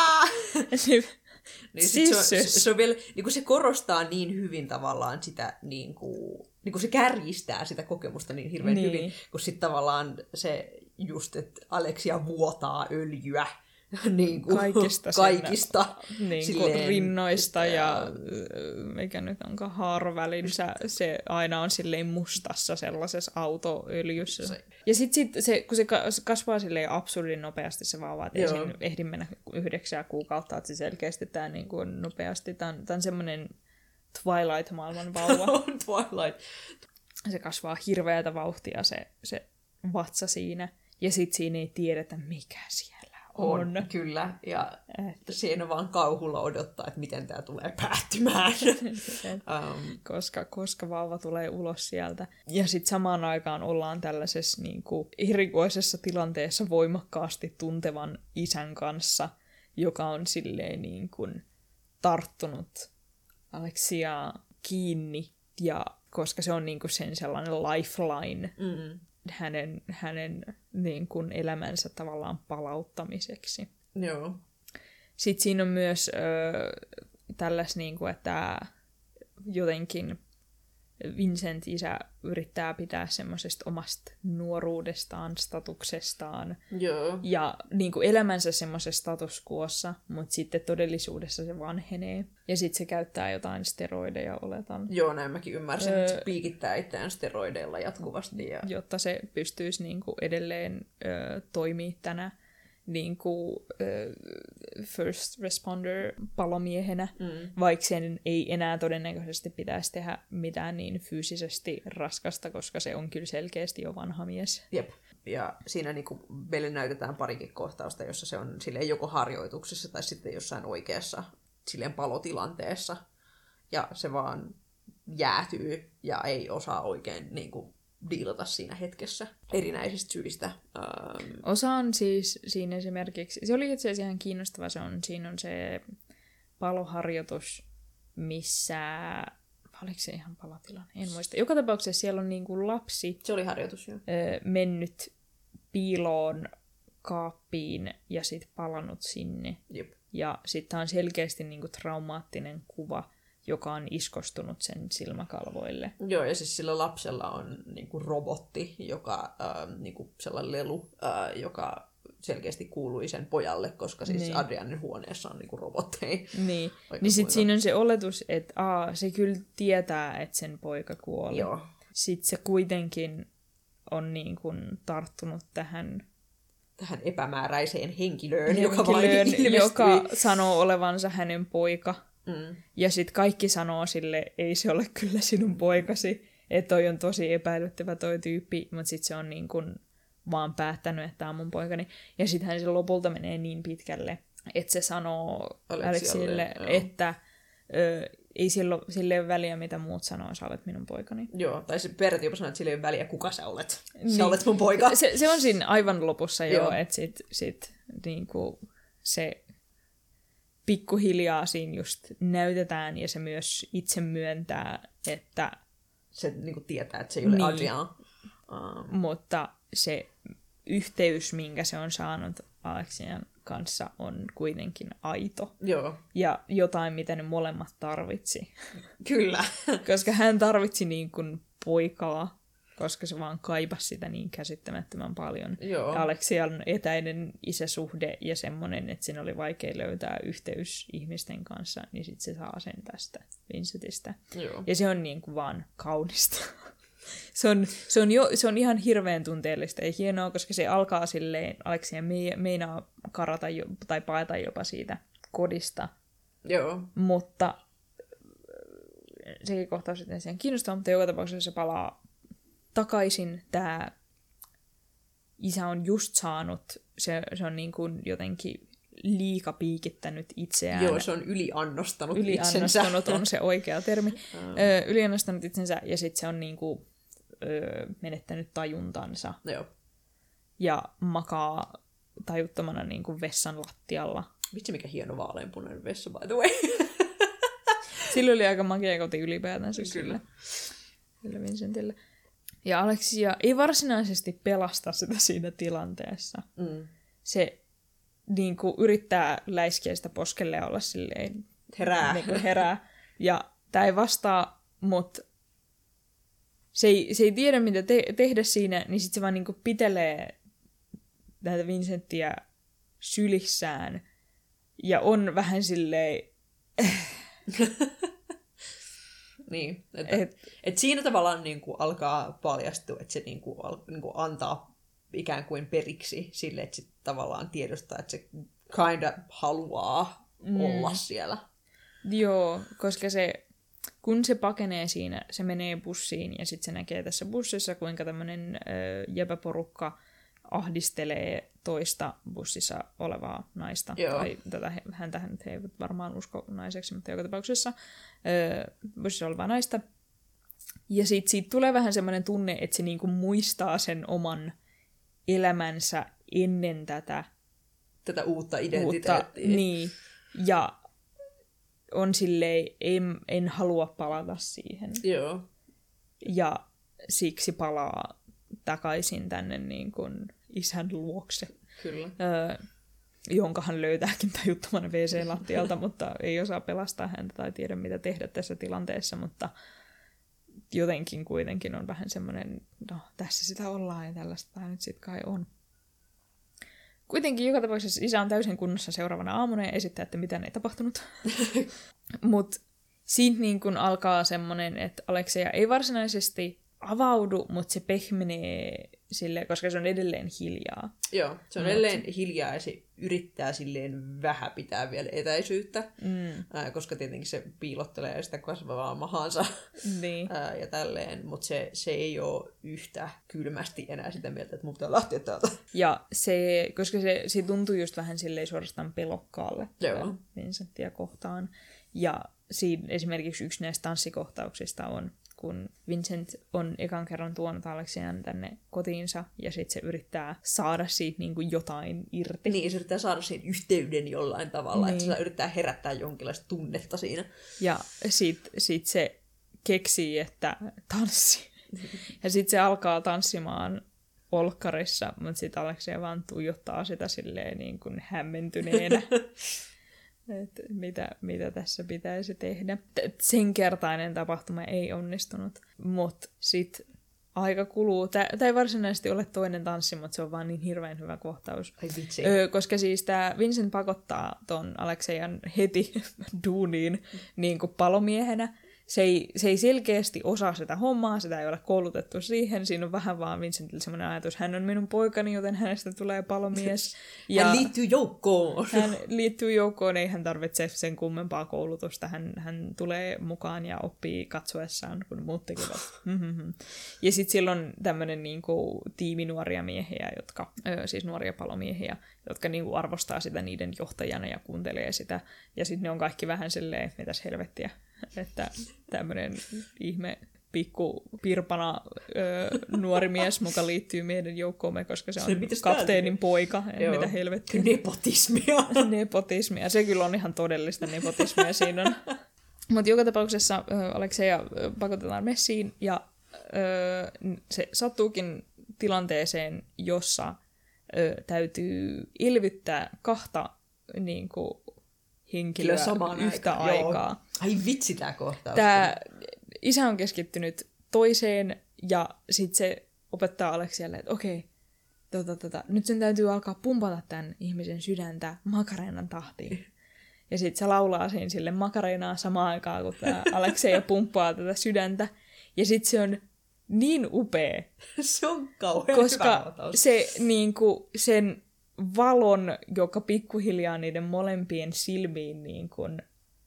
niin, niin sit se, on, se on vielä, niin kuin se korostaa niin hyvin tavallaan sitä, niin kuin, niin kuin se kärjistää sitä kokemusta niin hirveän niin. hyvin, kun sitten tavallaan se just, että Alexia vuotaa öljyä. niin kuin, kaikista, kaikista niin silleen, rinnoista ja, ja mikä nyt onkaan haarovälinsä, se aina on silleen mustassa sellaisessa autoöljyssä. Se. Ja sitten sit se, kun se kasvaa silleen absurdin nopeasti se vauva, että ei siinä ehdi mennä yhdeksää kuukautta, että se selkeästi tämä niin kuin nopeasti, tämä on, on semmoinen Twilight-maailman vauva. Twilight. Se kasvaa hirveätä vauhtia se, se vatsa siinä, ja sitten siinä ei tiedetä mikä siellä. On, on, kyllä. Ja että siinä vaan kauhulla odottaa, että miten tämä tulee päättymään. um. koska, koska vauva tulee ulos sieltä. Ja sitten samaan aikaan ollaan tällaisessa niin kuin, erikoisessa tilanteessa voimakkaasti tuntevan isän kanssa, joka on silleen niin kuin, tarttunut Alexiaa kiinni. Ja koska se on niin kuin, sen sellainen lifeline. Mm. hänen, hänen niin kuin elämänsä tavallaan palauttamiseksi. Joo. Sitten siinä on myös äh, tällaista, niin kuin, että jotenkin Vincent isä yrittää pitää semmoisesta omasta nuoruudestaan, statuksestaan Joo. ja niin kuin elämänsä semmoisessa status quossa, mutta sitten todellisuudessa se vanhenee. Ja sitten se käyttää jotain steroideja, oletan. Joo, näin mäkin ymmärsin, öö, että se piikittää itseään steroideilla jatkuvasti. Ja... jotta se pystyisi niin kuin edelleen ö, toimia tänä niin kuin, ö, first responder palomiehenä, mm. vaikka sen ei enää todennäköisesti pitäisi tehdä mitään niin fyysisesti raskasta, koska se on kyllä selkeästi jo vanha mies. Jep. ja siinä niin kuin meille näytetään parikin kohtausta, jossa se on silleen joko harjoituksessa tai sitten jossain oikeassa silleen palotilanteessa. Ja se vaan jäätyy ja ei osaa oikein niin kuin diilata siinä hetkessä erinäisistä syistä. Ähm. Osa on siis siinä esimerkiksi, se oli itse asiassa ihan kiinnostava, se on, siinä on se paloharjoitus, missä, oliko se ihan palotilanne, en muista. Joka tapauksessa siellä on niin kuin lapsi se oli harjoitus, jo. mennyt piiloon kaappiin ja sitten palannut sinne. Jep. Ja sitten on selkeästi niin kuin traumaattinen kuva, joka on iskostunut sen silmäkalvoille. Joo, ja siis sillä lapsella on niinku robotti, joka, äh, niinku sellainen lelu, äh, joka selkeästi kuului sen pojalle, koska siis niin. Adrianin huoneessa on niinku robotteja. Niin, niin sitten siinä on se oletus, että aa, se kyllä tietää, että sen poika kuoli. Joo. Sitten se kuitenkin on niin kuin tarttunut tähän tähän epämääräiseen henkilöön, henkilöön joka vain ilmestyi. Joka sanoo olevansa hänen poika. Mm. Ja sitten kaikki sanoo sille, ei se ole kyllä sinun poikasi, että toi on tosi epäilyttävä toi tyyppi, mutta sitten se on niin kuin vaan päättänyt, että tämä on mun poikani. Ja sittenhän se lopulta menee niin pitkälle, että se sanoo Aleksille, että ö, ei sillä, sillä ei ole väliä, mitä muut sanoo, sä olet minun poikani. Joo, tai se periaatteessa jopa sanoo, että sillä ei ole väliä, kuka sä olet. Niin. Sä olet mun poika. Se, se on siinä aivan lopussa jo, joo. Että sit, sit, niinku, se pikkuhiljaa siinä just näytetään, ja se myös itse myöntää, että se niinku tietää, että se ei ole niin, Adrian. Um. Mutta se yhteys, minkä se on saanut Aleksian kanssa, on kuitenkin aito. Joo. Ja jotain, mitä ne molemmat tarvitsi. Kyllä. Koska hän tarvitsi niin kuin poikaa, koska se vaan kaipasi sitä niin käsittämättömän paljon. Joo. Aleksian etäinen isäsuhde ja semmoinen, että sen oli vaikea löytää yhteys ihmisten kanssa, niin sitten se saa sen tästä Vincentistä. Joo. Ja se on niin kuin vaan kaunista. Se on, se, on jo, se on ihan hirveän tunteellista ja hienoa, koska se alkaa silleen, Aleksia meinaa karata jo, tai paeta jopa siitä kodista. Joo. Mutta sekin kohtaus sitten sen kiinnostaa, mutta joka tapauksessa se palaa takaisin. Tämä isä on just saanut, se, se on niin kuin jotenkin liika piikittänyt itseään. Joo, se on yliannostanut, yliannostanut itsensä. on se oikea termi. Ö, yliannostanut itsensä ja sitten se on niinku, ö, menettänyt tajuntansa. Joo. Ja makaa tajuttomana niinku vessan lattialla. Vitsi, mikä hieno vaaleanpunainen vessa, by the way. Sillä oli aika makea koti ylipäätänsä. Kyllä. Kyllä Vincentillä. Ja Aleksia ei varsinaisesti pelasta sitä siinä tilanteessa. Mm. Se niin kuin yrittää läiskiä sitä poskelle ja olla silleen herää. Niin kuin herää. Ja tämä ei vastaa, mutta se ei, se ei tiedä, mitä te- tehdä siinä, niin sitten se vaan niin kuin pitelee näitä Vincenttiä sylissään. Ja on vähän silleen niin, että et, et siinä tavallaan niin kuin alkaa paljastua, että se niin kuin, al, niin kuin antaa ikään kuin periksi sille, että se tavallaan tiedostaa, että se kinda haluaa mm. olla siellä. Joo, koska se, kun se pakenee siinä, se menee bussiin ja sitten se näkee tässä bussissa, kuinka tämmöinen äh, jäpäporukka ahdistelee toista bussissa olevaa naista. Joo. Tai tätä, häntä nyt he eivät varmaan usko naiseksi, mutta joka tapauksessa äh, bussissa olevaa naista. Ja sitten siitä tulee vähän semmoinen tunne, että se niinku muistaa sen oman elämänsä ennen tätä tätä uutta identiteettiä. Uutta, niin, ja on silleen, en, en halua palata siihen. Joo. Ja siksi palaa takaisin tänne niin kuin isän luokse. Kyllä. Öö, jonka hän löytääkin tajuttomana W C-lattialta, mutta ei osaa pelastaa häntä tai tiedä, mitä tehdä tässä tilanteessa, mutta jotenkin kuitenkin on vähän semmoinen, no tässä sitä ollaan ja tällaista tämä nyt sitten kai on. Kuitenkin joka tapauksessa isä on täysin kunnossa seuraavana aamuna ja esittää, että mitään ei tapahtunut. Mutta siitä niin kun alkaa semmoinen, että Aleksia ei varsinaisesti avaudu, mutta se pehmenee sille, koska se on edelleen hiljaa. Joo, se on Mut. edelleen hiljaa ja se yrittää silleen vähän pitää vielä etäisyyttä, mm. ää, koska tietenkin se piilottelee sitä kasvavaa mahansa niin. ää, ja tälleen, mutta se, se ei ole yhtä kylmästi enää sitä mieltä, että mun pitää lähteä täältä. Ja se, koska se, se tuntuu just vähän silleen suorastaan pelokkaalle Vincenttiä kohtaan. Ja siinä esimerkiksi yksi näistä tanssikohtauksista on, kun Vincent on ekan kerran tuonut Alexian tänne kotiinsa, ja sitten se yrittää saada siitä niin kuin jotain irti. Niin, se yrittää saada siitä yhteyden jollain tavalla, niin. Että se yrittää herättää jonkinlaista tunnetta siinä. Ja sitten sit se keksii, että tanssi. Ja sitten se alkaa tanssimaan olkkarissa, mutta sitten Alexia vaan tuijottaa sitä silleen niin kuin hämmentyneenä. Että mitä, mitä tässä pitäisi tehdä. Sen kertainen tapahtuma ei onnistunut, mutta sitten aika kuluu. Tämä ei varsinaisesti ole toinen tanssi, mutta se on vaan niin hirveän hyvä kohtaus. Ai vitsi. Öö, koska siis tämä Vincent pakottaa ton Alexian heti duuniin niin kuin palomiehenä. Se ei, se ei selkeästi osaa sitä hommaa, sitä ei ole koulutettu siihen. Siinä on vähän vaan Vincentillä semmoinen ajatus, hän on minun poikani, joten hänestä tulee palomies. Ja hän liittyy joukkoon. Hän liittyy joukkoon, ei hän tarvitse sen kummempaa koulutusta. Hän, hän tulee mukaan ja oppii katsoessaan, kun muut tekevät. Ja sitten sillä on tämmöinen niinku tiimi nuoria miehiä, jotka, siis nuoria palomiehiä, jotka niinku arvostaa sitä niiden johtajana ja kuuntelee sitä. Ja sitten ne on kaikki vähän silleen, mitäs helvettiä. Että tämmöinen ihme pikku pirpana öö, nuori mies muka liittyy meidän joukkoomme, koska se on se, kapteenin poika. Mitä helvettiä. Nepotismia. Nepotismia. Se kyllä on ihan todellista nepotismia siinä on. Mutta joka tapauksessa ö, Alexia pakotetaan messiin ja ö, se sattuukin tilanteeseen, jossa ö, täytyy ilvyttää kahta niin kuin, henkilöä yhtä aikaa. aikaa. Ai vitsi tää kohtaus. Tää isä on keskittynyt toiseen ja sit se opettaa Alexialle, että okei, tota, tota, nyt sen täytyy alkaa pumpata tämän ihmisen sydäntä Macarenan tahtiin. Ja sit se laulaa siinä sille Macarenaa samaan aikaan, kun tää Alexia pumppaa tätä sydäntä. Ja sit se on niin upea. Se on kauhean koska hyvä se niinku sen valon, joka pikkuhiljaa niiden molempien silmiin niin kun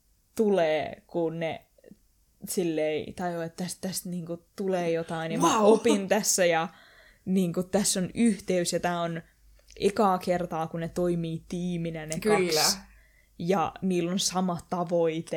tulee, kun ne silleen tajuu, että tästä, tästä niin kun tulee jotain ja wow. Mä opin tässä ja niin kun tässä on yhteys ja tää on ekaa kertaa, kun ne toimii tiiminä ne Kyllä. kaksi ja niillä on sama tavoite.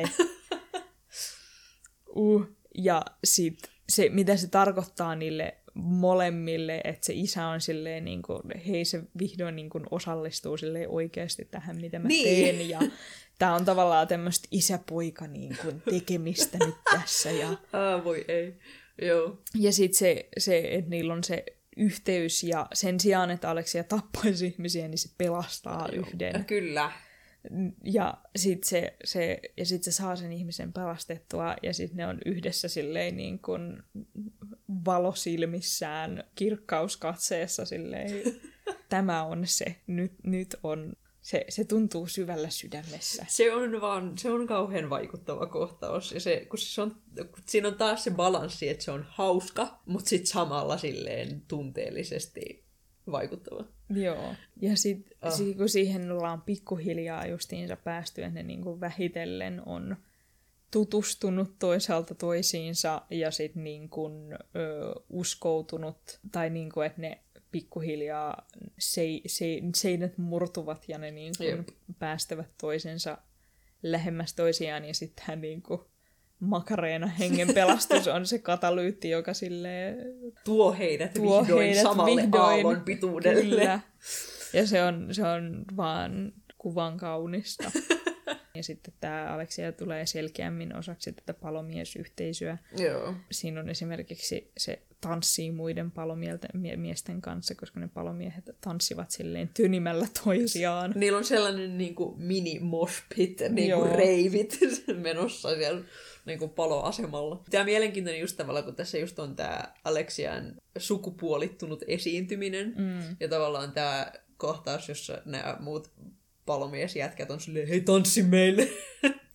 uh, ja sit se, mitä se tarkoittaa niille molemmille, että se isä on silleen niin kuin, hei se vihdoin niin kuin osallistuu silleen oikeasti tähän, mitä mä niin. teen. Ja tää on tavallaan tämmöistä isä-poika niin kuin tekemistä nyt tässä. Ja, ah, voi ei. Joo. Ja sit se, se, että niillä on se yhteys ja sen sijaan, että Alexia tappaisi ihmisiä, niin se pelastaa no, yhden. Ja kyllä. Ja sitten se, se, ja sit se saa sen ihmisen pelastettua, ja sitten ne on yhdessä silleen niin kuin valosilmissään, kirkkauskatseessa silleen, tämä on se, nyt, nyt on, se, se tuntuu syvällä sydämessä. Se on vaan, se on kauhean vaikuttava kohtaus, ja se, kun, se on, kun siinä on taas se balanssi, että se on hauska, mutta sitten samalla silleen tunteellisesti vaikuttava. Joo, ja sitten oh. sit, kun siihen ollaan pikkuhiljaa justiinsa päästy, että ne niinku vähitellen on tutustunut toisaalta toisiinsa ja sitten niinku, uskoutunut, tai niinku, että ne pikkuhiljaa se, se, seinät murtuvat ja ne niinku päästävät toisensa lähemmäs toisiaan, ja sitten niinku Macarena hengen pelastus on se katalyytti, joka silleen tuo heidät tuo vihdoin heidät samalle vihdoin, aallon pituudelle. Kyllä. Ja se on, se on vaan kuvan kaunista. Ja sitten tämä Alexia tulee selkeämmin osaksi tätä palomiesyhteisöä. Joo. Siinä on esimerkiksi se tanssii muiden palomiesten kanssa, koska ne palomiehet tanssivat silleen tynimällä toisiaan. Niillä on sellainen niin kuin mini moshpit, niin kuin reivit menossa siellä niin kuin paloasemalla. Tämä on mielenkiintoinen just tavallaan, kun tässä just on tämä Alexian sukupuolittunut esiintyminen. Mm. Ja tavallaan tämä kohtaus, jossa nämä muut palomiesjätkät on silleen, hei tanssi meille.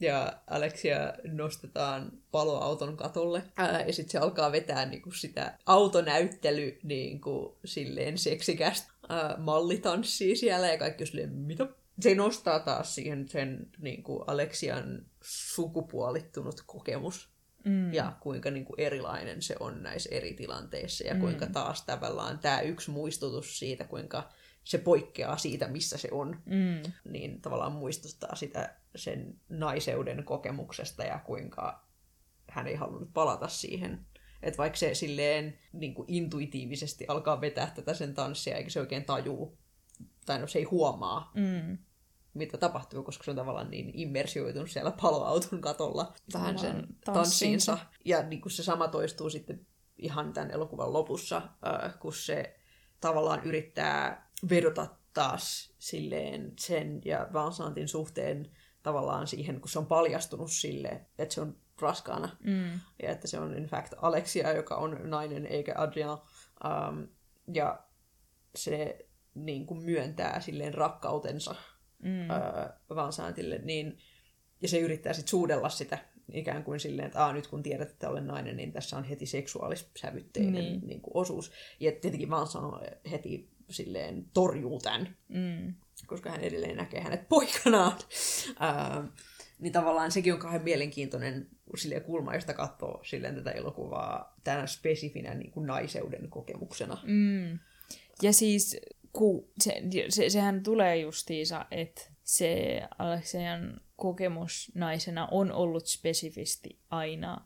ja Alexia nostetaan paloauton katolle. Ää, ja sitten se alkaa vetää niinku sitä autonäyttely niinku silleen seksikästä. Ää, malli tanssii siellä ja kaikki on silleen, mitä? Se nostaa taas siihen sen niinku Alexian sukupuolittunut kokemus. Mm. Ja kuinka niinku erilainen se on näissä eri tilanteissa. Ja kuinka mm. taas tavallaan tämä yksi muistutus siitä, kuinka se poikkeaa siitä, missä se on. Mm. Niin tavallaan muistuttaa sitä sen naiseuden kokemuksesta ja kuinka hän ei halunnut palata siihen. Että vaikka se silleen niin kuin intuitiivisesti alkaa vetää tätä sen tanssia, eikä se oikein tajuu, tai no se ei huomaa, mm. mitä tapahtuu, koska se on tavallaan niin immersioitunut siellä paloauton katolla tähän sen tanssiinsa. Ja niin kuin se sama toistuu sitten ihan tämän elokuvan lopussa, äh, kun se tavallaan yrittää vedota taas silleen sen ja Vincentin suhteen tavallaan siihen, kun se on paljastunut sille, että se on raskaana. Mm. Ja että se on in fact Alexia, joka on nainen, eikä Adrien. Um, ja se niin kuin myöntää silleen rakkautensa mm. uh, Vincentille. Niin, ja se yrittää sitten suudella sitä ikään kuin silleen, että Aa, nyt kun tiedät, että olen nainen, niin tässä on heti seksuaalissävytteinen niin. Niin kuin osuus. Ja tietenkin Vincent heti silleen torjuu tämän, mm. koska hän edelleen näkee hänet poikanaan. Uh, niin tavallaan sekin on kauhean mielenkiintoinen silleen kulma, josta katsoo silleen tätä elokuvaa tämän spesifinä niin kuin naiseuden kokemuksena. Mm. Ja siis ku, se, se, sehän tulee justiinsa, että se Alexian kokemus naisena on ollut spesifisti aina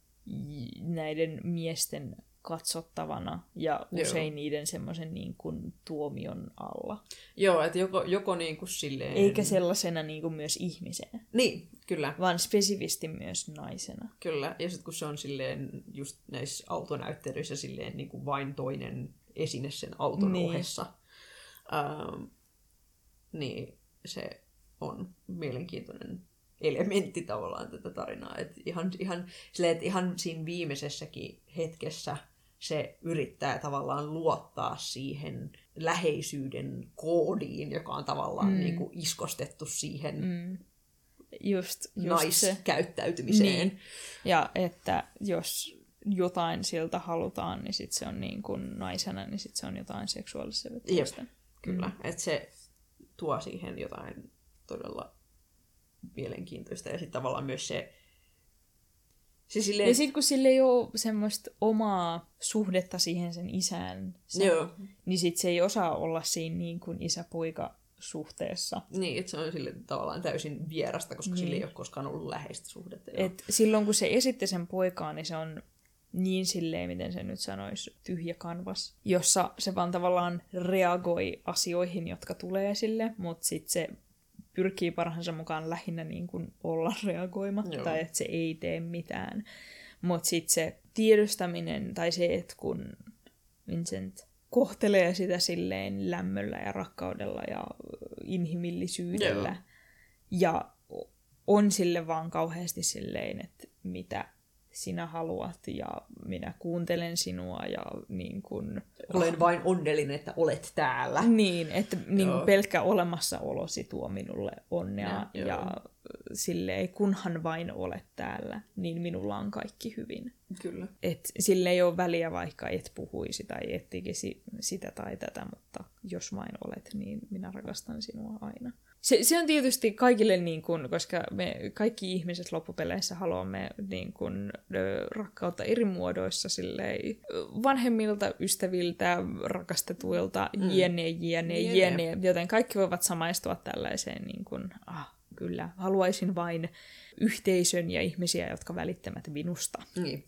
näiden miesten katsottavana ja usein Joo. niiden semmoisen niin kuin tuomion alla. Joo, että joko, joko niin kuin silleen... Eikä sellaisena niin kuin myös ihmisenä. Niin, kyllä. Vaan spesifisti myös naisena. Kyllä, ja sitten kun se on silleen just näissä autonäyttelyissä silleen niin kuin vain toinen esine sen auton niin. ohessa, ähm, niin se on mielenkiintoinen elementti tavallaan tätä tarinaa. Et ihan, ihan, silleen, että ihan siinä viimeisessäkin hetkessä se yrittää tavallaan luottaa siihen läheisyyden koodiin, joka on tavallaan mm. niin kuin iskostettu siihen mm. just, just naiskäyttäytymiseen. Niin. Ja että jos jotain siltä halutaan, niin sit se on niin kuin naisena, niin sit se on jotain seksuaalissävytteistä. Kyllä, mm. että se tuo siihen jotain todella mielenkiintoista. Ja sitten tavallaan myös se... se silleen... Ja sitten kun sillä ei ole semmoista omaa suhdetta siihen sen isään, sen, niin sitten se ei osaa olla siinä niin kuin isä-poika-suhteessa. Niin, että se on sille tavallaan täysin vierasta, koska niin. sillä ei ole koskaan ollut läheistä suhdetta. Et silloin kun se esitti sen poikaan, niin se on niin silleen, miten se nyt sanoisi, tyhjä kanvas, jossa se vaan tavallaan reagoi asioihin, jotka tulee sille, mutta sitten se pyrkii parhaansa mukaan lähinnä niin kuin olla reagoimatta, Joo. tai että se ei tee mitään. Mutta sitten se tiedostaminen, tai se, että kun Vincent kohtelee sitä silleen lämmöllä ja rakkaudella ja inhimillisyydellä, Joo. ja on sille vaan kauheasti silleen, että mitä sinä haluat, ja minä kuuntelen sinua, ja niin kuin... Olen vain onnellinen, että olet täällä. Niin, että niin kuin pelkkä olemassaolosi tuo minulle onnea, ja, ja silleen, kunhan vain olet täällä, niin minulla on kaikki hyvin. Kyllä. Et sille ei ole väliä, vaikka et puhuisi tai et tekisi sitä tai tätä, mutta jos vain olet, niin minä rakastan sinua aina. Se, se on tietysti kaikille, niin kuin, koska me kaikki ihmiset loppupeleissä haluamme niin kuin, rakkautta eri muodoissa, silleen, vanhemmilta, ystäviltä, rakastetuilta, mm. jne, jne, jne, joten kaikki voivat samaistua tällaiseen, niin kuin, ah, kyllä, haluaisin vain yhteisön ja ihmisiä, jotka välittävät minusta. Niin.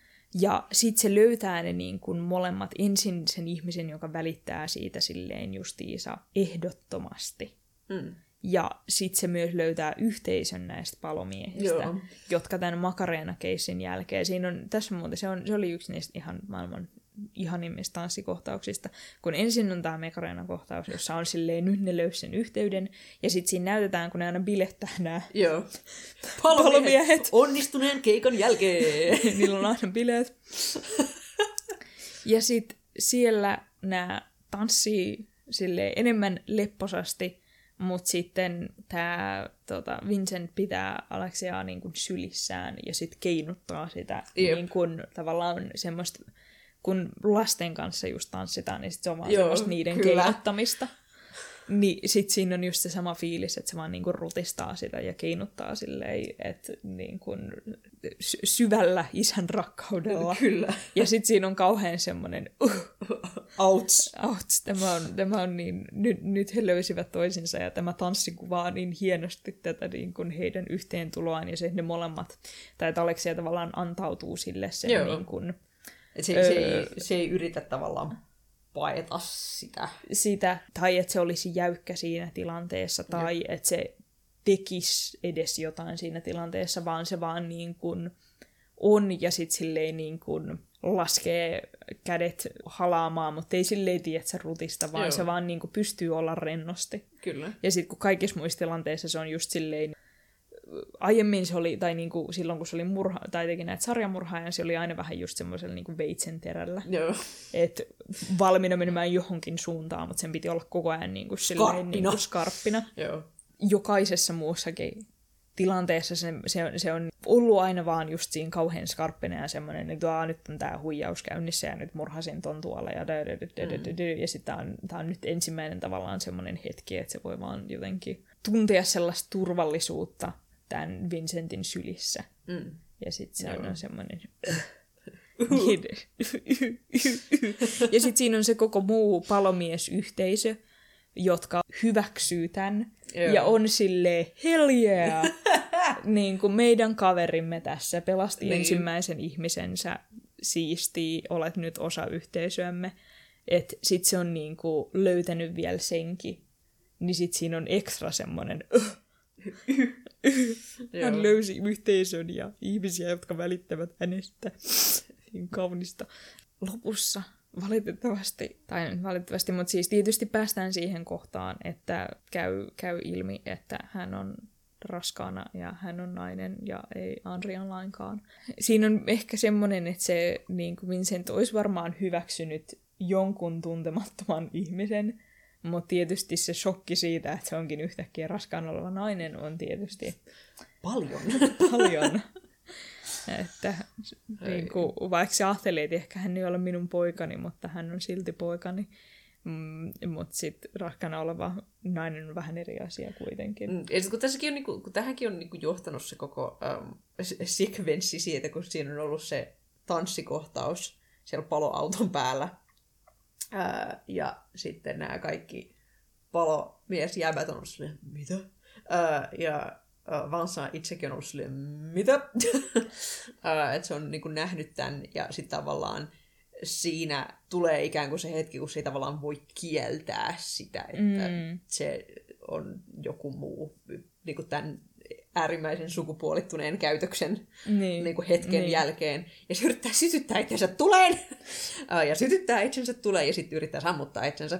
Ja sitten se löytää ne niin kuin molemmat, ensin sen ihmisen, joka välittää siitä silleen justiinsa ehdottomasti. Mm. Ja sitten se myös löytää yhteisön näistä palomiehistä, Joo. jotka tämän Macarena-keissin jälkeen, siinä on, tässä muuten, se, on, se oli yksi niistä ihan maailman ihanimmista tanssikohtauksista, kun ensin on tämä Macarena-kohtaus, jossa on silleen, nyt ne löysi sen yhteyden, ja sitten siinä näytetään, kun ne aina bilettää nämä Joo. palomiehet, palomiehet onnistuneen keikan jälkeen. Niillä on aina bileet. Ja sitten siellä nämä tanssii silleen enemmän lepposasti, Mutta sitten tämä tota, Vincent pitää Alexiaa niin kuin sylissään ja sitten keinuttaa sitä yep. niin kuin, tavallaan semmoista, kun lasten kanssa just tanssitaan, niin sit se on vaan Joo, semmoista niiden kyllä. keinuttamista. Niin sit siinä on just se sama fiilis, että se vaan niinku rutistaa sitä ja keinuttaa silleen, että niinku sy- syvällä isän rakkaudella. Kyllä. Ja sit siinä on kauhean semmoinen uh, outs. outs. Tämä on, tämä on niin, nyt, nyt he löysivät toisinsa ja tämä tanssi kuvaa niin hienosti tätä niin kuin heidän yhteentuloaan ja se, ne molemmat, tai että Aleksia tavallaan antautuu sille sen niin kuin, se, öö, se, ei, se ei yritä tavallaan paeta sitä. sitä. Tai että se olisi jäykkä siinä tilanteessa, tai Jep. että se tekisi edes jotain siinä tilanteessa, vaan se vaan niin kuin on, ja sitten silleen niin kuin laskee kädet halaamaan, mutta ei silleen tiedä, että se rutista, vaan Joo. se vaan niin kuin pystyy olla rennosti. Kyllä. Ja sitten kun kaikissa muissa tilanteissa se on just silleen, aiemmin se oli, tai niinku silloin kun se oli murha, tai teki näitä sarjamurhaajan, se oli aina vähän just semmoisella niinku veitsen terällä. Joo. Että valmiina menemään johonkin suuntaan, mutta sen piti olla koko ajan niinku silleen niinku skarppina. Joo. Jokaisessa muussakin tilanteessa se, se, se on ollut aina vaan just siinä kauhean skarppina ja semmoinen, että nyt on tää huijaus käynnissä ja nyt murhasin ton tuolla ja mm. ja sitten tää on, tää on nyt ensimmäinen tavallaan semmoinen hetki, että se voi vaan jotenkin tuntea sellaista turvallisuutta tämän Vincentin sylissä. Mm. Ja sitten se on semmoinen ja sitten siinä on se koko muu palomiesyhteisö, jotka hyväksyy tämän Joo. ja on silleen, hell yeah! niin kuin meidän kaverimme tässä pelasti niin. ensimmäisen ihmisensä, siistii, olet nyt osa yhteisöämme. Että sit se on niin kuin löytänyt vielä senkin. Niin sit siinä on ekstra semmonen hän löysi yhteisön ja ihmisiä, jotka välittävät hänestä. Niin kaunista. Lopussa valitettavasti, tai valitettavasti, mutta siis tietysti päästään siihen kohtaan, että käy, käy ilmi, että hän on raskaana ja hän on nainen ja ei Adrian lainkaan. Siinä on ehkä semmoinen, että se niin kuin Vincent olisi varmaan hyväksynyt jonkun tuntemattoman ihmisen, mutta tietysti se shokki siitä, että se onkin yhtäkkiä raskaana oleva nainen, on tietysti paljon. paljon. Että niin kuin, vaikka se ajatteli, että ehkä hän ei ole minun poikani, mutta hän on silti poikani. Mm, mutta sitten raskaana oleva nainen on vähän eri asia kuitenkin. Mm, ja sit, kun, tässäkin on, niin kuin, kun tähänkin on niin kuin johtanut se koko um, sekvenssi siitä, kun siinä on ollut se tanssikohtaus siellä paloauton päällä. Ää, ja sitten nämä kaikki palomiesjäbät on ollut silleen, mitä? Ää, ja Vincent itsekin on ollut silleen, mitä? Että se on niin kuin nähnyt tämän ja sitten tavallaan siinä tulee ikään kuin se hetki, kun se ei tavallaan voi kieltää sitä, että mm. se on joku muu niin kuin tämän äärimmäisen sukupuolittuneen käytöksen niin. Niin kuin hetken niin. jälkeen. Ja se yrittää sytyttää itsensä tuleen. ja sytyttää itsensä tuleen ja sitten yrittää sammuttaa itsensä.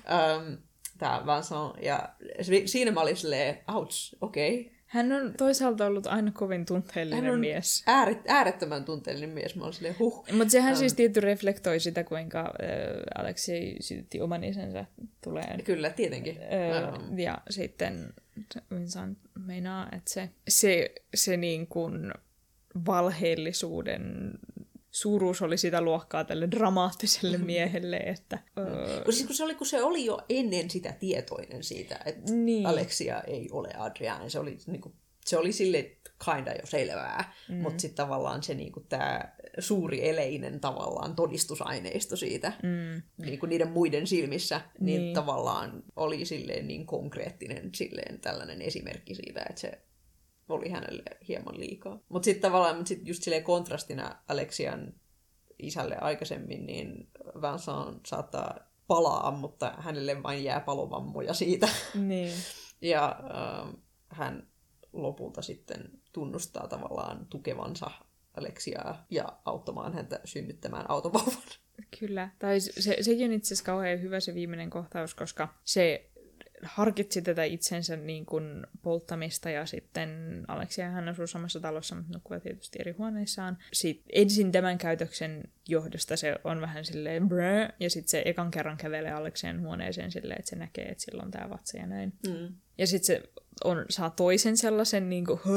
Tämä Vincent. Ja siinä mä olin silleen, ouch, okei. Okay. Hän on toisaalta ollut aina kovin tunteellinen hän on mies. Ääret, äärettömän tunteellinen mies. Mä olin silleen, huh. Mutta sehän um, siis tietty reflektoi sitä, kuinka äh, Aleksei sytytti oman isänsä tuleen. Kyllä, tietenkin. Äh, um. Ja sitten Vincent meinaa, että se, se, se niin kuin valheellisuuden suuruus oli sitä luokkaa tälle dramaattiselle miehelle, että... Öö... Kun, siis kun, se oli, kun se oli jo ennen sitä tietoinen siitä, että niin. Aleksia ei ole Adrian. Se oli, niin kuin, se oli sille kinda jo selvää, mm. mutta sitten tavallaan se niin kuin, tämä suuri eleinen tavallaan todistusaineisto siitä mm. niin kuin niiden muiden silmissä, niin, niin tavallaan oli silleen niin konkreettinen silleen tällainen esimerkki siitä, että se oli hänelle hieman liikaa. Mutta sitten tavallaan mut sit just silleen kontrastina Aleksian isälle aikaisemmin, niin Vincent saattaa palaa, mutta hänelle vain jää palovammoja siitä. Niin. ja äh, hän lopulta sitten tunnustaa tavallaan tukevansa Aleksiaa ja auttamaan häntä synnyttämään autovauvan. Kyllä. Tai se, sekin on itse asiassa kauhean hyvä se viimeinen kohtaus, koska se harkitsi tätä itsensä niin kuin polttamista ja sitten Aleksia hän asuu samassa talossa, mutta nukkuvat tietysti eri huoneissaan. Sitten ensin tämän käytöksen johdosta se on vähän silleen brö, ja sitten se ekan kerran kävelee Aleksian huoneeseen silleen, että se näkee, että sillä on tää vatsa ja näin. Mm. Ja sitten se on, saa toisen sellaisen niin kuin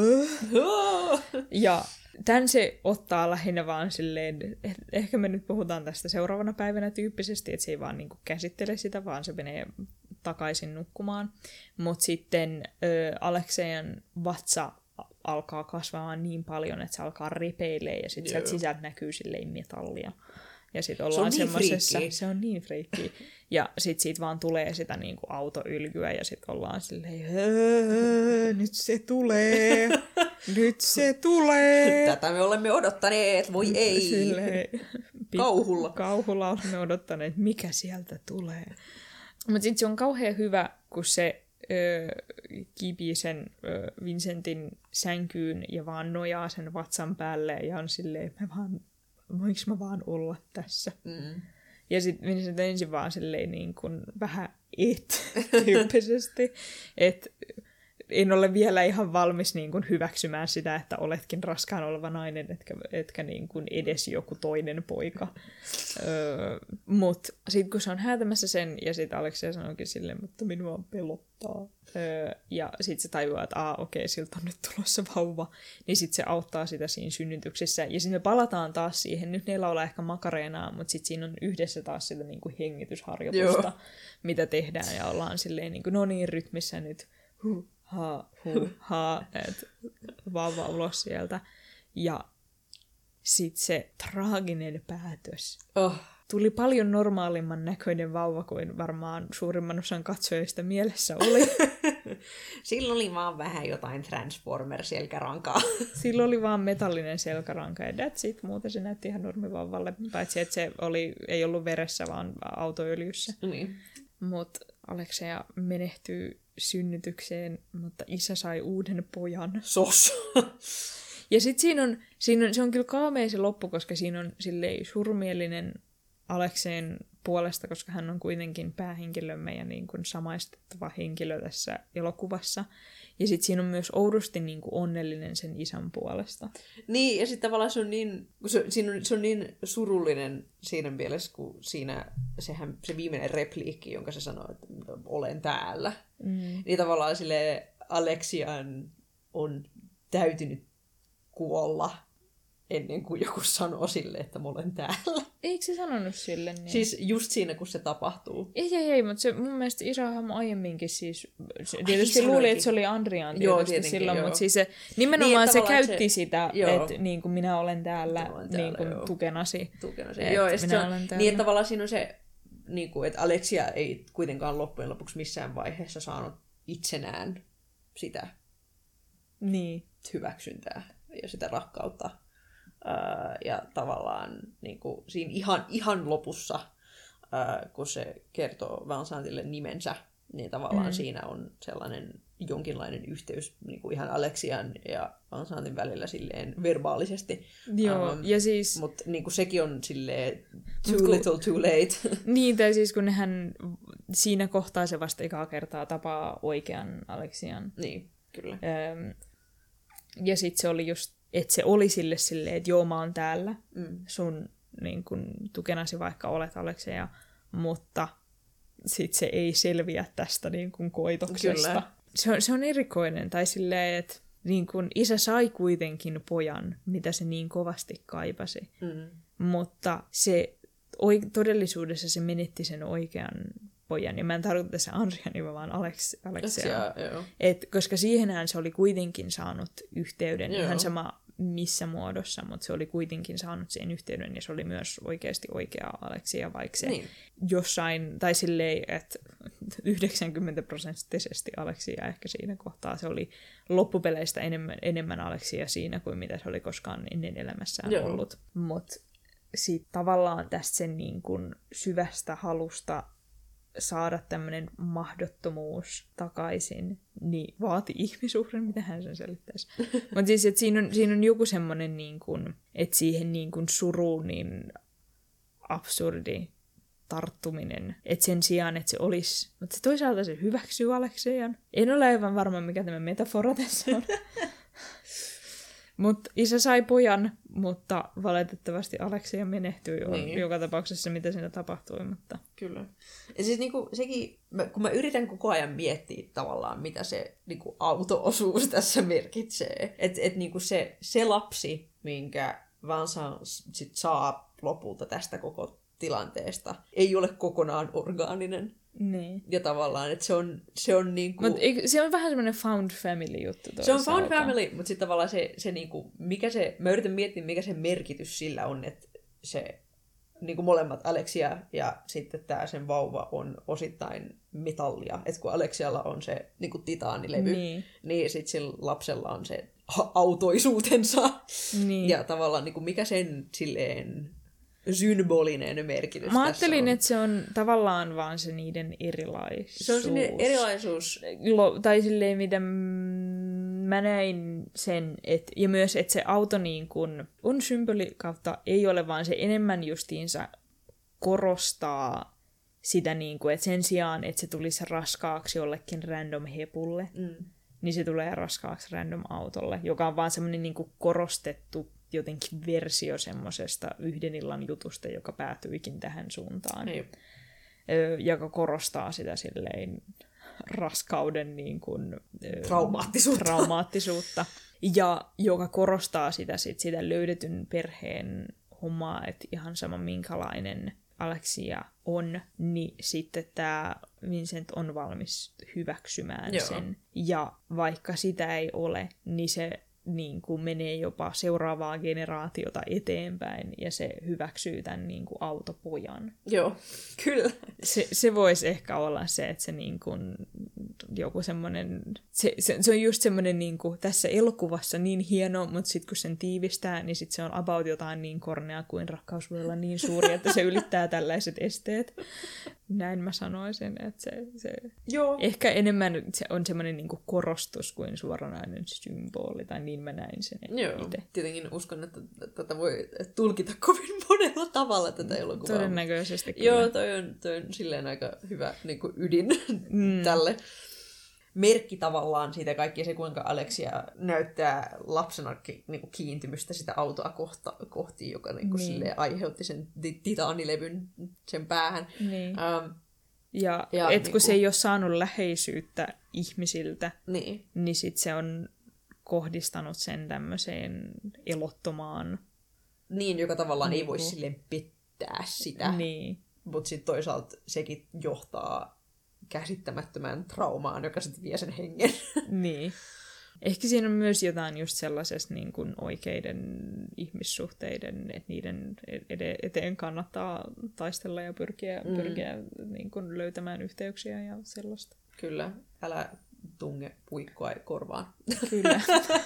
ja tän se ottaa lähinnä vaan silleen, että ehkä me nyt puhutaan tästä seuraavana päivänä tyyppisesti, että se ei vaan niin kuin käsittele sitä, vaan se menee takaisin nukkumaan. Mutta sitten ö, Aleksian vatsa alkaa kasvamaan niin paljon, että se alkaa repeilee ja sitten sieltä sisältä näkyy silleen metallia. Ja sitten ollaan se on semmoisessa... Niin se on niin friikki. Ja sitten siitä vaan tulee sitä niinku autoylkyä ja sitten ollaan silleen, nyt se tulee, nyt se tulee. Tätä me olemme odottaneet, voi ei. Silleen, kauhulla. Kauhulla olemme odottaneet, mikä sieltä tulee. Mutta sitten se on kauhean hyvä, kun se ö, kipii sen ö, Vincentin sänkyyn ja vaan nojaa sen vatsan päälle ja on silleen, mä vaan, voinko mä vaan olla tässä? Mm. Ja sitten Vincent ensin vaan silleen niin kuin vähän et-tyyppisesti, että en ole vielä ihan valmis niin kuin hyväksymään sitä, että oletkin raskaan oleva nainen, etkä, etkä niin kuin edes joku toinen poika. Öö, Mutta sitten kun se on häätämässä sen, ja sitten Aleksia sanoikin silleen, mutta minua pelottaa. Öö, ja sitten se tajuaa, että aa okei, siltä on nyt tulossa vauva. Niin sitten se auttaa sitä siinä synnytyksessä. Ja sitten me palataan taas siihen, nyt neillä ollaan ehkä makareenaa, mutta sitten siinä on yhdessä taas sitä niin kuin hengitysharjoitusta, Joo. mitä tehdään. Ja ollaan silleen, niin kuin, no niin, rytmissä nyt. Huh. Ha, hu, ha, et vauva ulos sieltä. Ja sitten se traaginen päätös. Oh. Tuli paljon normaalimman näköinen vauva kuin varmaan suurimman osan katsojista mielessä oli. Sillä oli vaan vähän jotain Transformer-selkärankaa. Sillä oli vaan metallinen selkäranka ja that's it. Muuten se näytti ihan normivauvalle. Paitsi että se oli, ei ollut veressä, vaan autoöljyssä. Niin. Mutta Aleksia menehtyy synnytykseen, mutta isä sai uuden pojan. Sos! Ja sitten siinä on, siinä on, se on kyllä kaamea se loppu, koska siinä on silleen surmielinen Alekseen puolesta, koska hän on kuitenkin päähenkilömme ja niin kuin samaistettava henkilö tässä elokuvassa. Ja sitten siinä on myös oudosti niin kuin onnellinen sen isän puolesta. Niin, ja sitten tavallaan se on niin, se, siinä on, se on niin surullinen siinä mielessä, kun siinä sehän, se viimeinen repliikki, jonka se sanoo, että olen täällä. Mm. Niin tavallaan silleen Aleksian on täytynyt kuolla ennen kuin joku sanoo sille, että mä olen täällä. Eikö se sanonut sille niin? Siis just siinä, kun se tapahtuu. Ei, ei, ei, mutta se, mun mielestä isähahmo aiemminkin siis, se, tietysti luuli, että se oli Andrian tietysti joo, silloin, joo. Mutta siis se, nimenomaan niin, se käytti se, sitä, joo. että niin kuin minä olen täällä, olen täällä niin kuin tukenasi. tukenasi. Joo, ja minä olen täällä. Niin, että tavallaan siinä on se, niin kuin, että Aleksia ei kuitenkaan loppujen lopuksi missään vaiheessa saanut itsenään sitä niin. hyväksyntää ja sitä rakkautta. Ää, ja tavallaan niin kuin siinä ihan, ihan lopussa, ää, kun se kertoo Vincentille nimensä, niin tavallaan mm. siinä on sellainen jonkinlainen yhteys niin kuin ihan Aleksian ja Vincentin välillä silleen verbaalisesti. Joo, um, ja siis... Mutta niin kuin sekin on silleen too kun... little too late. Niin, tai siis kun hän siinä kohtaa se vasta ekaa kertaa tapaa oikean Aleksian. Niin, kyllä. Öm, ja sitten se oli just että se oli sille silleen, että joo, mä oon täällä mm. sun niin kun, tukenasi, vaikka olet Aleksia, mutta sit se ei selviä tästä niin kun, koitoksesta. Se on, se on erikoinen, tai silleen, että niin kun, isä sai kuitenkin pojan, mitä se niin kovasti kaipasi, mm. mutta se oi, todellisuudessa se menetti sen oikean pojan, ja mä en tarkoita tässä Andriania, vaan Aleks, Aleksia. Et, koska siihenhän se oli kuitenkin saanut yhteyden, joo. ihan sama missä muodossa, mutta se oli kuitenkin saanut sen yhteyden, ja se oli myös oikeasti oikea Aleksia, vaikka se niin. jossain, tai silleen, että yhdeksänkymmentä prosenttisesti Aleksia ehkä siinä kohtaa, se oli loppupeleistä enemmän, enemmän Aleksia siinä, kuin mitä se oli koskaan ennen elämässään joo. ollut. Mutta sitten tavallaan tästä sen niin kun syvästä halusta saada tämmöinen mahdottomuus takaisin, niin vaati ihmisuhrin, mitä hän sen selittäisi. Mutta siis, että siinä on, siinä on joku semmoinen, niin kuin, että siihen niin kuin suruun niin absurdi tarttuminen. Että sen sijaan, että se olisi... Mutta se toisaalta se hyväksyy Aleksian. En ole aivan varma, mikä tämä metafora tässä on. Mutta isä sai pojan, mutta valitettavasti Aleksia menehtyi niin. joka tapauksessa, mitä siinä tapahtui. Mutta... Kyllä. Ja siis niinku, sekin, kun mä yritän koko ajan miettiä tavallaan, mitä se niinku, auto-osuus tässä merkitsee. Että et, niinku se, se lapsi, minkä Vincent sit saa lopulta tästä koko tilanteesta, ei ole kokonaan orgaaninen. Niin. Ja tavallaan, että se on, se on niinku... Mut se on vähän semmoinen found family juttu toisaalta. Se on found family, mutta sitten tavallaan se, se niinku, mikä se, mä yritän miettiä, mikä se merkitys sillä on, että se niinku molemmat Aleksia ja sitten tää sen vauva on osittain metallia. Että kun Aleksialla on se niinku titaanilevy, niin, niin sitten sillä lapsella on se autoisuutensa. Niin. Ja tavallaan niinku, mikä sen silleen... symbolinen merkitys Mä ajattelin, tässä on. Että se on tavallaan vaan se niiden erilaisuus. Se on sinne erilaisuus. Lo, tai silleen, mitä mä näin sen, et, ja myös, että se auto niin kun on symboli kautta, ei ole vaan se enemmän justiinsa korostaa sitä, niin kun, että sen sijaan, että se tulisi raskaaksi jollekin random hepulle, mm. niin se tulee raskaaksi random autolle, joka on vaan semmoinen niin kun korostettu jotenkin versio semmosesta yhden illan jutusta, joka päätyikin tähän suuntaan. Ei. Joka korostaa sitä silleen raskauden niin kuin, traumaattisuutta. traumaattisuutta. Ja joka korostaa sitä, sit, sitä löydetyn perheen hommaa, että ihan sama minkälainen Aleksia on, niin sitten tämä Vincent on valmis hyväksymään Joo. sen. Ja vaikka sitä ei ole, niin se niin kuin menee jopa seuraavaa generaatiota eteenpäin, ja se hyväksyy tämän niin kuin autopojan. Joo, kyllä. Se, se voisi ehkä olla se, että se niin kuin joku semmoinen, se, se, se on just semmoinen niin kuin tässä elokuvassa niin hieno, mutta sitten kun sen tiivistää, niin sit se on about jotain niin kornea kuin rakkaus voi olla niin suuri, että se ylittää tällaiset esteet. Näin mä sanoisin, että se, se Joo. ehkä enemmän se on semmoinen niin kuin korostus kuin suoranainen symboli, tai niin mä näin sen Joo, itse. Tietenkin uskon, että tätä voi tulkita kovin monella tavalla tätä elokuvaa. Todennäköisesti kyllä. Joo, toi on, toi on silleen aika hyvä niin kuin ydin mm. tälle. Merkki tavallaan siitä kaikki se, kuinka Aleksia näyttää lapsena niin kuin kiintymystä sitä autoa kohta, kohti, joka niin kuin niin. silleen aiheutti sen titaanilevyn sen päähän. Niin. Um, ja ja et kun niin se ei ole saanut läheisyyttä ihmisiltä, niin, niin sit se on kohdistanut sen tämmöiseen elottomaan. Niin, joka tavallaan niin ei voi silleen pettää sitä. Niin. Mutta sitten toisaalta sekin johtaa käsittämättömään traumaan, joka sitten vie sen hengen. Niin. Ehkä siinä on myös jotain just sellaisesta niin kuin oikeiden ihmissuhteiden, että niiden eteen kannattaa taistella ja pyrkiä, mm. pyrkiä niin kuin löytämään yhteyksiä ja sellaista. Kyllä, älä tunge puikkoa korvaan. Kyllä.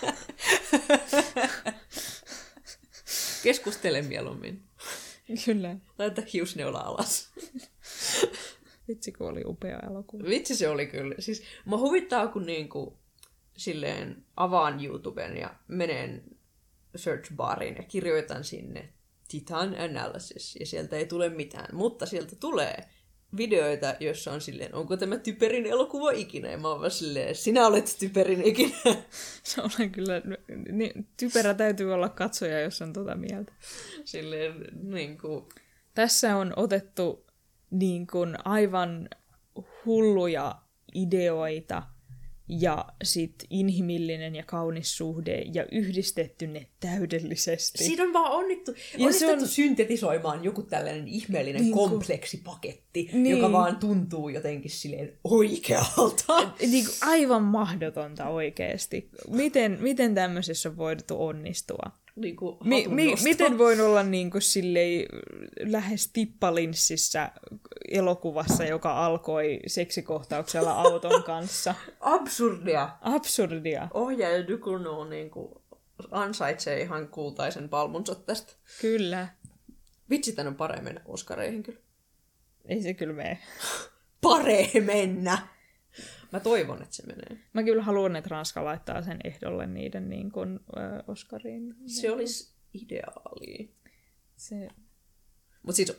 Keskustele mieluummin. Kyllä. Laita hiusneula alas. Vitsi, kun oli upea elokuva. Vitsi se oli kyllä. Siis mä huvittaa, kun niinku, silleen avaan YouTuben ja menen search bariin ja kirjoitan sinne Titan Analysis ja sieltä ei tule mitään. Mutta sieltä tulee videoita, joissa on silleen, onko tämä typerin elokuva ikinä? Ja mä oon vaan silleen, sinä olet typerin ikinä. Se on kyllä, niin, typerä täytyy olla katsoja, jos on tota mieltä. Silleen niin kuin... Tässä on otettu niin kuin aivan hulluja ideoita ja sit inhimillinen ja kaunis suhde ja yhdistetty ne täydellisesti. Siinä on vaan onnittu, onnistuttu on... syntetisoimaan joku tällainen ihmeellinen niin kuin... kompleksipaketti, niin. joka vaan tuntuu jotenkin silleen oikealta. Niin kuin aivan mahdotonta oikeasti. Miten, miten tämmöisessä on voitu onnistua? Niin kuin mi, mi, miten voin olla niin kuin silleen lähes tippalinssissä elokuvassa, joka alkoi seksikohtauksella auton kanssa? Absurdia. Absurdia. Ohjaaja Ducournau niin kuin ansaitsee ihan kultaisen palmunsa tästä. Kyllä. Vitsi, tän on paremmin mennä Oscareihin kyllä. Ei se kyllä mene. Paremmin mennä! Mä toivon, että se menee. Mä kyllä haluan, että Ranska laittaa sen ehdolle niiden niin kuin, ö, Oscariin. Se olisi ideaali. Se... Mutta siis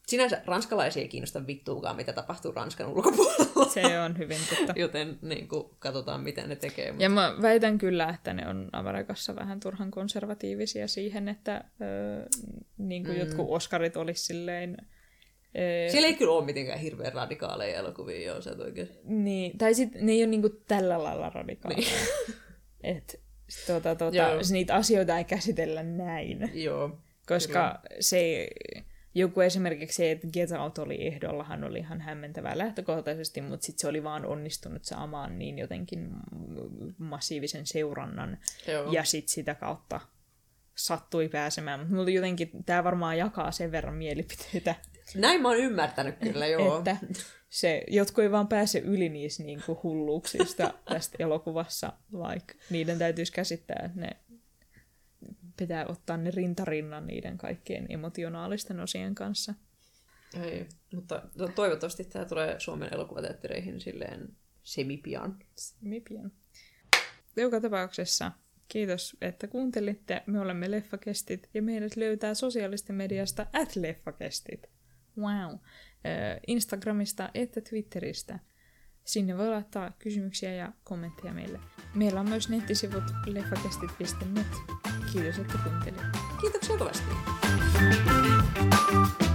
Sinänsä ranskalaisia ei kiinnosta vittuukaan, mitä tapahtuu Ranskan ulkopuolella. Se on hyvin totta. Joten niin kuin, katsotaan, mitä ne tekee. Mutta... Ja mä väitän kyllä, että ne on Amerikassa vähän turhan konservatiivisia siihen, että öö, niin kuin mm. jotkut Oscarit olisi silleen... Öö, Siellä ei kyllä ole mitenkään hirveän radikaaleja elokuvia, joo, sä et oikein. Niin, tai sitten ne ei ole niin kuin tällä lailla radikaaleja. Niin. Että tuota, tuota, niitä asioita ei käsitellä näin. Joo. Koska kyllä. se... Joku esimerkiksi se, että Get Out oli ehdollahan, oli ihan hämmentävää lähtökohtaisesti, mutta sitten se oli vaan onnistunut saamaan niin jotenkin massiivisen seurannan. Joo. Ja sitten sitä kautta sattui pääsemään. Mutta mulla jotenkin, tämä varmaan jakaa sen verran mielipiteitä. Näin mä oon ymmärtänyt kyllä, joo. Että se, jotkut ei vaan pääse yli niistä niinku hulluuksista tästä elokuvassa, like, niiden täytyisi käsittää, että ne pitää ottaa ne rintarinnan niiden kaikkien emotionaalisten osien kanssa. Ei, mutta toivottavasti tämä tulee Suomen elokuvateattereihin silleen semipian. Semipian. Joka tapauksessa kiitos, että kuuntelitte. Me olemme Leffakestit ja meidät löytää sosiaalisten mediasta at Leffakestit. Wow. Instagramista että Twitteristä. Sinne voi laittaa kysymyksiä ja kommentteja meille. Meillä on myös nettisivut leffakestit piste net. Kiitos, että kuuntelitte. Kiitoksia kovasti.